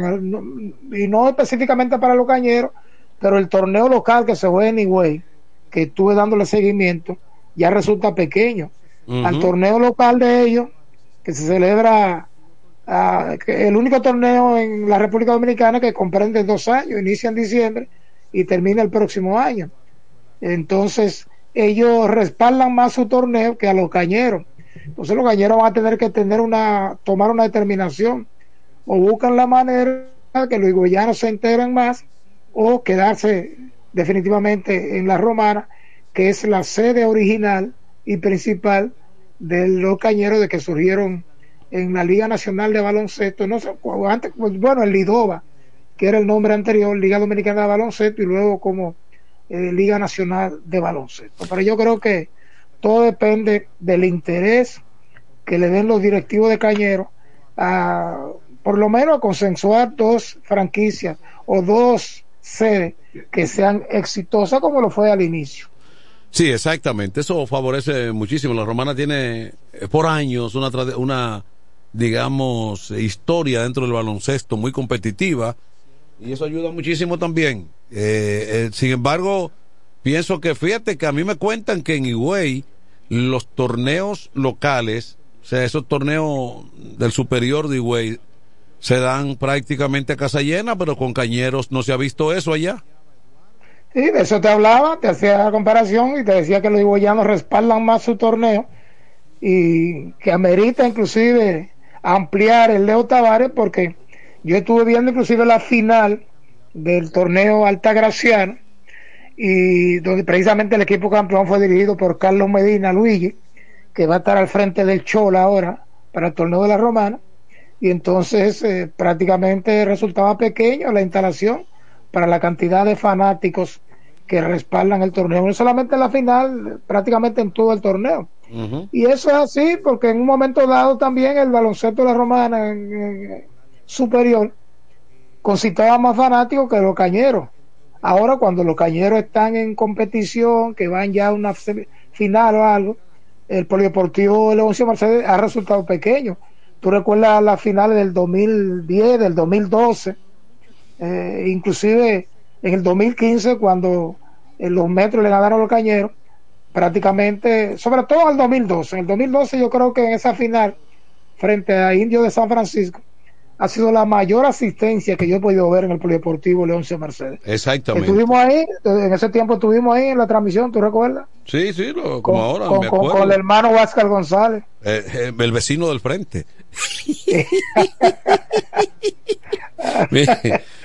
y no específicamente para los Cañeros, pero el torneo local que se juega en Higüey, que estuve dándole seguimiento, ya resulta pequeño. Uh-huh. Al torneo local de ellos, que se celebra, uh, que el único torneo en la República Dominicana que comprende dos años, inicia en diciembre y termina el próximo año. Entonces, ellos respaldan más su torneo que a los Cañeros. Entonces los Cañeros van a tener que tener una, tomar una determinación, o buscan la manera que los higüeyanos se integren más, o quedarse definitivamente en la Romana, que es la sede original y principal de los Cañeros de que surgieron en la Liga Nacional de Baloncesto, no sé, antes, bueno, el Lidova, que era el nombre anterior, Liga Dominicana de Baloncesto, y luego como eh, Liga Nacional de Baloncesto. Pero yo creo que todo depende del interés que le den los directivos de Cañeros a, por lo menos, a consensuar dos franquicias o dos sedes que sean exitosas como lo fue al inicio. Sí, exactamente, eso favorece muchísimo. La Romana tiene eh, por años una, una, digamos, historia dentro del baloncesto muy competitiva, y eso ayuda muchísimo también. Eh, eh, sin embargo, pienso que, fíjate que a mí me cuentan que en Higüey los torneos locales, o sea, esos torneos del superior de Higüey, se dan prácticamente a casa llena, pero con Cañeros no se ha visto eso allá. Sí, de eso te hablaba, te hacía la comparación y te decía que los higüeyanos respaldan más su torneo y que amerita inclusive ampliar el Leo Tavares, porque yo estuve viendo inclusive la final del torneo Altagraciano, y donde precisamente el equipo campeón fue dirigido por Carlos Medina Luigi, que va a estar al frente del Chola ahora para el torneo de la Romana, y entonces eh, prácticamente resultaba pequeño la instalación para la cantidad de fanáticos que respaldan el torneo, no solamente en la final, prácticamente en todo el torneo. Uh-huh. Y eso es así porque en un momento dado también el baloncesto de la Romana en, en, superior concitaba más fanáticos que los Cañeros. Ahora cuando los Cañeros están en competición, que van ya a una final o algo, el Polideportivo Leoncio Mercedes ha resultado pequeño. Tú recuerdas las finales del dos mil diez, del dos mil doce, eh, inclusive en el dos mil quince cuando en los metros le ganaron a los Cañeros, prácticamente, sobre todo en el dos mil doce. En el dos mil doce yo creo que en esa final frente a Indios de San Francisco ha sido la mayor asistencia que yo he podido ver en el Polideportivo Leoncio Mercedes. Exactamente. Estuvimos ahí, en ese tiempo estuvimos ahí en la transmisión, ¿tú recuerdas? Sí, sí, lo, como con, ahora, con, me acuerdo. Con, con el hermano Vázquez González. Eh, eh, el vecino del frente. Mira,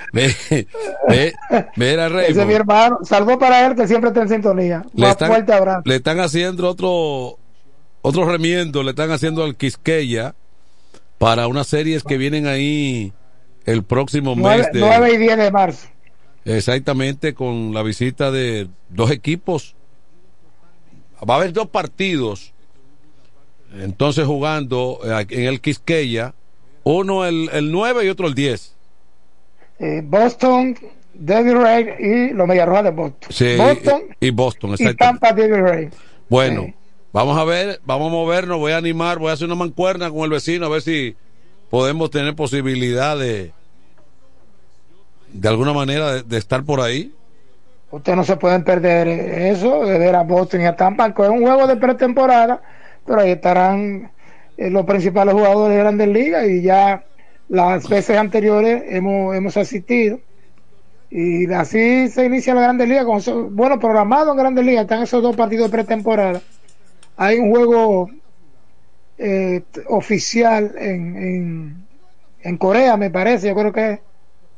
Raymond. Ese es mi hermano. Salvo para él que siempre está en sintonía. Le están, fuerte abrazo. Le están haciendo otro otro remiendo, le están haciendo al Quisqueya para unas series que vienen ahí el próximo mes de nueve y diez de marzo. Exactamente, con la visita de dos equipos. Va a haber dos partidos entonces jugando en el Quisqueya, uno el, el nueve y otro el diez. eh, Boston, Devil Ray y los Mediarrojas de Boston. Sí, Boston y, y Boston, y Tampa Devil Ray. Bueno, sí. Vamos a ver, vamos a movernos, voy a animar, voy a hacer una mancuerna con el vecino a ver si podemos tener posibilidad de de alguna manera de, de estar por ahí. Ustedes no se pueden perder eso, de ver a Boston y a Tampa, que es un juego de pretemporada, pero ahí estarán eh, los principales jugadores de Grandes Ligas, y ya las veces anteriores hemos, hemos asistido, y así se inicia la Grandes Ligas, con eso, bueno, programado en Grandes Ligas, están esos dos partidos de pretemporada. Hay un juego eh, oficial en, en, en Corea, me parece, yo creo que es.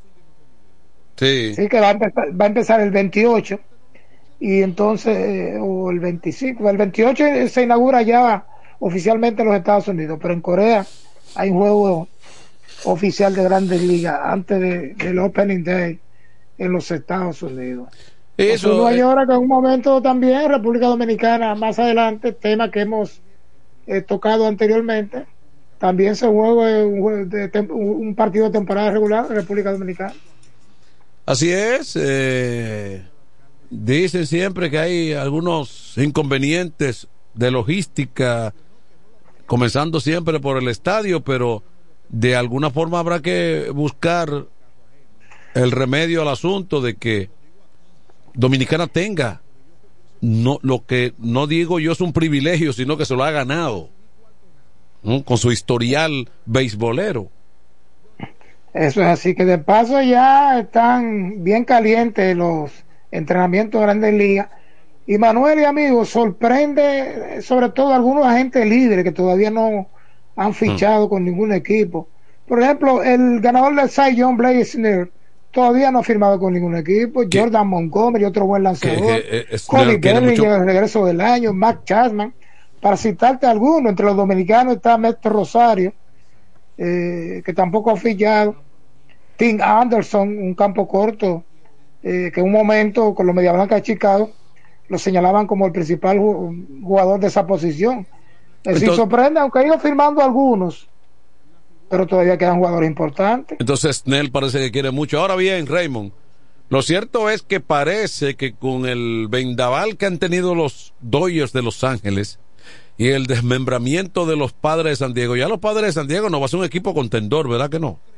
Sí. Sí, que va a empezar, va a empezar el veintiocho, y entonces, eh, o el veinticinco, el veintiocho se inaugura ya oficialmente en los Estados Unidos, pero en Corea hay un juego oficial de Grandes Ligas antes de, del Opening Day en los Estados Unidos. Eso, no hay ahora que en un momento también República Dominicana, más adelante, tema que hemos eh, tocado anteriormente, también se juega un, de, un partido de temporada regular en República Dominicana. Así es, eh, dicen siempre que hay algunos inconvenientes de logística, comenzando siempre por el estadio, pero de alguna forma habrá que buscar el remedio al asunto de que Dominicana tenga, no, lo que no digo yo es un privilegio, sino que se lo ha ganado, ¿no? Con su historial beisbolero. Eso es así, que de paso ya están bien calientes los entrenamientos de Grandes Ligas. Y Manuel y amigos, sorprende sobre todo algunos agentes libres que todavía no han fichado mm. con ningún equipo. Por ejemplo, el ganador del Cy Young, Blake Snell, todavía no ha firmado con ningún equipo. ¿Qué? Jordan Montgomery, otro buen lanzador. Cody Bellinger, mucho... el regreso del año. Matt Chapman, para citarte alguno. Entre los dominicanos está Mestre Rosario, eh, que tampoco ha fichado. Tim Anderson, un campo corto, eh, que en un momento con los Media Blanca de Chicago lo señalaban como el principal jugador de esa posición. Es decir, sorprende, aunque ha ido firmando algunos, pero todavía quedan jugadores importantes. Entonces Snell parece que quiere mucho. Ahora bien, Raymond, lo cierto es que parece que con el vendaval que han tenido los Dodgers de Los Ángeles y el desmembramiento de los Padres de San Diego, ya los Padres de San Diego no va a ser un equipo contendor, ¿verdad que no?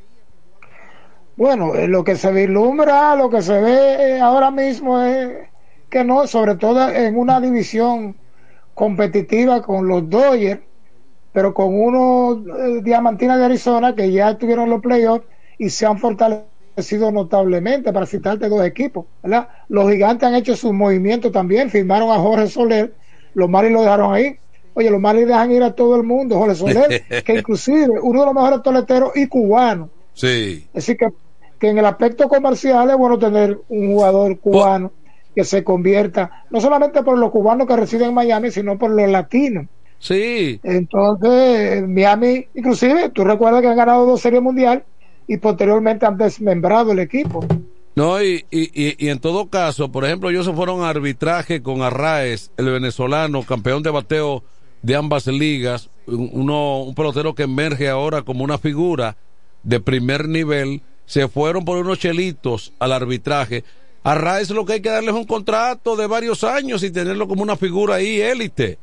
Bueno, lo que se vislumbra, lo que se ve ahora mismo es que no, sobre todo en una división competitiva con los Dodgers, pero con unos eh, Diamantinas de Arizona que ya tuvieron los playoffs y se han fortalecido notablemente, para citarte dos equipos, ¿verdad? Los Gigantes han hecho sus movimientos también, firmaron a Jorge Soler, los Marlins lo dejaron ahí. Oye, los Marlins dejan ir a todo el mundo, Jorge Soler, que inclusive uno de los mejores toleteros y cubanos. Sí. Es decir, que, que en el aspecto comercial es bueno tener un jugador cubano oh. que se convierta, no solamente por los cubanos que residen en Miami, sino por los latinos. Sí. Entonces, Miami, inclusive, tú recuerdas que han ganado dos series mundial y posteriormente han desmembrado el equipo. No, y, y, y en todo caso, por ejemplo, ellos se fueron a arbitraje con Arraez, el venezolano, campeón de bateo de ambas ligas, uno, un pelotero que emerge ahora como una figura de primer nivel. Se fueron por unos chelitos al arbitraje. Arraez lo que hay que darle es un contrato de varios años y tenerlo como una figura ahí élite.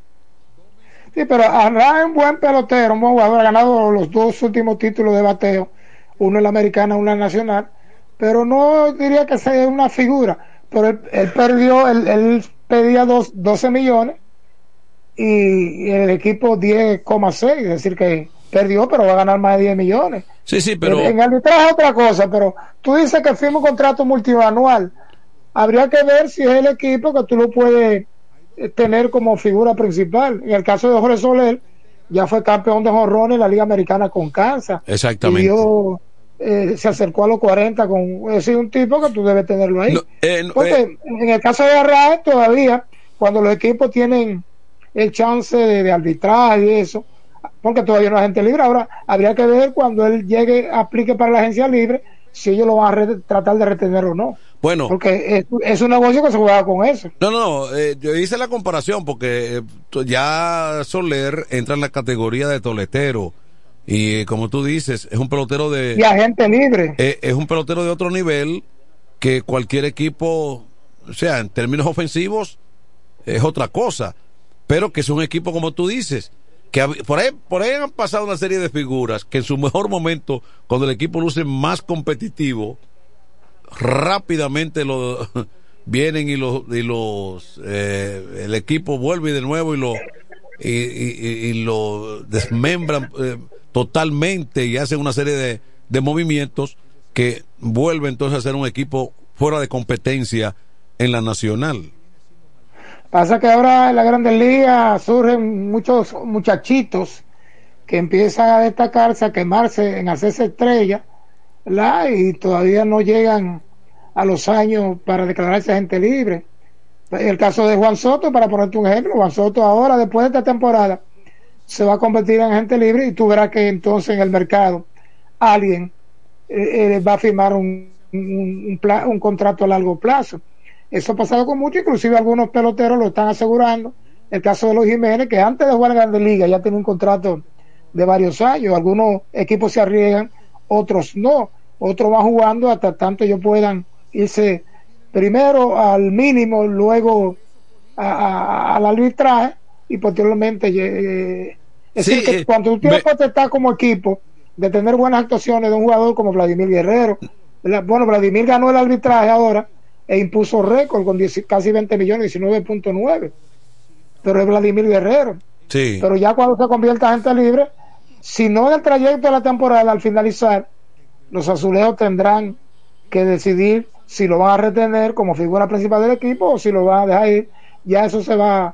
Sí, pero Arraez es un buen pelotero, un buen jugador, ha ganado los dos últimos títulos de bateo, uno en la americana, uno en la nacional, pero no diría que sea una figura. Pero él, él perdió, él, él pedía dos, doce millones y, y el equipo diez coma seis, es decir que perdió, pero va a ganar más de diez millones. Sí, sí, pero en arbitraje es otra cosa, pero tú dices que firma un contrato multianual, habría que ver si es el equipo que tú lo puedes tener como figura principal. En el caso de Jorge Soler, ya fue campeón de jonrones en la Liga Americana con Kansas. Exactamente. Y dio, eh, se acercó a los cuarenta con, es decir, un tipo que tú debes tenerlo ahí. No, eh, no, Porque eh. en el caso de Arraez, todavía, cuando los equipos tienen el chance de, de arbitraje y eso, porque todavía no es agente libre, ahora habría que ver cuando él llegue, aplique para la agencia libre, si ellos lo van a re- tratar de retener o no. Bueno, porque es, es un negocio que se juega con eso. No, no, no eh, yo hice la comparación porque eh, ya Soler entra en la categoría de toletero y eh, como tú dices, es un pelotero de... Y agente libre. Eh, es un pelotero de otro nivel que cualquier equipo, o sea, en términos ofensivos, es otra cosa, pero que es un equipo, como tú dices, que por ahí, por ahí han pasado una serie de figuras que en su mejor momento, cuando el equipo luce más competitivo, rápidamente lo vienen y los y los eh, el equipo vuelve de nuevo y lo y, y, y lo desmembran eh, totalmente y hacen una serie de, de movimientos que vuelve entonces a ser un equipo fuera de competencia en la nacional. Pasa que ahora en la Grandes Ligas surgen muchos muchachitos que empiezan a destacarse, a quemarse, en hacerse estrellas, ¿verdad? Y todavía no llegan a los años para declararse agente libre. El caso de Juan Soto, para ponerte un ejemplo, Juan Soto ahora, después de esta temporada, se va a convertir en agente libre y tú verás que entonces en el mercado alguien eh, eh, va a firmar un, un, un, pla- un contrato a largo plazo. Eso ha pasado con mucho, inclusive algunos peloteros lo están asegurando. El caso de los Jiménez, que antes de jugar en Grandes Ligas ya tiene un contrato de varios años. Algunos equipos se arriesgan, otros no. Otros van jugando hasta tanto ellos puedan irse primero al mínimo, luego a, a, al arbitraje y posteriormente eh, es sí, decir que cuando tú tienes me... potestad como equipo de tener buenas actuaciones de un jugador como Vladimir Guerrero, ¿verdad? Bueno, Vladimir ganó el arbitraje ahora e impuso récord con diez, casi veinte millones, diecinueve punto nueve, pero es Vladimir Guerrero. Sí. Pero ya cuando se convierta en agente libre, si no en el trayecto de la temporada, al finalizar, los azulejos tendrán que decidir si lo van a retener como figura principal del equipo o si lo van a dejar ir. Ya eso se va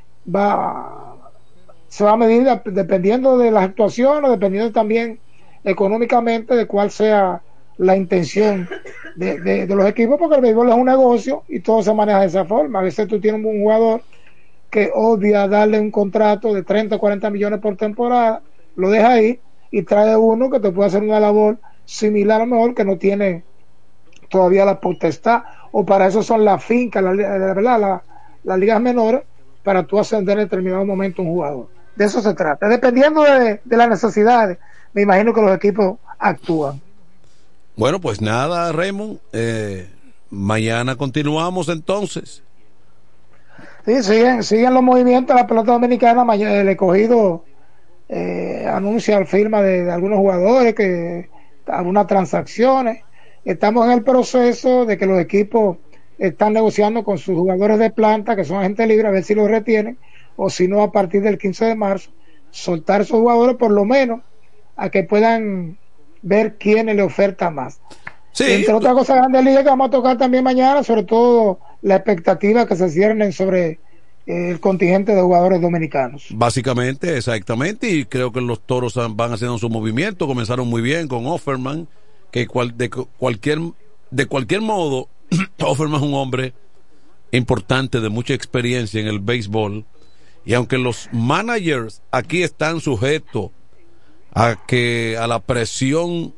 va se va a medir dependiendo de las actuaciones, dependiendo también económicamente de cuál sea la intención de, de, de los equipos, porque el béisbol es un negocio y todo se maneja de esa forma. A veces tú tienes un jugador que odia darle un contrato de treinta o cuarenta millones por temporada, lo deja ahí y trae uno que te puede hacer una labor similar a lo mejor, que no tiene todavía la potestad, o para eso son las fincas, la, la, la, la, la, las ligas menores, para tú ascender en determinado momento un jugador. De eso se trata. Dependiendo de, de las necesidades, me imagino que los equipos actúan. Bueno, pues nada, Raymond, eh, mañana continuamos entonces. Sí, siguen, siguen los movimientos de la pelota dominicana. Mañana el escogido eh, anuncia la firma de, de algunos jugadores, que algunas transacciones. Estamos en el proceso de que los equipos están negociando con sus jugadores de planta, que son agentes libres, a ver si los retienen, o si no a partir del quince de marzo, soltar esos jugadores por lo menos a que puedan ver quiénes le oferta más. Sí. Entre otras cosas, grandes ligas que vamos a tocar también mañana, sobre todo la expectativa que se ciernen sobre eh, el contingente de jugadores dominicanos. Básicamente, exactamente, y creo que los Toros van haciendo su movimiento, comenzaron muy bien con Offerman, que cual, de cualquier de cualquier modo Offerman es un hombre importante de mucha experiencia en el béisbol, y aunque los managers aquí están sujetos a que a la presión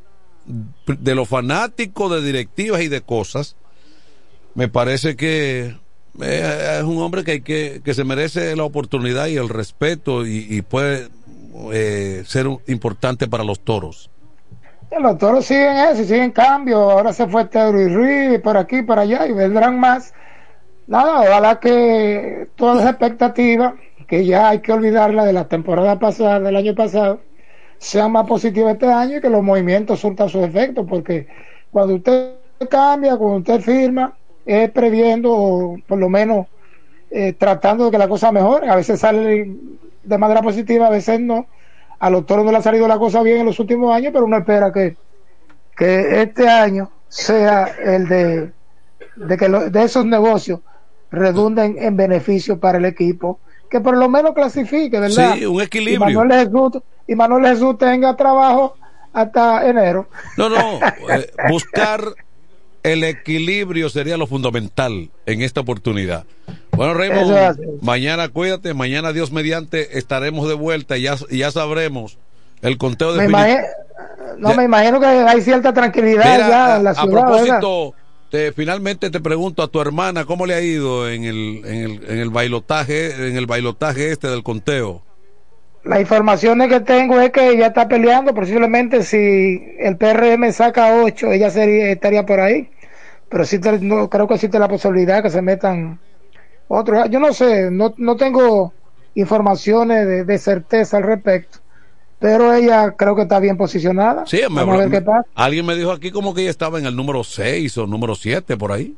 de los fanáticos, de directivas y de cosas, me parece que eh, es un hombre que hay que que se merece la oportunidad y el respeto y, y puede eh, ser un, importante para los Toros. Los Toros siguen eso, siguen cambio. Ahora se fue Teodoro y Ruiz por aquí, para allá, y vendrán más. Nada, ojalá que todas las expectativas, que ya hay que olvidarla de la temporada pasada, del año pasado, sean más positivas este año y que los movimientos surtan sus efectos, porque cuando usted cambia, cuando usted firma, es previendo, o por lo menos eh, tratando de que la cosa mejore. A veces sale de manera positiva, a veces no. A los Toros no le ha salido la cosa bien en los últimos años, pero uno espera que, que este año sea el de, de que lo, de esos negocios redunden en beneficio para el equipo, que por lo menos clasifique, ¿verdad? Sí, un equilibrio. Y Manuel Jesús, y Manuel Jesús tenga trabajo hasta enero. No, no, eh, buscar el equilibrio sería lo fundamental en esta oportunidad. Bueno, Raymond, mañana cuídate, mañana Dios mediante estaremos de vuelta y ya, ya sabremos el conteo de... Me imagino, no, ya, me imagino que hay cierta tranquilidad mira, ya en la a, ciudad. A propósito, te, finalmente te pregunto a tu hermana, ¿cómo le ha ido en el, en el, en el bailotaje, en el bailotaje este del conteo? Las informaciones que tengo es que ella está peleando, posiblemente si el P R M saca ocho, ella sería, estaría por ahí, pero sí te, no, creo que existe la posibilidad que se metan otros. Yo no sé, no, no tengo informaciones de, de certeza al respecto, pero ella creo que está bien posicionada. Sí, me, Vamos a ver qué pasa. Alguien me dijo aquí como que ella estaba en el número seis o número siete por ahí.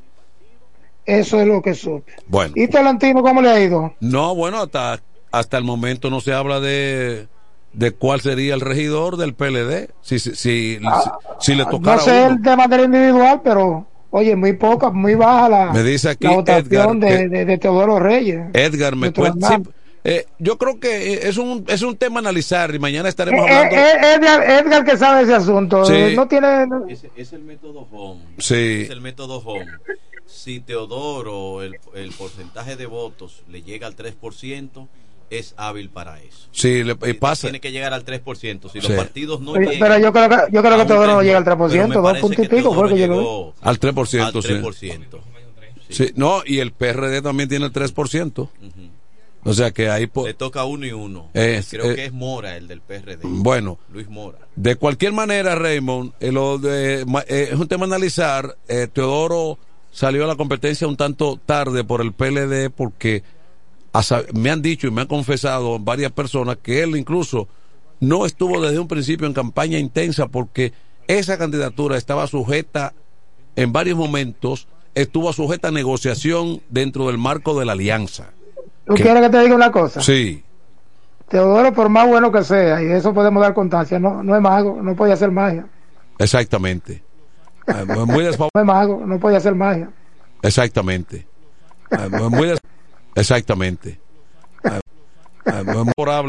Eso es lo que supe. Bueno. ¿Y Tolentino cómo le ha ido? No, bueno, hasta hasta el momento no se habla de de cuál sería el regidor del P L D, si si si, ah, si, si le tocara no sé uno. El de manera individual, pero oye, muy poca, muy baja la, me dice aquí la votación Edgar, de, de, de Teodoro Reyes. Edgar me cuenta, sí, eh, yo creo que es un es un tema a analizar y mañana estaremos eh, hablando. Eh, Edgar, Edgar que sabe ese asunto, sí. no tiene. No... Es, es el método Home. Sí. Es el método Home. Si Teodoro el, el porcentaje de votos le llega al tres por ciento, es hábil para eso. Sí, le y pasa. Tiene que llegar al tres por ciento. Si sí. los partidos no pero, llegan. Pero yo creo que, yo creo que Teodoro no llega al tres por ciento, dos puntos y pico fue que llegó. Al tres por ciento, al tres por ciento. Sí. Sí. No, y el P R D también tiene el tres por ciento. Uh-huh. O sea que ahí. Po- Le toca uno y uno. Es, Creo eh, que es Mora el del P R D. Bueno. Luis Mora. De cualquier manera, Raymond, eh, lo de, eh, es un tema a analizar. Eh, Teodoro salió a la competencia un tanto tarde por el P L D porque me han dicho y me han confesado varias personas que él incluso no estuvo desde un principio en campaña intensa porque esa candidatura estaba sujeta en varios momentos, estuvo sujeta a negociación dentro del marco de la alianza. ¿Tú que, quieres que te diga una cosa? Sí. Teodoro, por más bueno que sea, y de eso podemos dar constancia, no, no es mago, no puede hacer magia. Exactamente. Muy desfavorable. No es mago, no puede hacer magia. Exactamente. Muy des- Exactamente. Favorable.